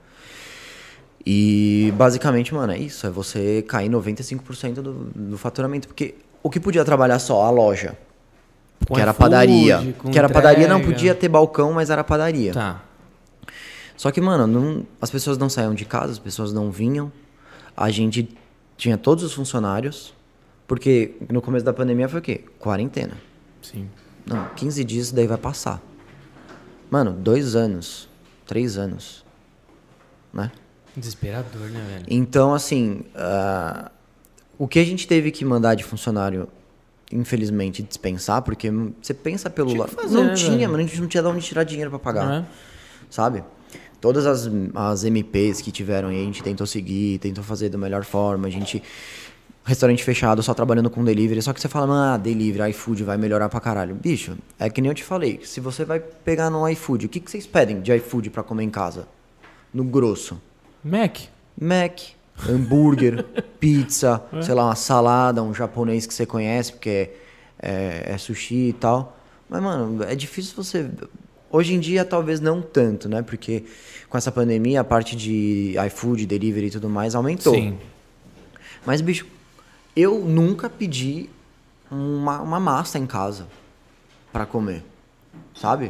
E basicamente, mano, é isso. É você cair 95% do faturamento. Porque o que podia trabalhar só? A loja. Com que era iFood, padaria. com Que era padaria, não entrega. podia ter balcão, mas era padaria. Tá. Só que, mano, as pessoas não saíam de casa, as pessoas não vinham. A gente tinha todos os funcionários. Porque no começo da pandemia foi o quê? Quarentena. Sim. Não, 15 dias isso daí vai passar. Mano, 2 anos, 3 anos, né? Desesperador, né, velho? Então, assim, o que a gente teve que mandar de funcionário, infelizmente, dispensar, porque você pensa pelo Tinha lado... que fazer, Não né, tinha, velho? mano, a gente não tinha de onde tirar dinheiro pra pagar, Não é? sabe? Todas as MPs que tiveram aí, a gente tentou seguir, tentou fazer da melhor forma, a gente... Restaurante fechado, só trabalhando com delivery. Só que você fala, delivery, iFood vai melhorar pra caralho. Bicho, é que nem eu te falei. Se você vai pegar no iFood, o que vocês pedem de iFood pra comer em casa? No grosso. Mac. Mac, hambúrguer, pizza, sei lá, uma salada, um japonês que você conhece, porque é sushi e tal. Mas, mano, é difícil você... Hoje em dia, talvez não tanto, né? Porque com essa pandemia, a parte de iFood, delivery e tudo mais aumentou. Sim. Mas, bicho, eu nunca pedi uma massa em casa pra comer, sabe?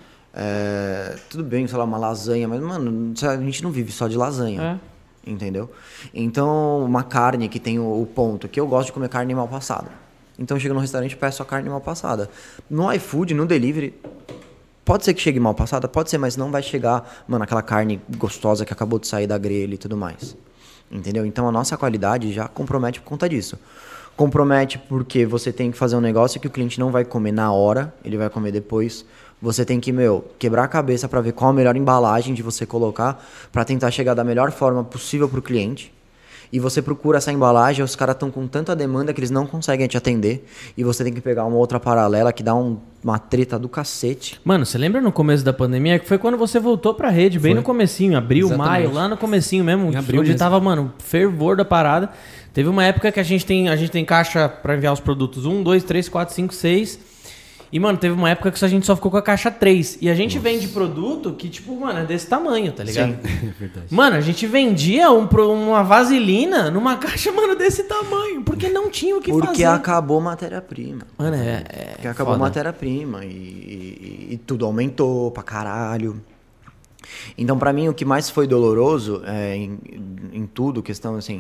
Tudo bem, sei lá, uma lasanha, mas, mano, a gente não vive só de lasanha, entendeu? Então, uma carne que tem o ponto, que eu gosto de comer carne mal passada. Então, eu chego no restaurante e peço a carne mal passada. No iFood, no delivery, pode ser que chegue mal passada, pode ser, mas não vai chegar, mano, aquela carne gostosa que acabou de sair da grelha e tudo mais. Entendeu? Então, a nossa qualidade já compromete por conta disso. Compromete porque você tem que fazer um negócio que o cliente não vai comer na hora, ele vai comer depois. Você tem que, quebrar a cabeça para ver qual a melhor embalagem de você colocar para tentar chegar da melhor forma possível pro cliente. E você procura essa embalagem, os caras estão com tanta demanda que eles não conseguem te atender. E você tem que pegar uma outra paralela que dá uma treta do cacete. Mano, você lembra no começo da pandemia, que foi quando você voltou pra rede, bem no comecinho, abril, Exatamente. maio, lá no comecinho mesmo, Em abril onde mesmo. tava, mano, fervor da parada. Teve uma época que a gente tem caixa pra enviar os produtos 1, 2, 3, 4, 5, 6. E, mano, teve uma época que a gente só ficou com a caixa 3. E a gente vende produto que, tipo, mano, é desse tamanho, tá ligado? É verdade. Mano, a gente vendia uma vaselina numa caixa, mano, desse tamanho. Porque não tinha o que fazer. Porque acabou matéria-prima. Mano, Porque acabou foda. matéria-prima e tudo aumentou pra caralho. Então, pra mim, o que mais foi doloroso em tudo, questão assim...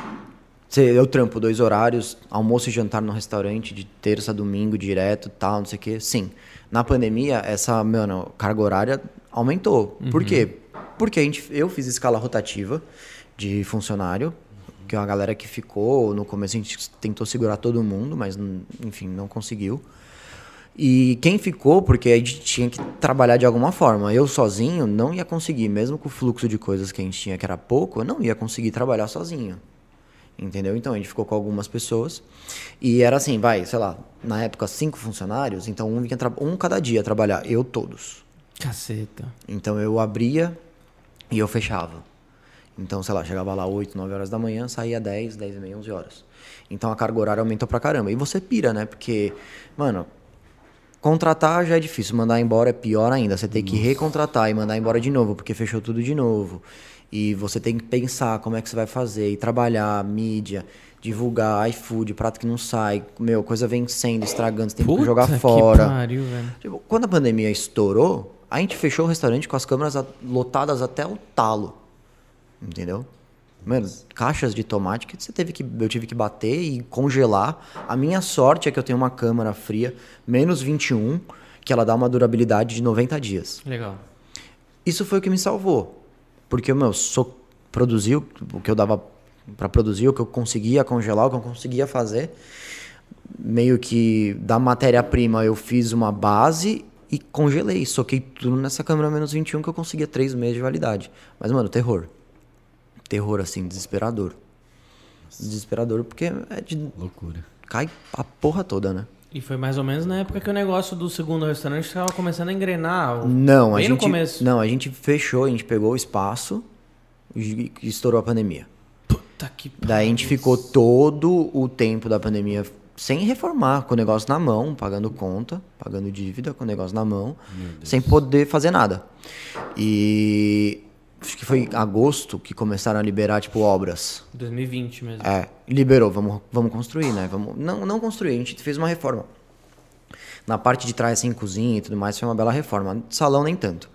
Eu trampo 2 horários, almoço e jantar no restaurante de terça a domingo direto, tal, não sei o quê. Sim, na pandemia, essa, carga horária aumentou. Por quê? Porque eu fiz escala rotativa de funcionário, que é uma galera que ficou, no começo a gente tentou segurar todo mundo, mas, enfim, não conseguiu. E quem ficou, porque a gente tinha que trabalhar de alguma forma. Eu sozinho não ia conseguir, mesmo com o fluxo de coisas que a gente tinha, que era pouco, eu não ia conseguir trabalhar sozinho. Entendeu? Então a gente ficou com algumas pessoas e era assim, sei lá, na época 5 funcionários, então um cada dia trabalhar, eu todos. Caceta. Então eu abria e eu fechava. Então, sei lá, chegava lá 8, 9 horas da manhã, saía 10, 10 e meia, 11 horas. Então a carga horária aumentou pra caramba. E você pira, né? Porque, mano, contratar já é difícil, mandar embora é pior ainda. Você tem que recontratar e mandar embora de novo, porque fechou tudo de novo. E você tem que pensar como é que você vai fazer, e trabalhar, mídia, divulgar, iFood, prato que não sai, coisa vencendo, estragando, você tem que jogar fora. Que pariu, velho. Tipo, quando a pandemia estourou, a gente fechou o restaurante com as câmeras lotadas até o talo. Entendeu? Mano, caixas de tomate que eu tive que bater e congelar. A minha sorte é que eu tenho uma câmara fria, menos 21, que ela dá uma durabilidade de 90 dias. Legal. Isso foi o que me salvou. Porque, produzi o que eu dava pra produzir, o que eu conseguia congelar, o que eu conseguia fazer. Meio que da matéria-prima eu fiz uma base e congelei. Soquei tudo nessa câmera menos 21 que eu conseguia 3 meses de validade. Mas, mano, terror. Terror, assim, desesperador. Desesperador porque é de... Loucura. Cai a porra toda, né? E foi mais ou menos na época que o negócio do segundo restaurante estava começando a engrenar. Não, bem no começo. Não, a gente fechou, a gente pegou o espaço e estourou a pandemia. Puta que pariu. Daí a gente ficou todo o tempo da pandemia sem reformar, com o negócio na mão, pagando conta, pagando dívida, com o negócio na mão, sem poder fazer nada. E acho que foi em agosto que começaram a liberar, tipo, obras. 2020 mesmo. Liberou, vamos construir, né? Não construir, a gente fez uma reforma. Na parte de trás, assim, cozinha e tudo mais, foi uma bela reforma. Salão, nem tanto.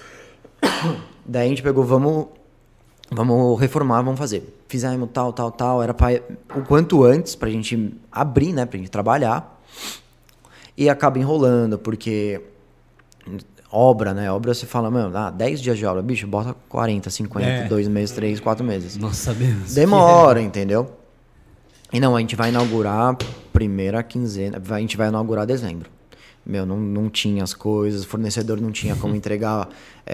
Daí a gente pegou, vamos reformar, vamos fazer. Fizemos tal, era pra, o quanto antes pra gente abrir, né? Pra gente trabalhar. E acaba enrolando, porque... Obra, né? Obra você fala, 10 dias de obra, bicho, bota 40, 50, 2 meses, 3, 4 meses. Nós sabemos. Demora, entendeu? E não, a gente vai inaugurar primeira quinzena, a gente vai inaugurar dezembro. Não tinha as coisas, o fornecedor não tinha como entregar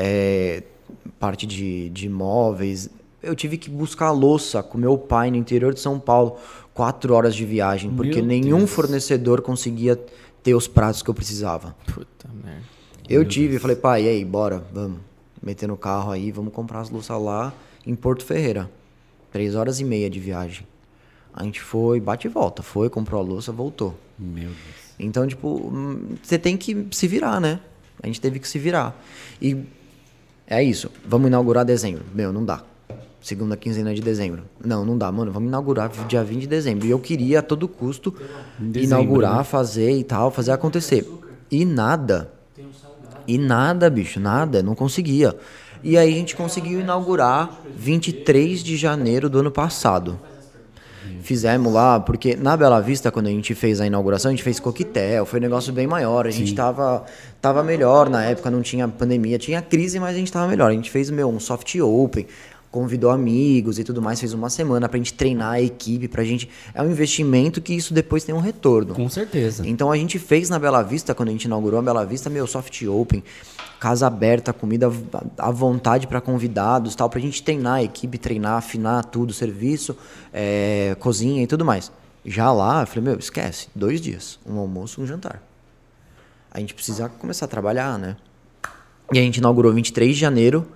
parte de móveis. Eu tive que buscar louça com meu pai no interior de São Paulo, 4 horas de viagem, porque nenhum fornecedor conseguia ter os pratos que eu precisava. Puta merda. Eu falei, pai, e aí, bora, vamos meter no carro aí, vamos comprar as louças lá em Porto Ferreira. 3 horas e meia de viagem. A gente foi, bate e volta. Foi, comprou a louça, voltou. Meu Deus. Então, tipo, você tem que se virar, né? A gente teve que se virar. E é isso. Vamos inaugurar dezembro. Meu, não dá. Segunda quinzena de dezembro. Não dá, mano. Vamos inaugurar dia 20 de dezembro. E eu queria a todo custo inaugurar, né? Fazer e tal, fazer acontecer. E nada. E nada, bicho, nada. Não conseguia. E aí a gente conseguiu inaugurar 23 de janeiro do ano passado. Fizemos lá, porque na Bela Vista, quando a gente fez a inauguração, a gente fez coquetel, foi um negócio bem maior. A gente tava melhor na época, não tinha pandemia, tinha crise, mas a gente tava melhor. A gente fez, um soft open, convidou amigos e tudo mais, fez uma semana pra gente treinar a equipe, pra gente... É um investimento que isso depois tem um retorno. Com certeza. Então a gente fez na Bela Vista, quando a gente inaugurou a Bela Vista, soft open, casa aberta, comida à vontade para convidados, tal, pra gente treinar a equipe, treinar, afinar tudo, serviço, cozinha e tudo mais. Já lá, eu falei, esquece, 2 dias, um almoço, um jantar. A gente precisa começar a trabalhar, né? E a gente inaugurou 23 de janeiro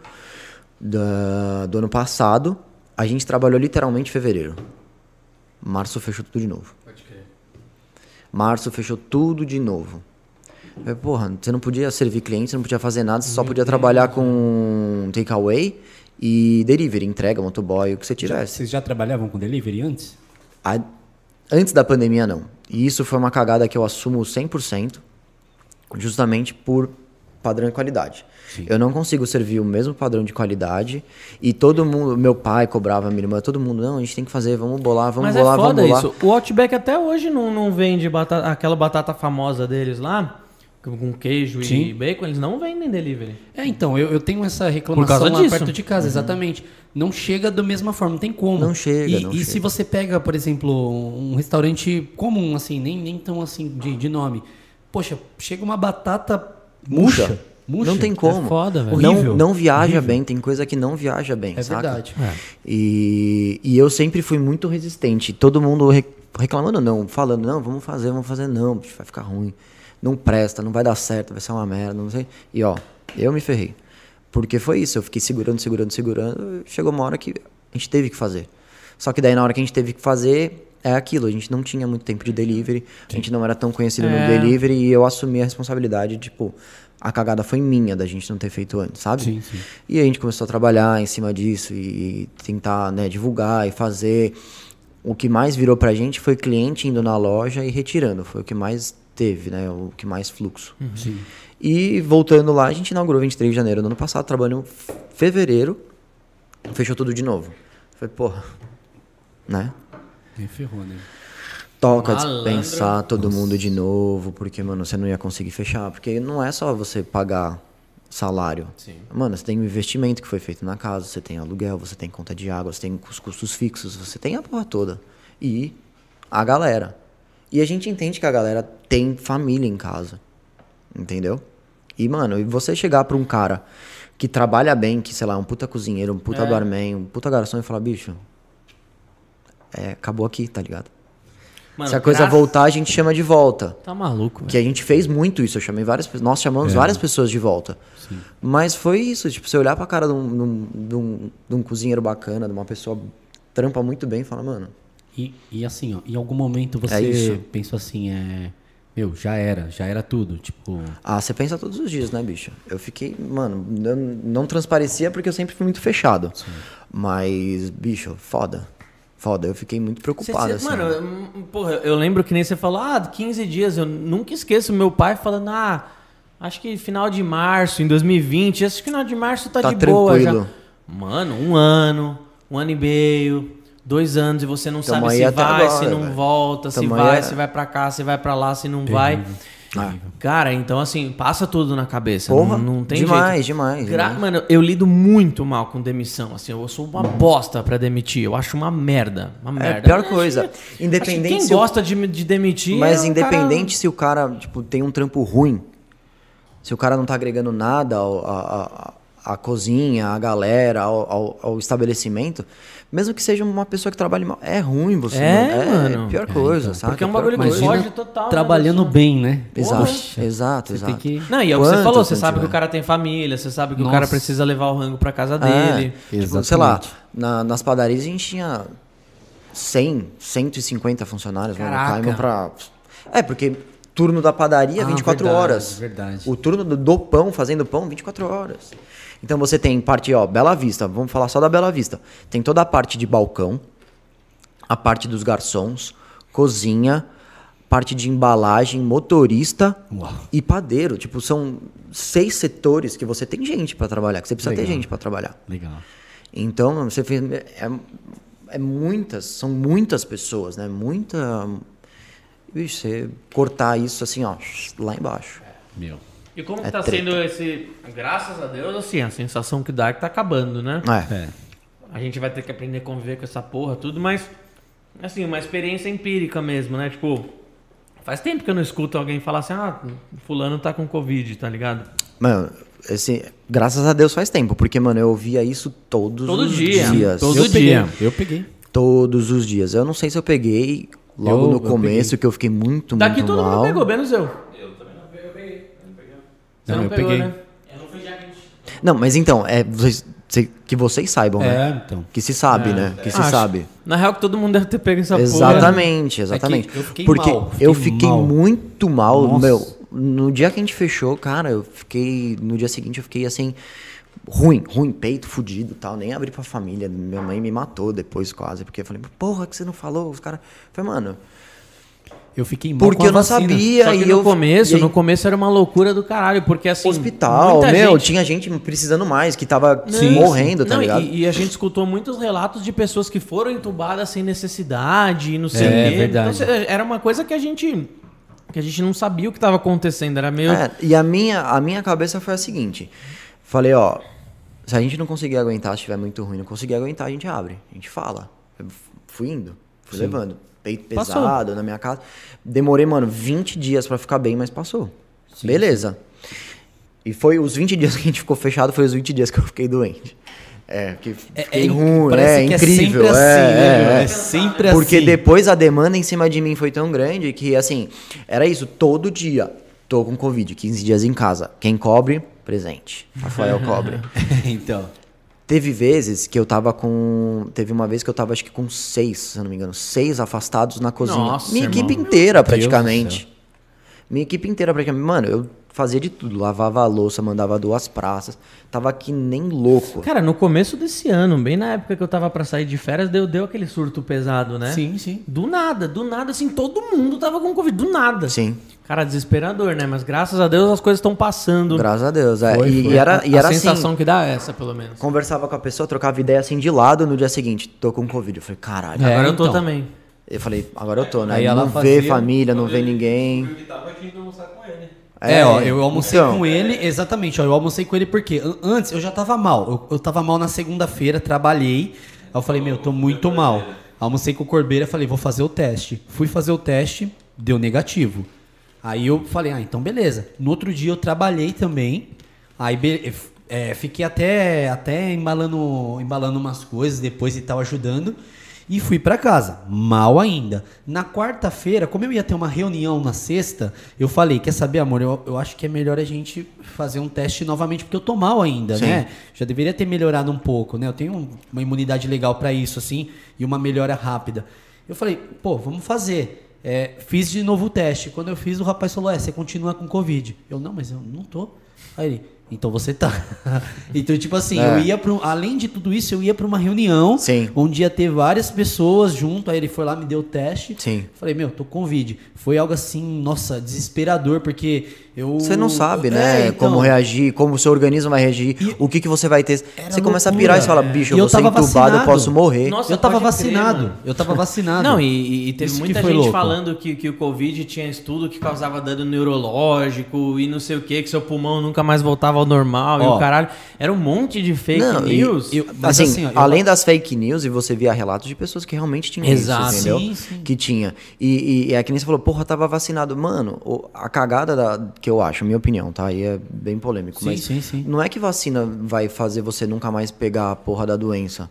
do ano passado, a gente trabalhou literalmente em fevereiro. Março fechou tudo de novo. Pode crer. Março fechou tudo de novo. Porra, você não podia servir cliente, você não podia fazer nada, você só podia trabalhar com takeaway e delivery, entrega, motoboy, o que você tivesse. Vocês já trabalhavam com delivery antes? Antes da pandemia, não. E isso foi uma cagada que eu assumo 100%, justamente por padrão de qualidade. Sim. Eu não consigo servir o mesmo padrão de qualidade e todo mundo, meu pai cobrava, minha irmã, todo mundo, não, a gente tem que fazer, vamos bolar, vamos bolar, vamos bolar. Mas é foda isso. O Outback até hoje não vende aquela batata famosa deles lá, com queijo e bacon, eles não vendem delivery. Então, eu tenho essa reclamação lá disso. perto de casa, exatamente. Não chega da mesma forma, não tem como. Não chega, E se você pega, por exemplo, um restaurante comum, assim, nem tão assim de nome, poxa, chega uma batata murcha. Não tem como. É foda, velho. Não viaja bem, tem coisa que não viaja bem, saca? Verdade. E eu sempre fui muito resistente. Todo mundo reclamando não, falando, não, vamos fazer, não, vai ficar ruim. Não presta, não vai dar certo, vai ser uma merda, não sei. E eu me ferrei. Porque foi isso, eu fiquei segurando. Chegou uma hora que a gente teve que fazer. Só que daí na hora que a gente teve que fazer, é aquilo, a gente não tinha muito tempo de delivery, a gente não era tão conhecido no delivery e eu assumi a responsabilidade, tipo, a cagada foi minha da gente não ter feito antes, sabe? Sim. E a gente começou a trabalhar em cima disso e tentar, né, divulgar e fazer. O que mais virou pra gente foi cliente indo na loja e retirando, foi o que mais teve, né, o que mais fluxo. Sim. E voltando lá, a gente inaugurou 23 de janeiro do ano passado, trabalhando em fevereiro, fechou tudo de novo. Falei, porra, né? Me ferrou, né? Toca dispensar todo mundo de novo, porque, mano, você não ia conseguir fechar. Porque não é só você pagar salário. Sim. Mano, você tem um investimento que foi feito na casa, você tem aluguel, você tem conta de água, você tem os custos fixos, você tem a porra toda. E a galera. E a gente entende que a galera tem família em casa. Entendeu? E, mano, e você chegar pra um cara que trabalha bem, que, sei lá, é um puta cozinheiro, um puta barman, um puta garçom e falar, bicho, acabou aqui, tá ligado? Mano, se a coisa voltar, a gente chama de volta. Tá maluco, velho. Que a gente fez muito isso, nós chamamos várias pessoas de volta. Sim. Mas foi isso, tipo, você olhar pra cara de um cozinheiro bacana, de uma pessoa que trampa muito bem e fala, mano... E assim, ó, em algum momento você pensou assim, já era tudo, tipo... Você pensa todos os dias, né, bicho? Eu fiquei, mano, não transparecia porque eu sempre fui muito fechado. Sim. Mas, bicho, foda, eu fiquei muito preocupado, assim. Mano, porra, eu lembro que nem você falou, 15 dias, eu nunca esqueço meu pai falando, acho que final de março, em 2020, esse final de março tá de boa já. Mano, um ano e meio, 2 anos, e você não sabe se vai, agora, se não volta, se vai pra cá, se vai pra lá, se não vai. Cara, então assim, passa tudo na cabeça. Porra, não tem jeito. Demais. Mano, eu lido muito mal com demissão, assim, eu sou uma bosta pra demitir, eu acho uma merda. É a pior coisa. Independente quem gosta de demitir. Mas independente se o cara, tipo, tem um trampo ruim, se o cara não tá agregando nada à cozinha, à galera, ao estabelecimento, mesmo que seja uma pessoa que trabalhe mal, é ruim você. Mano. É a pior coisa, então, sabe? Porque é um bagulho que foge total. Trabalhando bem, né? Exato. Tem que... Não, e é o que você falou, você sabe que o cara tem família, você sabe que o cara precisa levar o rango pra casa dele. Tipo, sei lá, nas padarias a gente tinha 150 funcionários, mano, Caraca. caímos pra... porque turno da padaria, 24 verdade, horas. verdade. O turno do pão, fazendo pão, 24 horas. Então você tem parte, Bela Vista, vamos falar só da Bela Vista. Tem toda a parte de balcão, a parte dos garçons, cozinha, parte de embalagem, motorista e padeiro. Tipo, são 6 setores que você tem gente pra trabalhar, que você precisa ter gente pra trabalhar. Legal. Então, você fez... são muitas pessoas, né? Ixi, você cortar isso assim, lá embaixo. Meu. E como que É tá treta. sendo esse... Graças a Deus, assim, a sensação que dá é que tá acabando, né? A gente vai ter que aprender a conviver com essa porra, tudo, mas... Assim, uma experiência empírica mesmo, né? Tipo... Faz tempo que eu não escuto alguém falar assim, fulano tá com Covid, tá ligado? Mano, graças a Deus faz tempo, porque, mano, eu ouvia isso todos os dias. Todo dia. Eu peguei. Todos os dias. Eu não sei se eu peguei logo no começo, que eu fiquei muito Daqui muito todo mal. mundo pegou, menos eu. Eu também não peguei. Você Não, eu pegou, peguei. né? Não, mas então, que vocês saibam, né? Então. Que se sabe, né? Que se Acho. sabe. Na real que todo mundo deve ter pego essa porra. Exatamente. eu fiquei Porque mal, eu fiquei mal. muito mal, Nossa. meu. No dia que a gente fechou, cara, no dia seguinte eu fiquei assim, ruim, peito fudido e tal. Nem abri pra família. Minha mãe me matou depois quase, porque eu falei, porra, que você não falou? Os caras. Eu falei, mano, Eu fiquei mal porque com a eu não vacina. sabia. Só que e no eu, começo, e aí, no começo era uma loucura do caralho, porque assim... hospital, muita gente... tinha gente precisando mais, que tava Sim, morrendo, tá não, ligado? E a gente escutou muitos relatos de pessoas que foram entubadas sem necessidade e não sei o quê. verdade. Então, era uma coisa que a gente não sabia o que estava acontecendo, era meio... E a minha cabeça foi a seguinte. Falei, se a gente não conseguir aguentar, se estiver muito ruim, não conseguir aguentar, a gente abre, a gente fala. Eu fui indo, fui levando. Peito pesado na minha casa. Demorei, mano, 20 dias pra ficar bem, mas passou. Beleza. E foi os 20 dias que a gente ficou fechado, foi os 20 dias que eu fiquei doente. Que fiquei ruim, parece que incrível. É sempre assim, né, meu? É sempre Porque assim. depois a demanda em cima de mim foi tão grande que, assim, era isso, todo dia. Tô com Covid, 15 dias em casa. Quem cobre, presente. Rafael cobre. Então. Teve vezes que eu tava com... Teve uma vez que eu tava, acho que com 6, se eu não me engano. 6 afastados na cozinha. Nossa, Minha irmão. equipe inteira, Deus do praticamente. Minha equipe inteira, praticamente. Mano, eu fazia de tudo. Lavava a louça, mandava 2 praças. Tava que nem louco. Cara, no começo desse ano, bem na época que eu tava pra sair de férias, deu aquele surto pesado, né? Sim, sim. Do nada, assim, todo mundo tava com Covid, do nada. Sim, Cara, desesperador, né? Mas graças a Deus as coisas estão passando. graças a Deus. Foi. E era a assim... sensação que dá é essa, pelo menos. Conversava com a pessoa, trocava ideia assim de lado, no dia seguinte, tô com Covid. Eu falei, caralho. Agora eu tô então. também. Eu falei, agora eu tô, né? Aí ela não fazia- vê família, não vê ninguém. O que tava aqui de almoçar com ele. Eu almocei então. com ele, exatamente, eu almocei com ele porque antes eu já tava mal, eu tava mal na segunda-feira, trabalhei, aí eu falei, tô muito mal. Almocei com o Corbeira, falei, vou fazer o teste. Fui fazer o teste, deu negativo. Aí eu falei, então beleza. No outro dia eu trabalhei também, aí fiquei até embalando umas coisas depois e tal, ajudando. E fui pra casa, mal ainda. Na quarta-feira, como eu ia ter uma reunião na sexta, eu falei, quer saber, amor, eu acho que é melhor a gente fazer um teste novamente, porque eu tô mal ainda, Sim. né? Já deveria ter melhorado um pouco, né? Eu tenho uma imunidade legal pra isso, assim, e uma melhora rápida. Eu falei, vamos fazer. Fiz de novo o teste. Quando eu fiz, o rapaz falou, você continua com Covid. Eu, não, mas eu não tô. Aí ele, então você tá. Então, tipo assim, eu ia além de tudo isso, eu ia pra uma reunião, Sim. onde ia ter várias pessoas junto. Aí ele foi lá, me deu o teste. Sim. Falei, tô com Covid. Foi algo assim, nossa, desesperador, porque Você não sabe, né? então, como reagir, como o seu organismo vai reagir, o que você vai ter. Era Você começa a loucura. pirar e você fala, bicho, E eu eu vou ser tava entubado, eu vacinado. posso morrer. Nossa, eu tava pode crer, vacinado. mano. Eu tava vacinado. Não, e teve Isso que muita foi gente louco. falando que o Covid tinha estudo que causava dano neurológico e não sei o que seu pulmão nunca mais voltava ao normal e Ó. o caralho. Era um monte de fake news. Mas assim, assim, ó, eu- além das fake news, e você via relatos de pessoas que realmente tinham Exato. isso, entendeu? Sim, sim. Que tinha. E é que nem você falou, porra, tava vacinado. Mano, a cagada que eu acho, minha opinião, tá? Aí é bem polêmico, Sim, mas sim, sim. não é que vacina vai fazer você nunca mais pegar a porra da doença.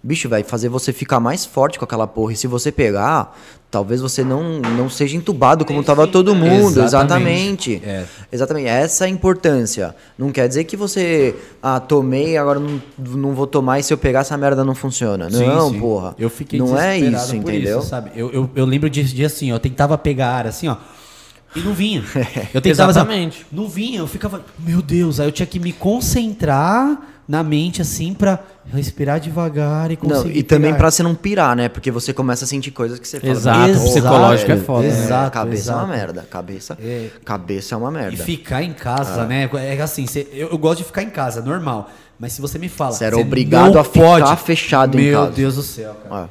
bicho, vai fazer você ficar mais forte com aquela porra. E se você pegar, talvez você não seja entubado como tava todo mundo. Exatamente. Exatamente. Essa é a importância. Não quer dizer que você, tomei, agora não vou tomar e se eu pegar essa merda não funciona. Não, porra. Eu fiquei não é desesperado isso, por entendeu? isso, sabe? Eu lembro de assim, ó, eu tentava pegar ar assim, ó. E não vinha. Eu tentava, Exatamente. não vinha, eu ficava, meu Deus, aí eu tinha que me concentrar na mente assim pra respirar devagar e conseguir. Não, e também pegar. pra você não pirar, né? Porque você começa a sentir coisas que você fala. Exato, "Porra, psicológico é velho, foda. Exato, cabeça é uma exato. merda. Cabeça é uma E merda. ficar em casa, né? É assim, eu gosto de ficar em casa, normal. Mas se você me fala. Você era você obrigado não a ficar fechado em casa. Meu Deus do céu, cara.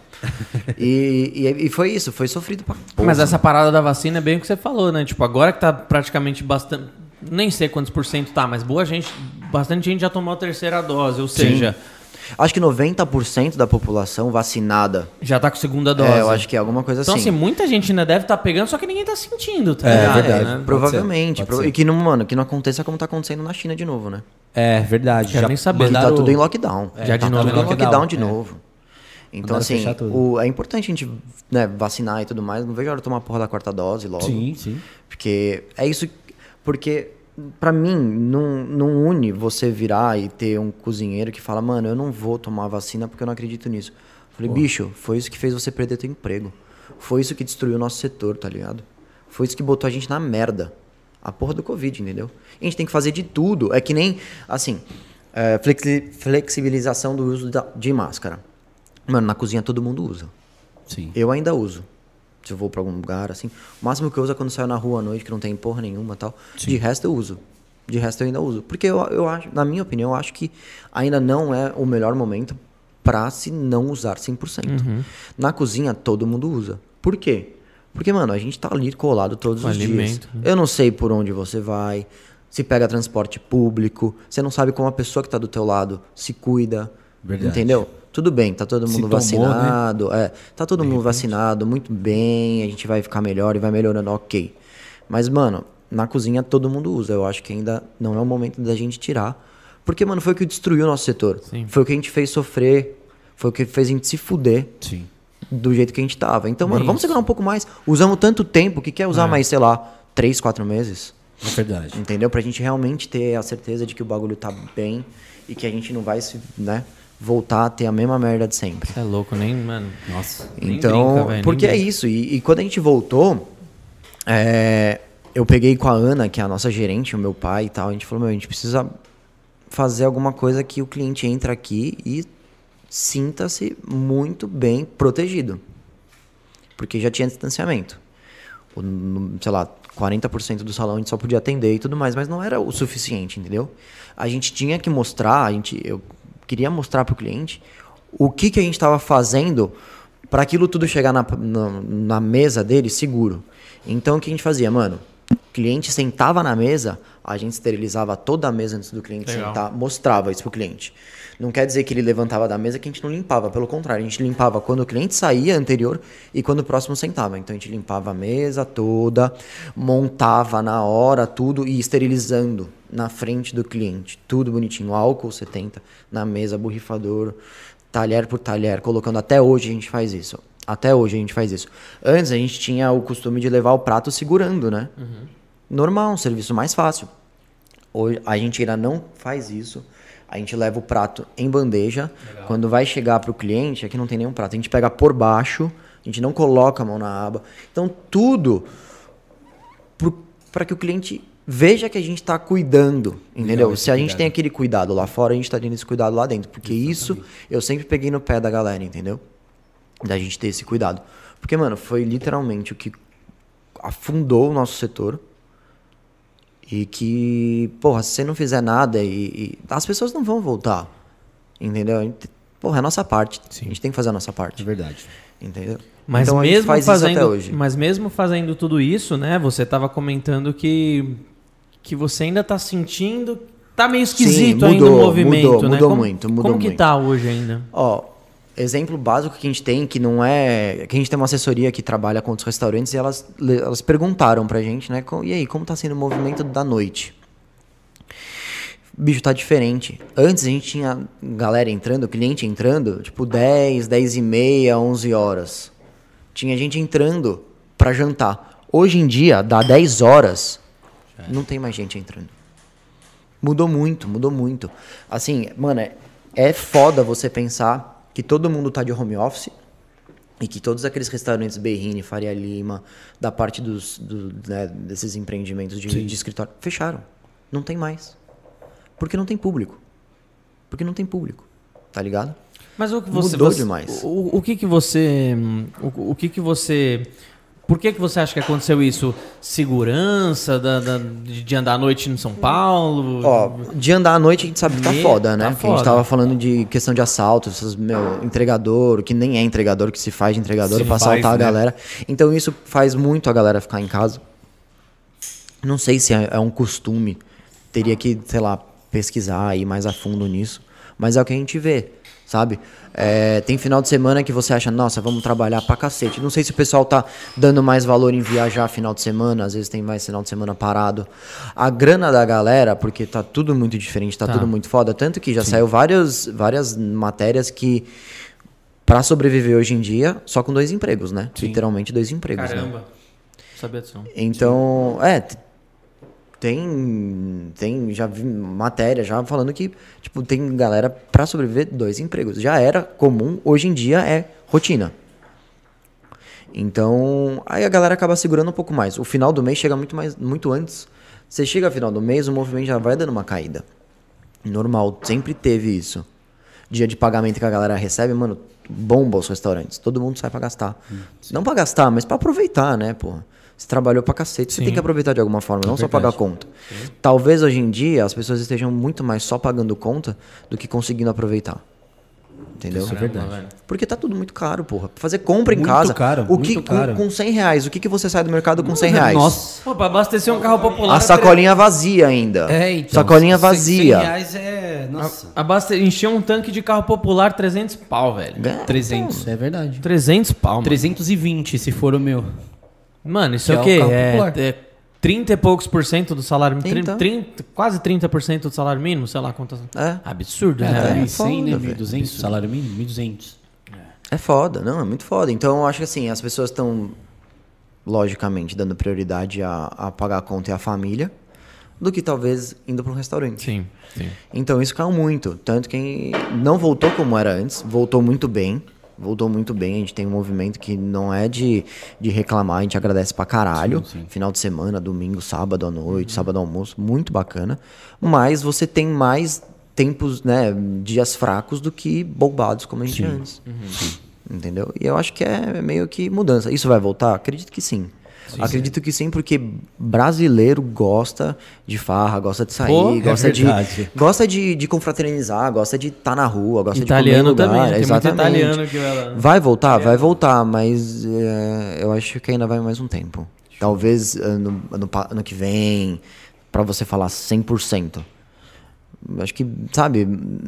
E foi isso, foi sofrido pra porra. Mas essa parada da vacina é bem o que você falou, né? Tipo, agora que tá praticamente bastante... Nem sei quantos por cento tá, mas bastante gente já tomou a terceira dose, ou seja... Acho que 90% da população vacinada. Já tá com segunda dose. Eu acho que é alguma coisa Então, assim. assim, muita gente ainda deve estar pegando, só que ninguém tá sentindo, tá É, ligado? verdade. Né? Provavelmente. Pode ser. E que não, mano, que não aconteça como tá acontecendo na China de novo, né? É verdade. Quero nem saber. Que tá tudo em lockdown. Já de tá novo tudo em em lockdown lockdown, de novo. Então, Mandaram assim, fechar tudo. é importante a gente, né, vacinar e tudo mais. Não vejo a hora de tomar a porra da quarta dose logo. Sim. Porque é isso. Porque, pra mim, não une você virar e ter um cozinheiro que fala, mano, eu não vou tomar vacina porque eu não acredito nisso. Falei, bicho, foi isso que fez você perder teu emprego. Foi isso que destruiu o nosso setor, tá ligado? Foi isso que botou a gente na merda. A porra do Covid, entendeu? A gente tem que fazer de tudo. É que nem, assim, flexibilização do uso de máscara. Mano, na cozinha todo mundo usa. Sim. Eu ainda uso. Se eu vou pra algum lugar, assim. O máximo que eu uso é quando saio na rua à noite, que não tem porra nenhuma e tal. Sim. De resto eu uso. De resto eu ainda uso. Porque eu acho, na minha opinião, eu acho que ainda não é o melhor momento pra se não usar 100%. Na cozinha todo mundo usa. Por quê? Porque, mano, a gente tá ali colado todos Com os alimento, dias. Eu não sei por onde você vai, se pega transporte público, você não sabe como a pessoa que tá do teu lado se cuida. Verdade. Entendeu? Tudo bem, tá todo Se mundo tomou, vacinado. Tá todo mundo vacinado, muito bem, a gente vai ficar melhor e vai melhorando, ok. Mas, mano, na cozinha todo mundo usa. Eu acho que ainda não é o momento da gente tirar. Porque, mano, foi o que destruiu o nosso setor. Sim. Foi o que a gente fez sofrer. Foi o que fez a gente se fuder Sim. do jeito que a gente tava. Então, mano, vamos Isso. segurar um pouco mais. Usamos tanto tempo que quer usar mais, sei lá, 3, 4 meses. É verdade. Entendeu? Pra gente realmente ter a certeza de que o bagulho tá bem e que a gente não vai se, né, voltar a ter a mesma merda de sempre. É louco, nem, mano. Nossa. Nem Então, brinca, velho, porque nem é isso. E quando a gente voltou, eu peguei com a Ana, que é a nossa gerente, o meu pai e tal. A gente falou, a gente precisa fazer alguma coisa que o cliente entre aqui e sinta-se muito bem protegido. Porque já tinha distanciamento. Sei lá, 40% do salão a gente só podia atender e tudo mais, mas não era o suficiente, entendeu? A gente tinha que mostrar, eu queria mostrar para o cliente o que a gente estava fazendo para aquilo tudo chegar na mesa dele seguro. Então o que a gente fazia, mano? O cliente sentava na mesa, a gente esterilizava toda a mesa antes do cliente sentar, mostrava isso pro cliente. Não quer dizer que ele levantava da mesa que a gente não limpava, pelo contrário, a gente limpava quando o cliente saía anterior e quando o próximo sentava. Então a gente limpava a mesa toda, montava na hora tudo e esterilizando na frente do cliente, tudo bonitinho, álcool 70 na mesa, borrifador, talher por talher, colocando. Até hoje a gente faz isso. Até hoje a gente faz isso. Antes a gente tinha o costume de levar o prato segurando, né? Normal, um serviço mais fácil. Hoje a gente ainda não faz isso. A gente leva o prato em bandeja. Legal. Quando vai chegar para o cliente, aqui não tem nenhum prato. A gente pega por baixo, a gente não coloca a mão na aba. Então tudo para que o cliente veja que a gente está cuidando, entendeu? Legal, se a gente cuidado. tem aquele cuidado lá fora, a gente está tendo esse cuidado lá dentro. Porque isso eu sempre peguei no pé da galera, entendeu? Da gente ter esse cuidado. Porque, mano, foi literalmente o que afundou o nosso setor. E que, porra, se você não fizer nada as pessoas não vão voltar. Entendeu? Porra, é a nossa parte. Sim. A gente tem que fazer a nossa parte. É verdade. Entendeu? Mas então a gente mesmo faz isso até fazendo, hoje. mas mesmo fazendo tudo isso, né? Você tava comentando que você ainda tá sentindo, tá meio esquisito Sim, ainda o mudou, movimento, mudou, né? mudou Como, muito, mudou como que muito. tá hoje ainda? Ó, exemplo básico que a gente tem, que não é... Que a gente tem uma assessoria que trabalha com os restaurantes e elas perguntaram pra gente, né? E aí, como tá sendo o movimento da noite? bicho, tá diferente. Antes a gente tinha galera entrando, cliente entrando, tipo 10, 10 e meia, 11 horas. Tinha gente entrando pra jantar. Hoje em dia, dá 10 horas, não tem mais gente entrando. Mudou muito, mudou muito. Assim, mano, é foda você pensar que todo mundo tá de home office e que todos aqueles restaurantes Berrini, Faria Lima, da parte né, desses empreendimentos de escritório, fecharam. Não tem mais. Porque não tem público. Porque não tem público, tá ligado? Mas o que você... Mudou demais. O que que você... Por que você acha que aconteceu isso? Segurança de andar à noite em São Paulo? Ó, de andar à noite a gente sabe que tá foda, né? Tá Porque a gente foda. tava falando de questão de assalto, esses, entregador, que nem é entregador, que se faz de entregador pra assaltar a galera. Então isso faz muito a galera ficar em casa. Não sei se é um costume. Teria que, sei lá, pesquisar, ir mais a fundo nisso. Mas é o que a gente vê, sabe? Tem final de semana que você acha, nossa, vamos trabalhar pra cacete. Não sei se o pessoal tá dando mais valor em viajar final de semana, às vezes tem mais final de semana parado. A grana da galera, porque tá tudo muito diferente, tá tudo muito foda, tanto que já saiu várias matérias que pra sobreviver hoje em dia, só com 2 empregos, né? Literalmente 2 empregos. Caramba. Né? Sabia disso. Então, tem já vi matéria já falando que tipo tem galera pra sobreviver 2 empregos. Já era comum, hoje em dia é rotina. Então, aí a galera acaba segurando um pouco mais. O final do mês chega muito antes. Você chega ao final do mês, o movimento já vai dando uma caída. Normal, sempre teve isso. Dia de pagamento que a galera recebe, mano, bomba os restaurantes. Todo mundo sai pra gastar. Não pra gastar, mas pra aproveitar, né, porra? Você trabalhou pra cacete, você tem que aproveitar de alguma forma, não só pagar conta. Talvez hoje em dia as pessoas estejam muito mais só pagando conta do que conseguindo aproveitar. Entendeu? Isso é verdade. Porque tá tudo muito caro, porra. Fazer compra em Muito casa. caro, muito caro. Com 100 reais, o que você sai do mercado com 100 reais? Nossa. Pô, pra abastecer um carro popular... A sacolinha vazia ainda. Então. Sacolinha vazia. 100 reais é... Nossa. Encher um tanque de carro popular, 300 pau, velho. 300. É verdade. 300 pau, mano. 320 se for o meu. Mano, isso Que é o é quê? o carro popular. É 30 e poucos por cento do salário mínimo. Então. Quase 30% do salário mínimo, sei lá quantas. É. Absurdo, né? É, velho? 1.100, né? velho. 1.200, salário mínimo, 1.200. É foda, não, é muito foda. Então eu acho que assim, as pessoas estão, logicamente, dando prioridade a pagar a conta e a família, do que talvez indo para um restaurante. Sim, sim. Então isso caiu muito. Tanto que não voltou como era antes, voltou muito bem. Voltou muito bem, a gente tem um movimento que não é de reclamar, a gente agradece pra caralho. Sim. Final de semana, domingo, sábado à noite, sábado ao almoço, muito bacana. Mas você tem mais tempos, né, dias fracos do que bombados como a gente tinha antes. Entendeu? E eu acho que é meio que mudança. Isso vai voltar? Acredito que sim. Acredito que sim, porque brasileiro gosta de farra, gosta de sair, Pô, gosta de confraternizar, gosta de estar na rua, gosta Italiano de comer em lugar. também, tem muito Exatamente. italiano que vai lá. Vai voltar? Vai voltar, mas eu acho que ainda vai mais um tempo. Talvez ano que vem, pra você falar 100%. Acho que, sabe,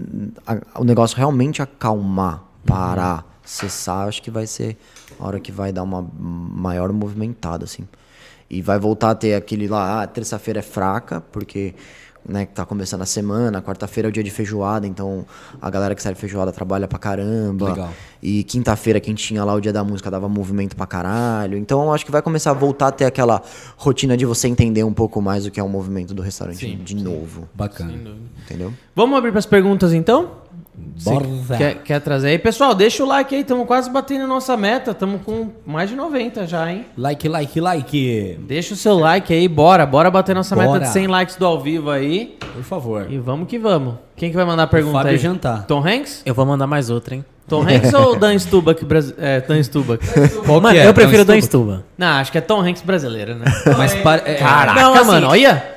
o negócio realmente acalmar, parar, cessar, acho que vai ser a hora que vai dar uma maior movimentada, assim. E vai voltar a ter aquele lá, terça-feira é fraca, porque, né, tá começando a semana, quarta-feira é o dia de feijoada, então a galera que serve feijoada trabalha pra caramba. Legal. E quinta-feira, quem tinha lá o dia da música dava movimento pra caralho. Então acho que vai começar a voltar a ter aquela rotina de você entender um pouco mais o que é o movimento do restaurante novo. Bacana. Entendeu? Vamos abrir pras perguntas, então? Bora. Quer trazer aí? Pessoal, deixa o like aí, estamos quase batendo nossa meta, estamos com mais de 90 já, hein? Like. Deixa o seu like aí, bora bater nossa meta Bora. de 100 likes do ao vivo aí. Por favor. E vamos que vamos. Quem que vai mandar a pergunta Fábio aí? Jantar. Tom Hanks? Eu vou mandar mais outra, hein? Tom Hanks ou Dan Stubach? Dan Stubach. Qual Mano, que é? eu prefiro Dan Dan Stuba. Não, acho que é Tom Hanks brasileiro, né? Mas Caraca, Não, assim, mano, olha.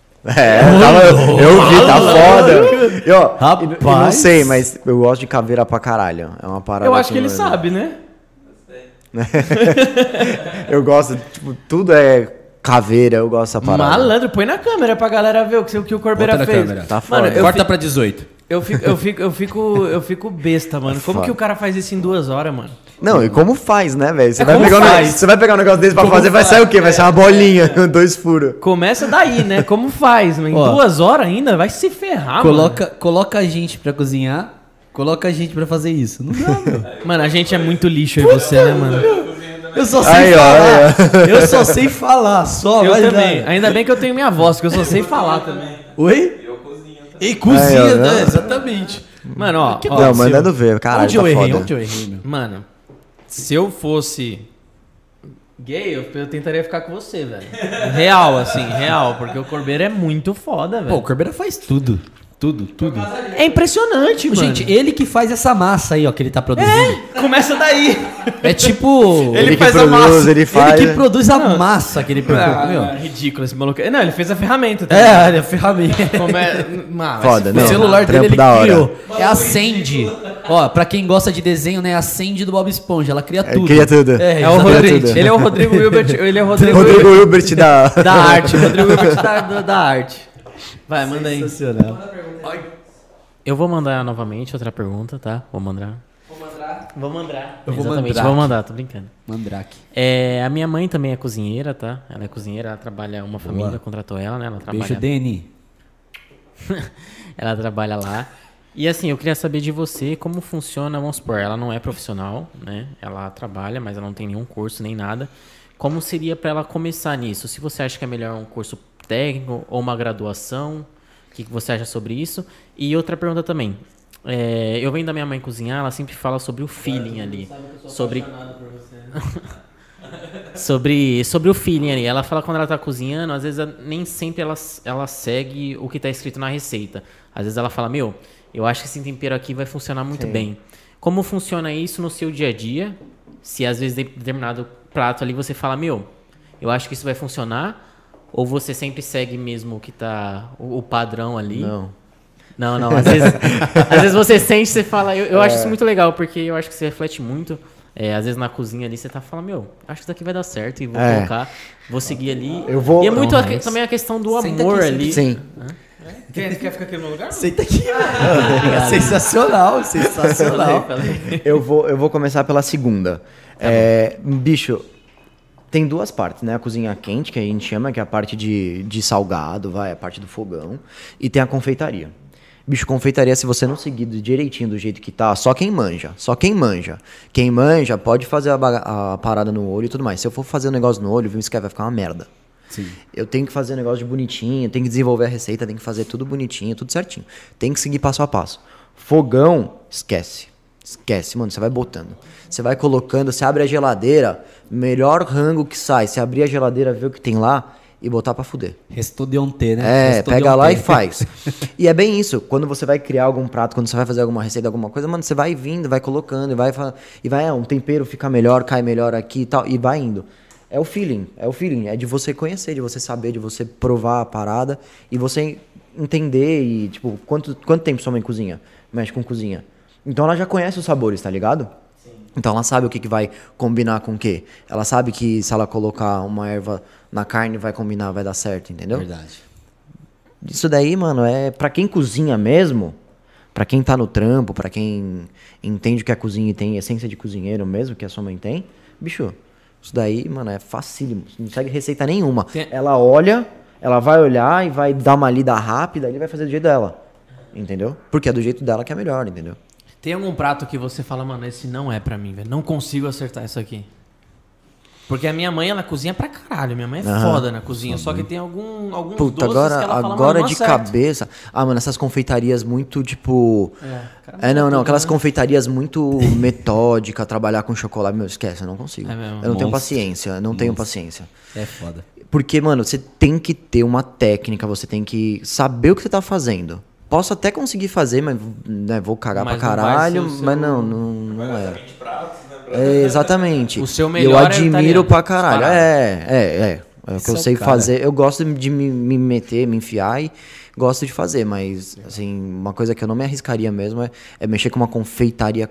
Eu vi, tá foda. E, ó, Rapaz. eu não sei, mas eu gosto de caveira pra caralho. É uma parada. Eu acho que ele eu- sabe, né? Eu gosto, tipo, tudo é caveira, eu gosto dessa parada. Malandro, põe na câmera pra galera ver o que o Corbeira Bota na fez. câmera. Tá Mano, foda. eu Corta pra 18. Eu fico besta, mano. Como foda. que o cara faz isso em 2 horas, mano? Não, e como faz, né, velho? Você, como faz? você vai pegar um negócio desse pra fazer, vai sair o quê? Vai sair uma bolinha com 2 furos. Começa daí, né? Como faz? Em Ó. 2 horas ainda? Vai se ferrar, Coloca a gente pra cozinhar, coloca a gente pra fazer isso. Não dá, meu. mano. Mano, a gente é muito lixo, eu e você, né, mano? Eu só sei Aí, ó, falar. Eu só sei falar, só. Eu vai também. dar. Ainda bem que eu tenho minha voz, porque eu só sei falar também. Oi? Eu cozinho também. E cozinha, Aí, ó, né? né? Exatamente. Mano, ó. ó, Não, mandando ver, caralho, Onde eu tá errei? foda. Onde eu errei, meu? Mano, se eu fosse gay, eu tentaria ficar com você, velho. Real, assim, real. Porque o Corbeiro é muito foda, Pô, o velho. Corbeira faz tudo. Tudo. É impressionante, mano. Gente, ele que faz essa massa aí, ó, que ele tá produzindo. Começa daí. É tipo... Ele Ele que faz a produz, massa. ele faz. Ele que produz a massa que ele produz. Ah, meu. é ridículo esse maluco. Não, ele fez a ferramenta também. É a ferramenta. Mano, Foda, O não. celular dele trampo ele da hora. criou. É a Sandy. Ó, pra quem gosta de desenho, né? A Sandy do Bob Esponja. Ela cria tudo. cria tudo. É o Rodrigo. Rodrigo. Ele é o Rodrigo Hilbert. Ele é o Rodrigo, Rodrigo Hilbert Hilbert da... da arte. Rodrigo Hilbert da arte. Vai, manda aí. Sensacional. Eu vou mandar novamente outra pergunta, tá? Vou mandar. Vou mandar. Eu vou Exatamente, mandar. vou mandar, tô brincando. Mandrake. É, a minha mãe também é cozinheira, tá? Ela é cozinheira, ela trabalha, uma família contratou ela, né? Ela trabalha, Beijo, Dani. ela trabalha lá. E assim, eu queria saber de você como funciona, vamos supor, ela não é profissional, né? Ela trabalha, mas ela não tem nenhum curso nem nada. Como seria pra ela começar nisso? Se você acha que é melhor um curso técnico ou uma graduação, o que você acha sobre isso? E outra pergunta também. Eu vendo a minha mãe cozinhar, ela sempre fala sobre o feeling ali. Sobre o feeling ali. Ela fala quando ela tá cozinhando, às vezes nem sempre ela segue o que tá escrito na receita. Às vezes ela fala, meu, eu acho que esse tempero aqui vai funcionar muito bem. Como funciona isso no seu dia a dia? Se às vezes determinado prato ali você fala, meu, eu acho que isso vai funcionar, ou você sempre segue mesmo o que tá, o padrão ali? Não. Às vezes você sente, você fala, eu acho isso muito legal, porque eu acho que você reflete muito. Às vezes na cozinha ali você tá falando, meu, acho que isso daqui vai dar certo e vou colocar, vou seguir ali. Eu vou- E é muito Não, também a questão do Senta amor aqui, ali. Sim. Quer ficar aqui no meu lugar? Senta aqui. Sensacional. Eu vou começar pela segunda. Bicho, tem 2 partes, né? A cozinha quente, que a gente chama, que é a parte de salgado, a parte do fogão. E tem a confeitaria. Bicho, confeitaria, se você não seguir direitinho do jeito que tá, só quem manja. Quem manja pode fazer a parada no olho e tudo mais. Se eu for fazer um negócio no olho, viu, isso vai ficar uma merda. Sim. Eu tenho que fazer um negócio de bonitinho, tenho que desenvolver a receita, tenho que fazer tudo bonitinho, tudo certinho. Tem que seguir passo a passo. Fogão, esquece. Esquece, mano, você vai botando. Você vai colocando, você abre a geladeira, melhor rango que sai. Você abrir a geladeira, ver o que tem lá e botar pra fuder. Restou de ontem, né? Restou Pega de lá ontem. e faz. E é bem isso. Quando você vai criar algum prato, quando você vai fazer alguma receita, alguma coisa, mano, você vai vindo, vai colocando, um tempero fica melhor, cai melhor aqui e tal, e vai indo. É o feeling. É de você conhecer, de você saber, de você provar a parada e você entender e, tipo, quanto tempo sua mãe cozinha? Mexe com cozinha. Então ela já conhece os sabores, tá ligado? Sim. Então ela sabe o que vai combinar com o quê. Ela sabe que se ela colocar uma erva na carne vai combinar, vai dar certo, entendeu? Verdade. Isso daí, mano, é pra quem cozinha mesmo, pra quem tá no trampo, pra quem entende o que é cozinha e tem essência de cozinheiro mesmo, que a sua mãe tem, bicho, isso daí, mano, é facílimo. Não segue receita nenhuma. Ela olha, ela vai olhar e vai dar uma lida rápida e vai fazer do jeito dela. Entendeu? Porque é do jeito dela que é melhor, entendeu? Tem algum prato que você fala, mano, esse não é pra mim, velho. Não consigo acertar isso aqui. Porque a minha mãe, ela cozinha pra caralho. Minha mãe é foda na cozinha. Só que tem alguns Puta, doces que ela fala, mano, agora não de acerto. cabeça. Ah, mano, essas confeitarias muito, tipo. Cara, Não, aquelas confeitarias muito metódicas, trabalhar com chocolate. Meu, esquece, eu não consigo. É mesmo. Eu não tenho paciência, não tenho paciência. É foda. Porque, mano, você tem que ter uma técnica, você tem que saber o que você tá fazendo. Posso até conseguir fazer, mas né, vou cagar Mas pra não vai caralho, ser o seu- mas não é. 20 pratos, né? Exatamente. O seu E melhor eu é admiro italiano, pra caralho. disparado. É o que Esse eu é o sei cara. fazer. Eu gosto de me meter, me enfiar e gosto de fazer, mas, assim, uma coisa que eu não me arriscaria mesmo é mexer com uma confeitaria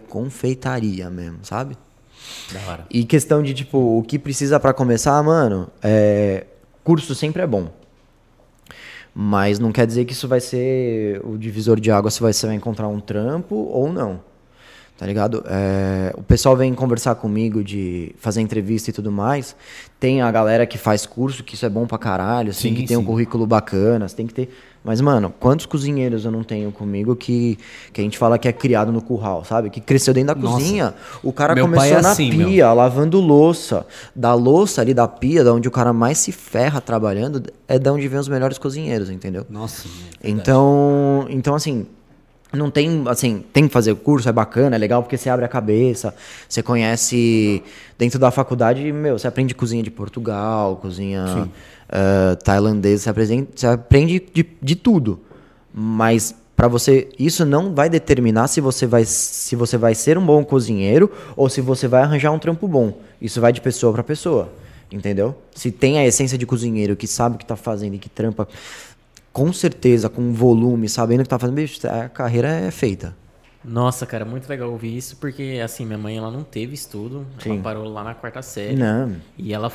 mesmo, sabe? Da hora. E questão de, tipo, o que precisa pra começar, mano, curso sempre é bom. Mas não quer dizer que isso vai ser o divisor de água se você vai encontrar um trampo ou não. Tá ligado? O pessoal vem conversar comigo de fazer entrevista e tudo mais. Tem a galera que faz curso, que isso é bom pra caralho, assim, que tem um currículo bacana, você tem que ter... Mas, mano, quantos cozinheiros eu não tenho comigo que a gente fala que é criado no curral, sabe? Que cresceu dentro da cozinha. O cara Meu começou pai é na assim, pia, lavando louça. Da louça ali, da pia, da onde o cara mais se ferra trabalhando, é da onde vem os melhores cozinheiros, entendeu? Nossa. Então, assim, não tem, assim, tem que fazer o curso, é bacana, é legal porque você abre a cabeça, você conhece, dentro da faculdade, você aprende cozinha de Portugal, cozinha tailandesa, você aprende de tudo, mas para você, isso não vai determinar se você vai ser um bom cozinheiro ou se você vai arranjar um trampo bom, isso vai de pessoa para pessoa, entendeu? Se tem a essência de cozinheiro que sabe o que tá fazendo e que trampa com certeza, com volume, sabendo o que tá fazendo, bicho, a carreira é feita. Nossa, cara, muito legal ouvir isso, porque, assim, minha mãe, ela não teve estudo, Sim. ela parou lá na 4ª série. Não. E ela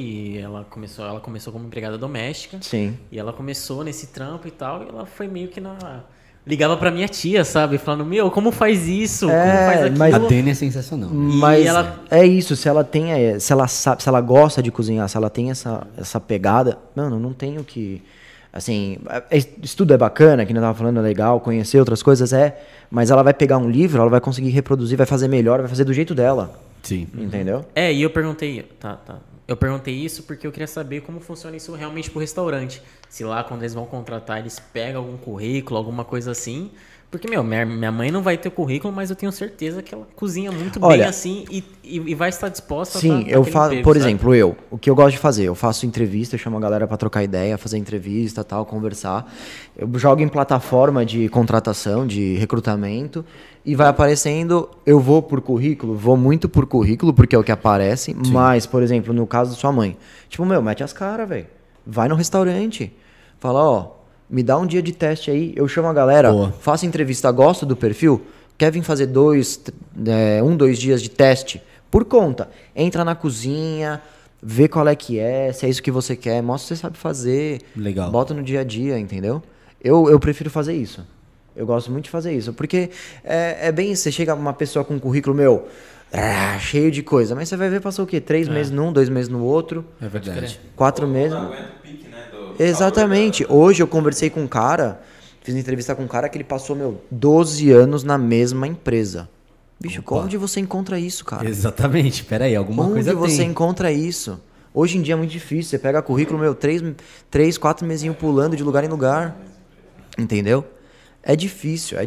começou como empregada doméstica. Sim. E ela começou nesse trampo e tal, e ela foi meio que ligava pra minha tia, sabe? Falando, como faz isso? Como faz aquilo? mas A Dani é sensacional. Mas ela- é isso, se ela tem, se ela sabe, se ela gosta de cozinhar, se ela tem essa pegada, mano, não tenho que... Assim, estudo é bacana, que não tava falando, é legal, conhecer outras coisas mas ela vai pegar um livro, ela vai conseguir reproduzir, vai fazer melhor, vai fazer do jeito dela. Sim. Entendeu? E eu perguntei, eu perguntei isso porque eu queria saber como funciona isso realmente pro restaurante. Se lá, quando eles vão contratar, eles pegam algum currículo, alguma coisa assim. Porque, minha mãe não vai ter o currículo, mas eu tenho certeza que ela cozinha muito bem assim e vai estar disposta Sim, a eu faço, por exemplo, o que eu gosto de fazer, eu faço entrevista, eu chamo a galera pra trocar ideia, fazer entrevista, tal, conversar. Eu jogo em plataforma de contratação, de recrutamento, e vai aparecendo, eu vou muito por currículo, porque é o que aparece, mas, por exemplo, no caso da sua mãe, tipo, mete as caras, velho. Vai no restaurante, fala, me dá um dia de teste aí, eu chamo a galera, faço entrevista, gosto do perfil, quer vir fazer 2 dias de teste, por conta. Entra na cozinha, vê qual é que é, se é isso que você quer, mostra o que você sabe fazer. Legal. Bota no dia a dia, entendeu? Eu prefiro fazer isso. Eu gosto muito de fazer isso, porque é bem isso, você chega uma pessoa com um currículo, cheio de coisa, mas você vai ver, passou o quê? 3 meses num, 2 meses no outro. É verdade. 4 meses. Não aguenta o pique, né? Exatamente. Hoje eu conversei com um cara, fiz entrevista com um cara que ele passou, 12 anos na mesma empresa. Bicho, onde você encontra isso, cara? Exatamente. Peraí, alguma coisa tem. Onde você encontra isso? Hoje em dia é muito difícil. Você pega currículo, 3, 4 mesinhos pulando de lugar em lugar. Entendeu? É difícil.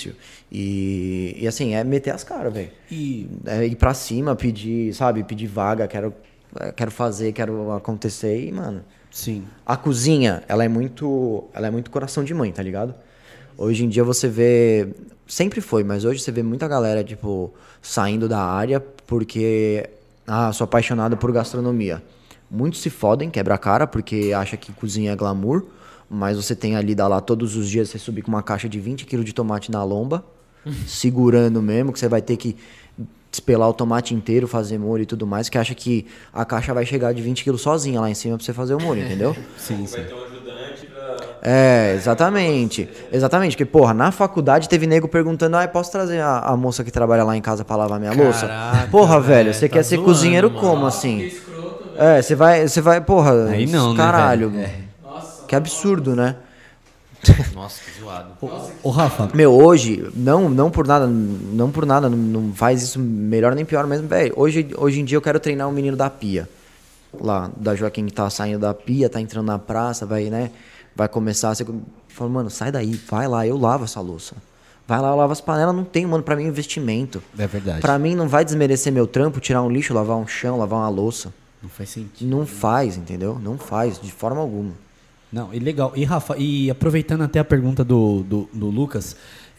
E assim, é meter as caras, velho. É ir pra cima, pedir vaga, quero fazer, quero acontecer e, mano... Sim. A cozinha, ela é muito coração de mãe, tá ligado? Hoje em dia você vê... Sempre foi, mas hoje você vê muita galera, tipo, saindo da área porque... sou apaixonado por gastronomia. Muitos se fodem, quebra a cara, porque acha que cozinha é glamour, mas você tem ali, dá lá todos os dias, você subir com uma caixa de 20 kg de tomate na lomba, segurando mesmo, que você vai ter que despelar o tomate inteiro, fazer molho e tudo mais, que acha que a caixa vai chegar de 20 kg sozinha lá em cima pra você fazer o molho, entendeu? Sim. Vai ter um ajudante pra... Exatamente. Porque, porra, na faculdade teve nego perguntando, posso trazer a moça que trabalha lá em casa pra lavar minha louça? Porra, velho, você quer ser cozinheiro como, assim? Você vai, porra, aí não, caralho. Né, que absurdo, né? Nossa, que zoado. Ô, Rafa. Hoje, não por nada, não faz isso melhor nem pior mesmo, velho. Hoje em dia eu quero treinar um menino da pia. Lá, da Joaquim que tá saindo da pia, tá entrando na praça, vai começar. Você fala, mano, sai daí, vai lá, eu lavo essa louça. Vai lá, eu lavo as panelas, não tem, mano, pra mim é investimento. É verdade. Pra mim não vai desmerecer meu trampo, tirar um lixo, lavar um chão, lavar uma louça. Não faz sentido. Não faz, entendeu? Não faz, de forma alguma. Não, e legal. E Rafa, e aproveitando até a pergunta do Lucas,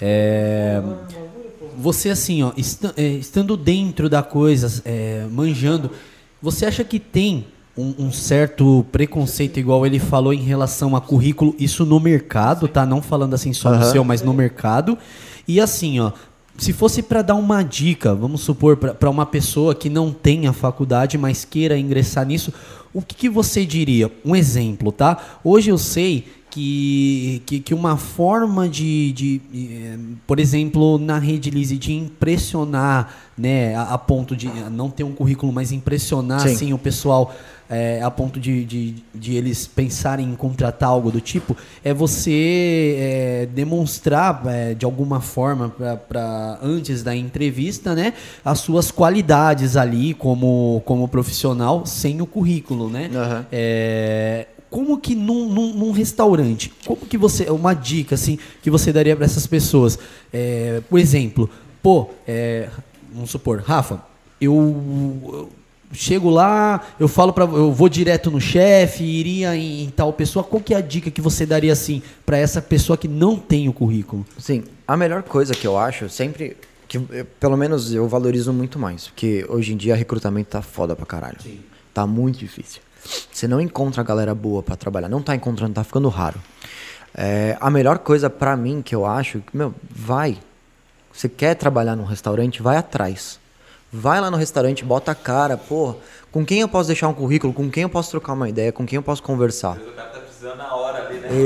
você assim, estando dentro da coisa, manjando, você acha que tem um certo preconceito, igual ele falou, em relação a currículo, isso no mercado, tá? Não falando assim só no seu, mas no mercado. E assim, se fosse para dar uma dica, vamos supor, para uma pessoa que não tenha faculdade, mas queira ingressar nisso, o que você diria? Um exemplo, tá? Hoje eu sei que uma forma por exemplo, na Redilize, de impressionar, né, a ponto de não ter um currículo, mas impressionar Sim. assim, o pessoal a ponto de eles pensarem em contratar algo do tipo, é você demonstrar de alguma forma antes da entrevista, né, as suas qualidades ali como profissional sem o currículo, né? Aham. Como que num restaurante, como que você, uma dica assim que você daria para essas pessoas, por exemplo, vamos supor, Rafa, eu chego lá, eu vou direto no chefe, iria em tal pessoa, qual que é a dica que você daria assim para essa pessoa que não tem o currículo? Sim, a melhor coisa que eu acho, sempre, que pelo menos eu valorizo muito mais, porque hoje em dia recrutamento tá foda pra caralho. Sim. Tá muito difícil. Você não encontra galera boa pra trabalhar, não tá encontrando, tá ficando raro. A melhor coisa pra mim que eu acho, vai. Você quer trabalhar num restaurante, vai atrás. Vai lá no restaurante, bota a cara, com quem eu posso deixar um currículo, com quem eu posso trocar uma ideia, com quem eu posso conversar. O cara tá precisando na hora ali, né?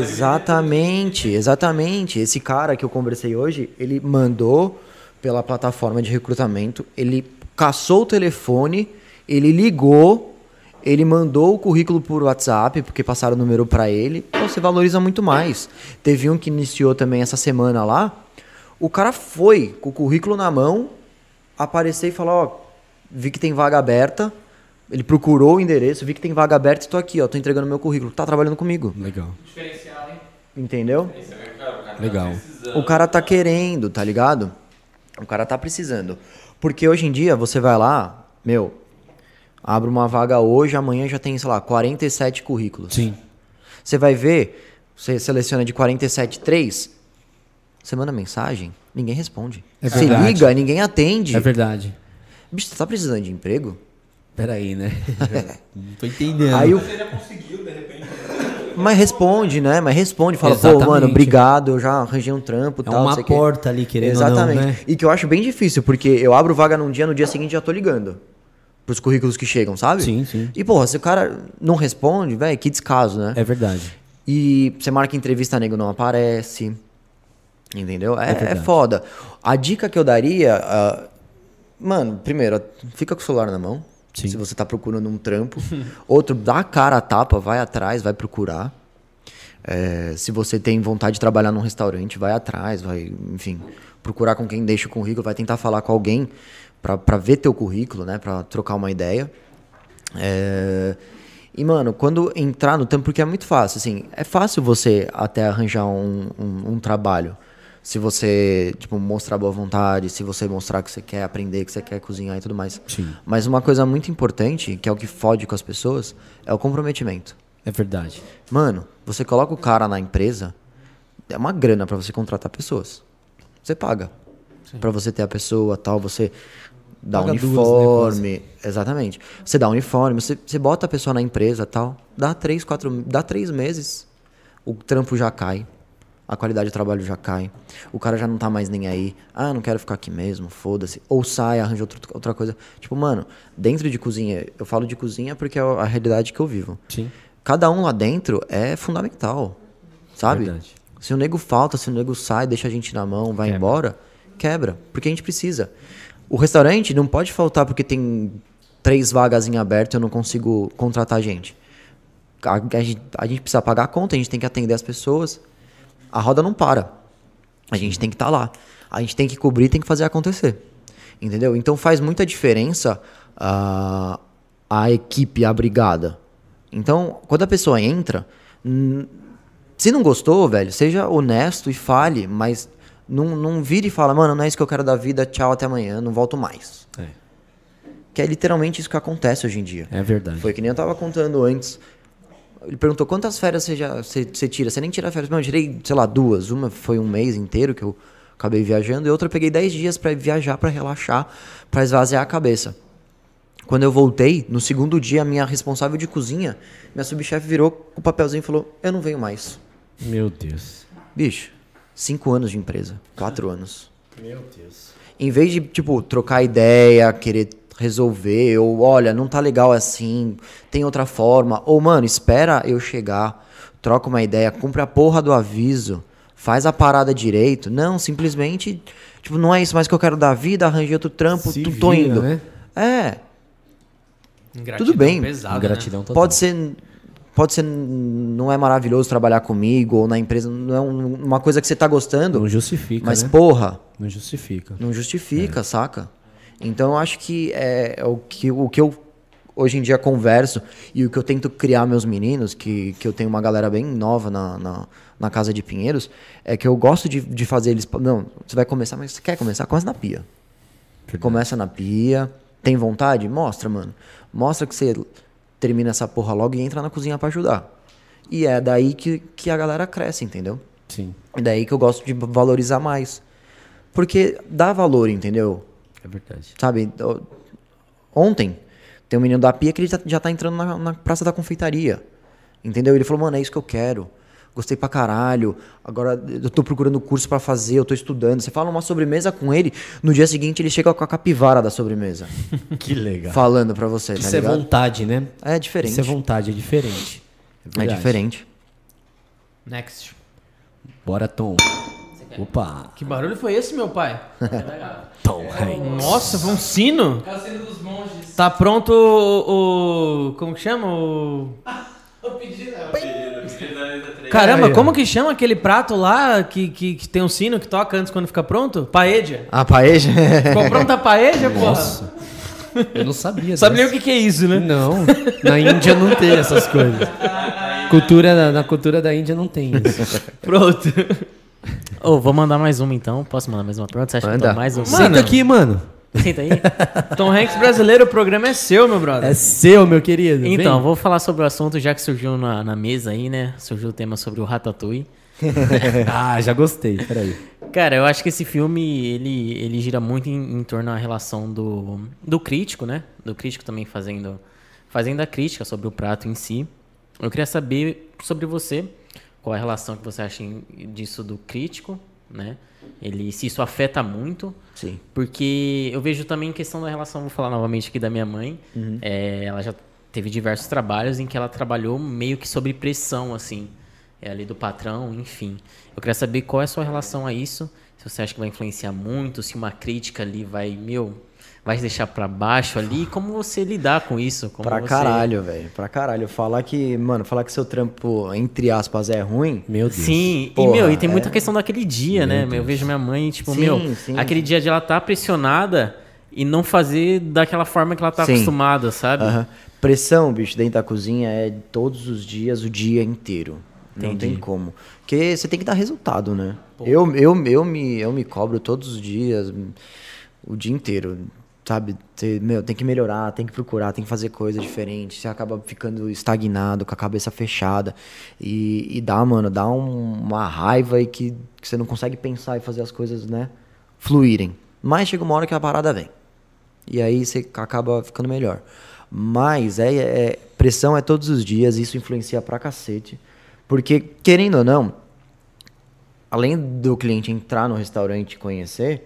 Exatamente. Esse cara que eu conversei hoje, ele mandou pela plataforma de recrutamento, ele caçou o telefone, ele ligou, ele mandou o currículo por WhatsApp, porque passaram o número pra ele. Você valoriza muito mais. Teve um que iniciou também essa semana lá, o cara foi com o currículo na mão, apareceu e falou, vi que tem vaga aberta, ele procurou o endereço, vi que tem vaga aberta, estou aqui, tô entregando meu currículo, tá trabalhando comigo. Legal. Diferencial, hein? Entendeu? Legal. O cara tá querendo, tá ligado? O cara tá precisando. Porque hoje em dia, você vai lá, abre uma vaga hoje, amanhã já tem, 47 currículos. Sim. Você vai ver, você seleciona de 47, 3, você manda mensagem, ninguém responde. É Você verdade. liga, ninguém atende. É verdade. Bicho, você tá precisando de emprego? Peraí, né? Não tô entendendo. Aí Você já conseguiu, de repente. Mas responde, né? Fala, Exatamente. mano, obrigado, eu já arranjei um trampo e tal. uma não sei o quê. porta ali, querendo Exatamente. ou não, né? E que eu acho bem difícil, porque eu abro vaga num dia, no dia seguinte já tô ligando pros currículos que chegam, sabe? Sim, sim. E, se o cara não responde, velho, que descaso, né? É verdade. E você marca entrevista, nego não aparece. Entendeu? É verdade. foda. A dica que eu daria... mano, primeiro, fica com o celular na mão. Sim. Se você tá procurando um trampo. Outro, dá a cara a tapa, vai atrás, vai procurar. Se você tem vontade de trabalhar num restaurante, vai atrás, vai, enfim, procurar com quem deixa o currículo, vai tentar falar com alguém pra ver teu currículo, né? Pra trocar uma ideia. E, mano, quando entrar no trampo, porque é muito fácil, assim, é fácil você até arranjar um trabalho. Se você, mostrar boa vontade, se você mostrar que você quer aprender, que você quer cozinhar e tudo mais. Sim. Mas uma coisa muito importante, que é o que fode com as pessoas, é o comprometimento. É verdade. Mano, você coloca o cara na empresa, é uma grana pra você contratar pessoas. Você paga. Pra você ter a pessoa, tal, você dá Paga uniforme. duas, né, Exatamente. Você dá uniforme, você bota a pessoa na empresa, tal, dá 3 meses, o trampo já cai. A qualidade do trabalho já cai. O cara já não tá mais nem aí. Não quero ficar aqui mesmo, foda-se. Ou sai, arranja outra coisa. Mano, dentro de cozinha, eu falo de cozinha porque é a realidade que eu vivo. Sim. Cada um lá dentro é fundamental, sabe? Verdade. Se o nego falta, se o nego sai, deixa a gente na mão, vai embora, quebra. Porque a gente precisa. O restaurante não pode faltar porque tem 3 vagas em aberto e eu não consigo contratar gente. A gente precisa pagar a conta, a gente tem que atender as pessoas. A roda não para. A gente tem que estar lá. A gente tem que cobrir, tem que fazer acontecer. Entendeu? Então faz muita diferença a equipe, a brigada. Então, quando a pessoa entra, se não gostou, velho, seja honesto e fale, mas não vire e fala, mano, não é isso que eu quero da vida, tchau, até amanhã, não volto mais. Que é literalmente isso que acontece hoje em dia. É verdade. Foi que nem eu tava contando antes. Ele perguntou quantas férias você tira. Você nem tira férias. Não, eu tirei, 2. Uma foi um mês inteiro que eu acabei viajando. E outra eu peguei 10 dias pra viajar, pra relaxar, pra esvaziar a cabeça. Quando eu voltei, no segundo dia, a minha responsável de cozinha, minha subchefe virou com o papelzinho e falou, eu não venho mais. Meu Deus. Bicho, 5 anos de empresa. 4 anos. Meu Deus. Em vez de, trocar ideia, querer resolver, ou olha, não tá legal assim, tem outra forma, ou mano, espera eu chegar, troca uma ideia, cumpre a porra do aviso, faz a parada direito. Não, simplesmente, tipo, não é isso mais que eu quero da vida, arranjei outro trampo, Se tô vira, indo. né? É, Ingratidão tudo bem. pesada, Gratidão né? total. pode ser, não é maravilhoso trabalhar comigo ou na empresa, não é uma coisa que você tá gostando, Não justifica, mas né? porra, Não justifica. não justifica, saca? Então eu acho que é o que eu hoje em dia converso e o que eu tento criar meus meninos, que eu tenho uma galera bem nova na casa de Pinheiros, é que eu gosto de fazer eles... Não, você vai começar, mas você quer começar? Começa na pia. Começa na pia, tem vontade? Mostra, mano. Mostra que você termina essa porra logo e entra na cozinha pra ajudar. E é daí que a galera cresce, entendeu? Sim, É daí que eu gosto de valorizar mais. Porque dá valor, entendeu? é verdade. Sabe, ontem tem um menino da pia que ele já tá entrando na Praça da Confeitaria. Entendeu? Ele falou, mano, é isso que eu quero. Gostei pra caralho. Agora eu tô procurando curso pra fazer, eu tô estudando. Você fala uma sobremesa com ele, no dia seguinte ele chega com a capivara da sobremesa. Que legal. Falando pra você, tá Isso é ligado? vontade, né? É diferente. Isso é vontade, é diferente. É verdade. diferente. Next. Bora, Tom. Opa. Que barulho foi esse, meu pai? Tom Hanks. Nossa, foi um sino? É o sino dos monges. Tá pronto o como que chama? Caramba, Aí, ó. como que chama aquele prato lá que tem um sino que toca antes quando fica pronto? Paella. A paeja? Ficou pronta a paella, porra? Nossa. Eu não sabia. Sabe nem o dessa. que é isso, né? Não, na Índia não tem essas coisas. Na cultura da Índia não tem isso. Pronto. Ô, vou mandar mais uma então. Posso mandar mais uma pergunta? Você acha que Manda. eu dou mais uma? Senta aqui, mano. Senta aí. Tom Hanks brasileiro, o programa é seu, meu brother. É seu, meu querido. Então, Vem. vou falar sobre o assunto, já que surgiu na mesa aí, né? Surgiu o tema sobre o Ratatouille. Ah, já gostei. Peraí. Cara, eu acho que esse filme, ele gira muito em torno da relação do crítico, né? Do crítico também fazendo a crítica sobre o prato em si. Eu queria saber sobre você, qual é a relação que você acha disso do crítico, né? Se isso afeta muito. Sim. Porque eu vejo também questão da relação, vou falar novamente aqui da minha mãe. Ela já teve diversos trabalhos em que ela trabalhou meio que sob pressão, assim, ali do patrão, enfim. Eu queria saber qual é a sua relação a isso, se você acha que vai influenciar muito, se uma crítica ali vai te deixar pra baixo ali, como você lidar com isso? Como Pra você... caralho, velho. Pra caralho. Falar que seu trampo, entre aspas, é ruim. Meu Deus. Sim, Porra, e tem muita questão daquele dia, né? Eu vejo minha mãe, tipo, Sim, sim. aquele dia de ela tá pressionada e não fazer daquela forma que ela tá Sim. acostumada, sabe? Aham. Pressão, bicho, dentro da cozinha é todos os dias, o dia inteiro. Não Entendi. tem como. Porque você tem que dar resultado, né? Eu me cobro todos os dias, o dia inteiro. Sabe? Tem que melhorar, tem que procurar, tem que fazer coisa diferente. Você acaba ficando estagnado, com a cabeça fechada. E dá uma raiva e que você não consegue pensar e fazer as coisas, né, fluírem. Mas chega uma hora que a parada vem. E aí você acaba ficando melhor. Mas pressão é todos os dias, isso influencia pra cacete. Porque, querendo ou não, além do cliente entrar no restaurante e conhecer,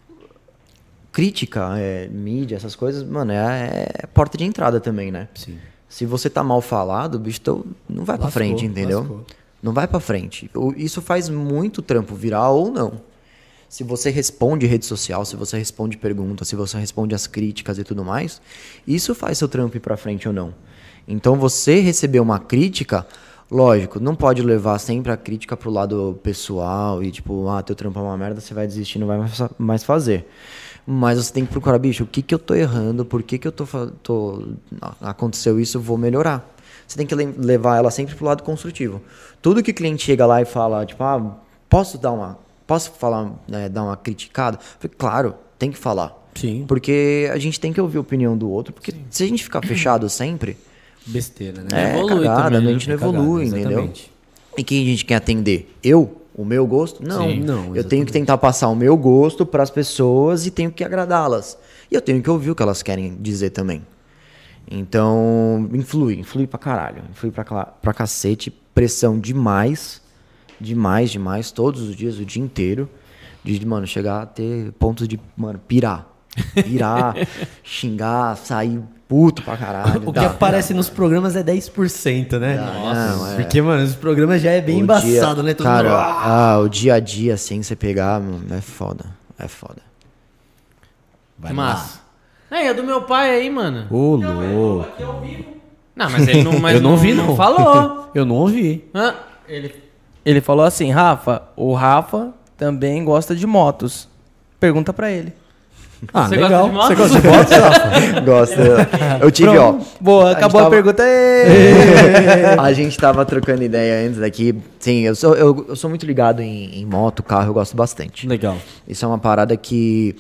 crítica, mídia, essas coisas, mano, é porta de entrada também, né? Sim. Se você tá mal falado, o bicho não vai pra Lascou, frente, entendeu? lascou. Não vai pra frente. Isso faz muito trampo virar ou não. Se você responde rede social, se você responde perguntas, se você responde as críticas e tudo mais, isso faz seu trampo ir pra frente ou não. Então você receber uma crítica, lógico, não pode levar sempre a crítica pro lado pessoal e tipo, teu trampo é uma merda, você vai desistir, não vai mais fazer. Mas você tem que procurar, bicho, o que eu tô errando, por que eu aconteceu isso, eu vou melhorar. Você tem que levar ela sempre pro lado construtivo. Tudo que o cliente chega lá e fala, tipo, posso falar, dar uma criticada? Eu falei, claro, tem que falar. Sim. Porque a gente tem que ouvir a opinião do outro, porque se a gente ficar fechado sempre, Besteira, né? evolui cagada, também, a gente não É cagada, evolui, entendeu? exatamente. E quem a gente quer atender? O meu gosto? Não. Sim, não, eu tenho exatamente. que tentar passar o meu gosto para as pessoas e tenho que agradá-las. E eu tenho que ouvir o que elas querem dizer também. Então, influi pra caralho. Influi pra cacete. Pressão demais. Demais, todos os dias, o dia inteiro. De, mano, chegar a ter pontos de, mano, pirar. Virar, xingar, sair puto pra caralho. O que aparece nos programas é 10%, né? Não, Porque, mano, os programas já é bem embaçado, né? Todo Cara, mundo... o dia a dia, assim, você pegar, mano, é foda. É foda. Vai Massa. É do meu pai aí, mano. Ô, louco. Não, mas ele não, mas Eu não vi, não. falou. Eu não ouvi. Hã? Ele falou assim, Rafa, o Rafa também gosta de motos. Pergunta pra ele. Ah, Você legal. gosta de Você moto? gosta de moto, Rafa? Gosto. Eu tive, ó. Boa, acabou a tava- pergunta. A gente tava trocando ideia antes daqui. Sim, eu sou muito ligado em moto, carro, eu gosto bastante. Legal. Isso é uma parada que.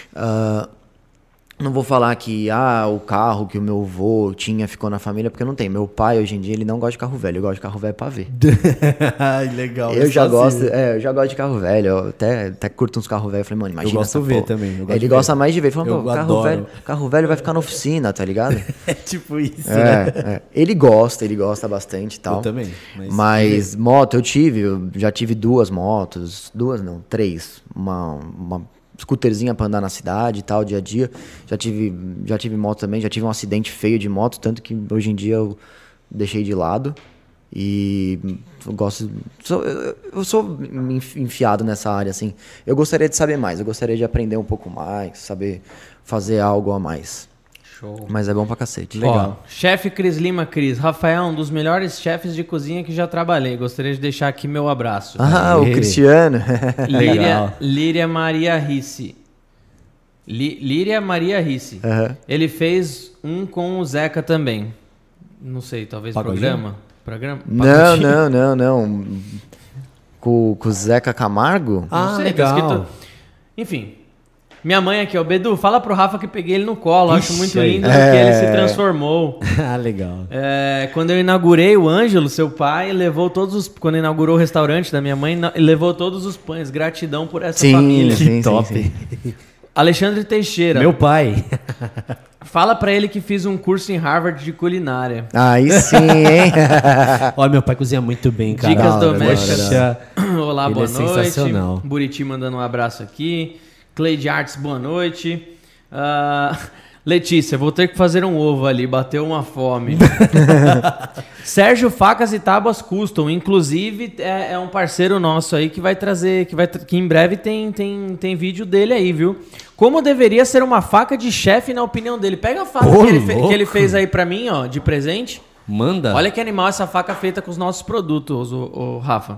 Não vou falar que o carro que o meu avô tinha ficou na família, porque não tem. Meu pai, hoje em dia, ele não gosta de carro velho. Eu gosto de carro velho pra ver. Ai, legal. Eu já só gosto, assim. eu já gosto de carro velho. Eu até curto uns carros velhos. Eu falei, mano, imagina. Eu gosto essa de ver porra. também, eu gosto Ele de gosta ver. mais de ver. Falando, Eu pô, adoro. carro velho vai ficar na oficina, tá ligado? É tipo isso, né? Ele gosta bastante e tal. Eu também. Mas moto, eu já tive 2 motos. 2 não, 3. Uma scooterzinha pra andar na cidade e tal, dia a dia. Já tive moto também, já tive um acidente feio de moto, tanto que hoje em dia eu deixei de lado. E eu gosto. Eu sou enfiado nessa área, assim. Eu gostaria de saber mais, eu gostaria de aprender um pouco mais, saber fazer algo a mais. Show. Mas é bom pra cacete. Legal. Chefe Cris Lima Cris. Rafael, um dos melhores chefes de cozinha que já trabalhei. Gostaria de deixar aqui meu abraço. O Cristiano. Líria Maria Risse. Líria Maria Risse. Aham. Ele fez um com o Zeca também. Não sei, talvez Pagodinho? Programa? Não. Com o Zeca Camargo? Não sei, legal. tá escrito... Enfim. Minha mãe aqui, ó. Bedu, fala pro Rafa que peguei ele no colo. Acho muito aí. lindo que ele se transformou. Ah, legal. Quando eu inaugurei o Ângelo, seu pai levou todos os... Quando inaugurou o restaurante da minha mãe, ele levou todos os pães. Gratidão por essa família. sim, top. sim. Alexandre Teixeira. Meu pai. Fala pra ele que fiz um curso em Harvard de culinária. Aí sim, hein? Olha, meu pai cozinha muito bem, cara. Dicas Da hora, domésticas. da Olá, Ele boa é noite. sensacional. Buriti mandando um abraço aqui. Cleide Artes, boa noite. Letícia, vou ter que fazer um ovo ali, bateu uma fome. Sérgio Facas e Tábuas Custom, inclusive é um parceiro nosso aí que vai trazer, que em breve tem vídeo dele aí, viu? Como deveria ser uma faca de chefe na opinião dele? Pega a faca que ele fez aí pra mim, ó, de presente. Manda. Olha que animal essa faca feita com os nossos produtos, o Rafa.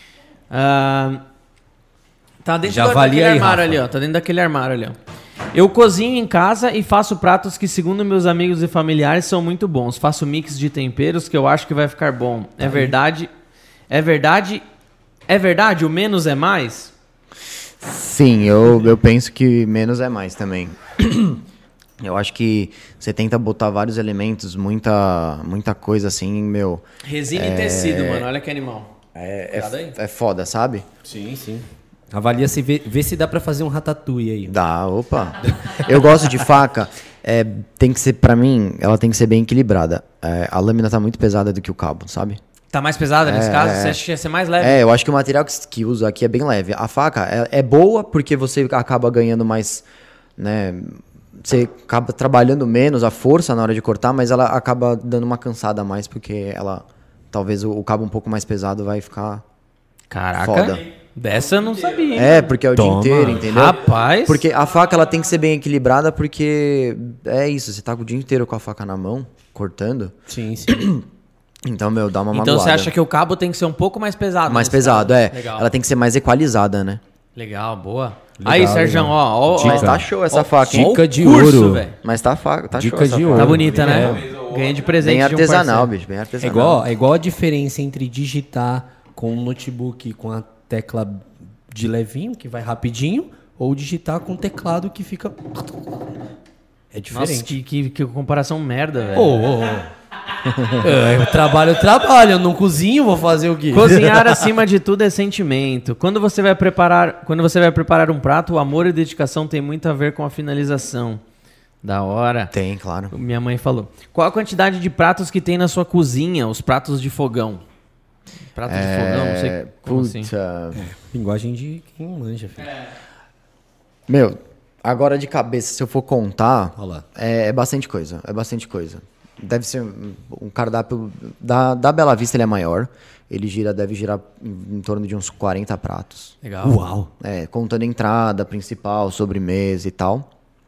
Tá dentro Já daquele avalia aí, armário Rafa. ali, ó. Tá dentro daquele armário ali, ó. Eu cozinho em casa e faço pratos que, segundo meus amigos e familiares, são muito bons. Faço mix de temperos que eu acho que vai ficar bom. É verdade? É verdade? É verdade? O menos é mais? Sim, eu penso que menos é mais também. Eu acho que você tenta botar vários elementos, muita coisa assim, meu. Resina e tecido, mano. Olha que animal. É foda, sabe? Sim, sim. Avalia se vê se dá pra fazer um ratatouille aí. Dá, opa. Eu gosto de faca. Tem que ser, pra mim, ela tem que ser bem equilibrada. A lâmina tá muito pesada do que o cabo, sabe? Tá mais pesada nesse caso? Você acha que ia ser mais leve? Eu acho que o material que usa aqui é bem leve. A faca é boa porque você acaba ganhando mais, né? Você acaba trabalhando menos a força na hora de cortar, mas ela acaba dando uma cansada a mais porque ela, talvez o cabo um pouco mais pesado vai ficar Caraca. foda. Dessa eu não sabia, hein? Porque é o Toma. dia inteiro, entendeu? Rapaz. Porque a faca ela tem que ser bem equilibrada porque é isso, você tá o dia inteiro com a faca na mão, cortando. Sim, sim. Então, meu, dá uma Então magoada. você acha que o cabo tem que ser um pouco mais pesado? mais nesse pesado, caso? Legal. Ela tem que ser mais equalizada, né? Legal, boa. Legal, Aí, Sérgio, legal. ó. Mas tá show essa faca, hein? Dica de curso, ouro. velho. Mas tá show Dica essa de faca. ouro. Tá bonita, né? Ganhei de presente Bem de um artesanal, parceiro. bicho, bem É artesanal. igual a diferença entre digitar com um notebook com a tecla de levinho, que vai rapidinho, ou digitar com teclado que fica... É Nossa, diferente. que comparação merda, velho. Eu trabalho, eu não cozinho, vou fazer o quê? Cozinhar acima de tudo é sentimento. Quando você vai preparar um prato, o amor e dedicação tem muito a ver com a finalização. Da hora. Tem, claro. Minha mãe falou. Qual a quantidade de pratos que tem na sua cozinha, os pratos de fogão? Pratos de fogão, não sei como assim. Puta. Linguagem de quem manja, filho. Meu, Agora de cabeça, se eu for contar, Olha lá. é bastante coisa. É bastante coisa. Deve ser um cardápio da Bela Vista, ele é maior. Ele deve girar em torno de uns 40 pratos. Legal. Uau. Contando entrada, principal, sobremesa e tal.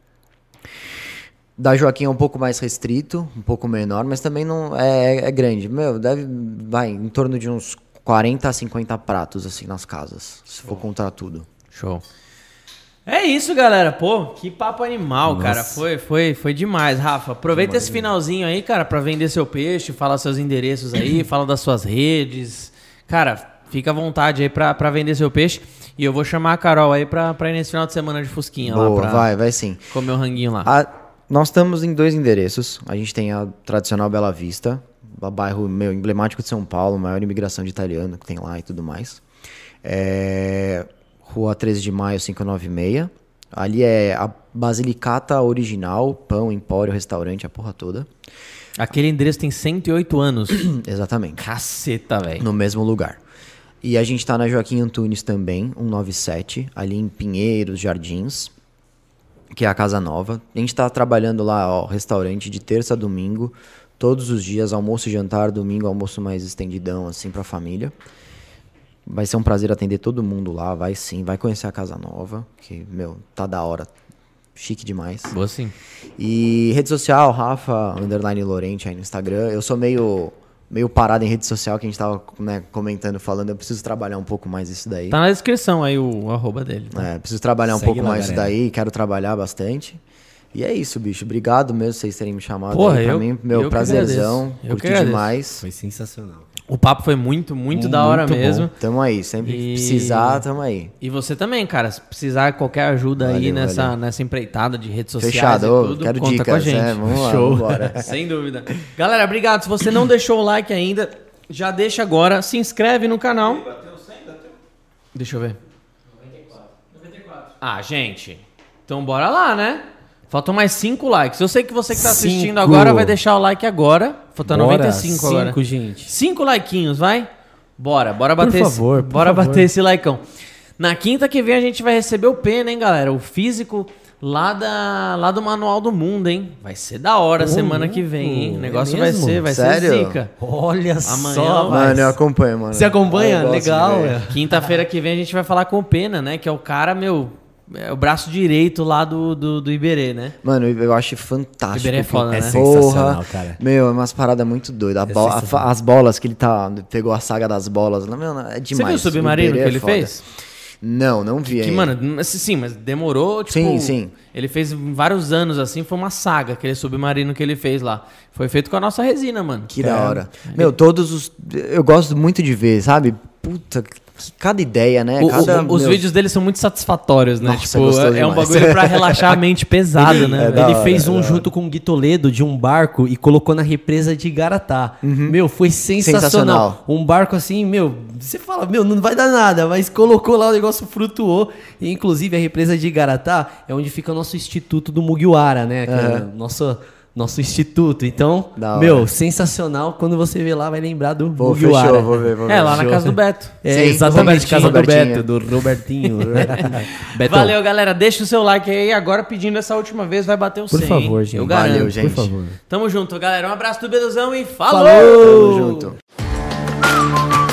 Da Joaquim é um pouco mais restrito, um pouco menor, mas também não é grande. Vai em torno de uns 40 a 50 pratos, assim, nas casas, se for contar tudo. Show. É isso, galera. Pô, que papo animal, cara. Foi demais, Rafa. Aproveita esse finalzinho aí, cara, pra vender seu peixe, fala seus endereços aí, fala das suas redes. Cara, fica à vontade aí pra vender seu peixe. E eu vou chamar a Carol aí pra ir nesse final de semana de Fusquinha Boa, lá pra vai sim. comer o ranguinho lá. Nós estamos em 2 endereços. A gente tem a tradicional Bela Vista, bairro emblemático de São Paulo, maior imigração de italiano que tem lá e tudo mais. Rua 13 de Maio, 596. Ali é a Basilicata original, pão, empório, restaurante, a porra toda. Aquele endereço tem 108 anos. Exatamente. Caceta, velho. No mesmo lugar. E a gente tá na Joaquim Antunes também, 197, ali em Pinheiros, Jardins, que é a Casa Nova. A gente tá trabalhando lá, restaurante de terça a domingo, todos os dias, almoço e jantar, domingo, almoço mais estendidão, assim, pra família. Vai ser um prazer atender todo mundo lá, vai sim, vai conhecer a Casa Nova, que, tá da hora, chique demais. Boa sim. E rede social, Rafa, _Lorente aí no Instagram. Eu sou meio parado em rede social, que a gente tava, comentando, falando, eu preciso trabalhar um pouco mais isso daí. Tá na descrição aí o arroba dele. Preciso trabalhar um Segue pouco lá, mais isso galera. daí, quero trabalhar bastante. E é isso, bicho. Obrigado mesmo vocês terem me chamado Porra, aí. Pra eu- mim, eu que prazerzão. agradeço. Eu que Curti agradeço. demais. Foi sensacional. O papo foi muito da hora Muito bom. mesmo. Tamo aí. Sempre que precisar, tamo aí. E você também, cara, se precisar de qualquer ajuda aí Valeu, nessa empreitada de redes sociais Fechado, e tudo, quero conta dicas, com a gente. vamos lá, Show. vambora. Sem dúvida. Galera, obrigado. Se você não deixou o like ainda, já deixa agora, se inscreve no canal. Deixa eu ver. 94. Ah, gente. Então bora lá, né? Faltam mais 5 likes. Eu sei que você que tá assistindo 5. agora vai deixar o like agora. Faltam Bora, 95 agora. 5, gente. 5 likeinhos, vai? Bora bater favor, esse, por bora favor. bater esse likeão. Na quinta que vem a gente vai receber o Pena, hein, galera? O físico lá do Manual do Mundo, hein? Vai ser da hora semana que vem, hein? O negócio vai mesmo? ser Sério? zica. Olha Amanhã, só, Mano, eu acompanho, mano. Você acompanha? Eu gosto de Legal, ver. é. Quinta-feira que vem a gente vai falar com o Pena, né? Que é o cara, é o braço direito lá do Iberê, né? Mano, eu acho fantástico. Iberê é foda, né? É sensacional, cara. É umas paradas muito doidas. sensacional. As bolas que ele pegou a saga das bolas. Meu, é demais. Você viu o submarino que Iberê é ele foda. fez? Não vi Que, ainda. mano, sim, mas demorou, tipo... Sim. Ele fez vários anos, assim, foi uma saga, aquele submarino que ele fez lá. Foi feito com a nossa resina, mano. Que da hora. Eu gosto muito de ver, sabe? Puta, cada ideia, né? Os vídeos dele são muito satisfatórios, né? Nossa, gostoso é um demais. bagulho pra relaxar a mente pesada, né? da Ele hora, fez da um hora. junto com o Gui Toledo de um barco e colocou na represa de Igaratá. Meu, foi sensacional. Sensacional. Um barco assim, você fala, não vai dar nada, mas colocou lá, o negócio flutuou. E, inclusive, a represa de Igaratá é onde fica o nosso Instituto do Mugiwara, né? Que é o nosso instituto. Então, Da hora. sensacional. Quando você vê lá, vai lembrar do Pô, Mugiwara. fechou, vou ver. É, lá na casa do Beto. É, Sim, exatamente, casa do Robertinho. Beto, do Robertinho. Betão, Valeu, galera. Deixa o seu like aí. Agora, pedindo essa última vez, vai bater o 100. por favor, hein? gente. Eu garanto. Valeu, gente. Por favor. Tamo junto, galera. Um abraço do Beduzão e falou! Tamo junto.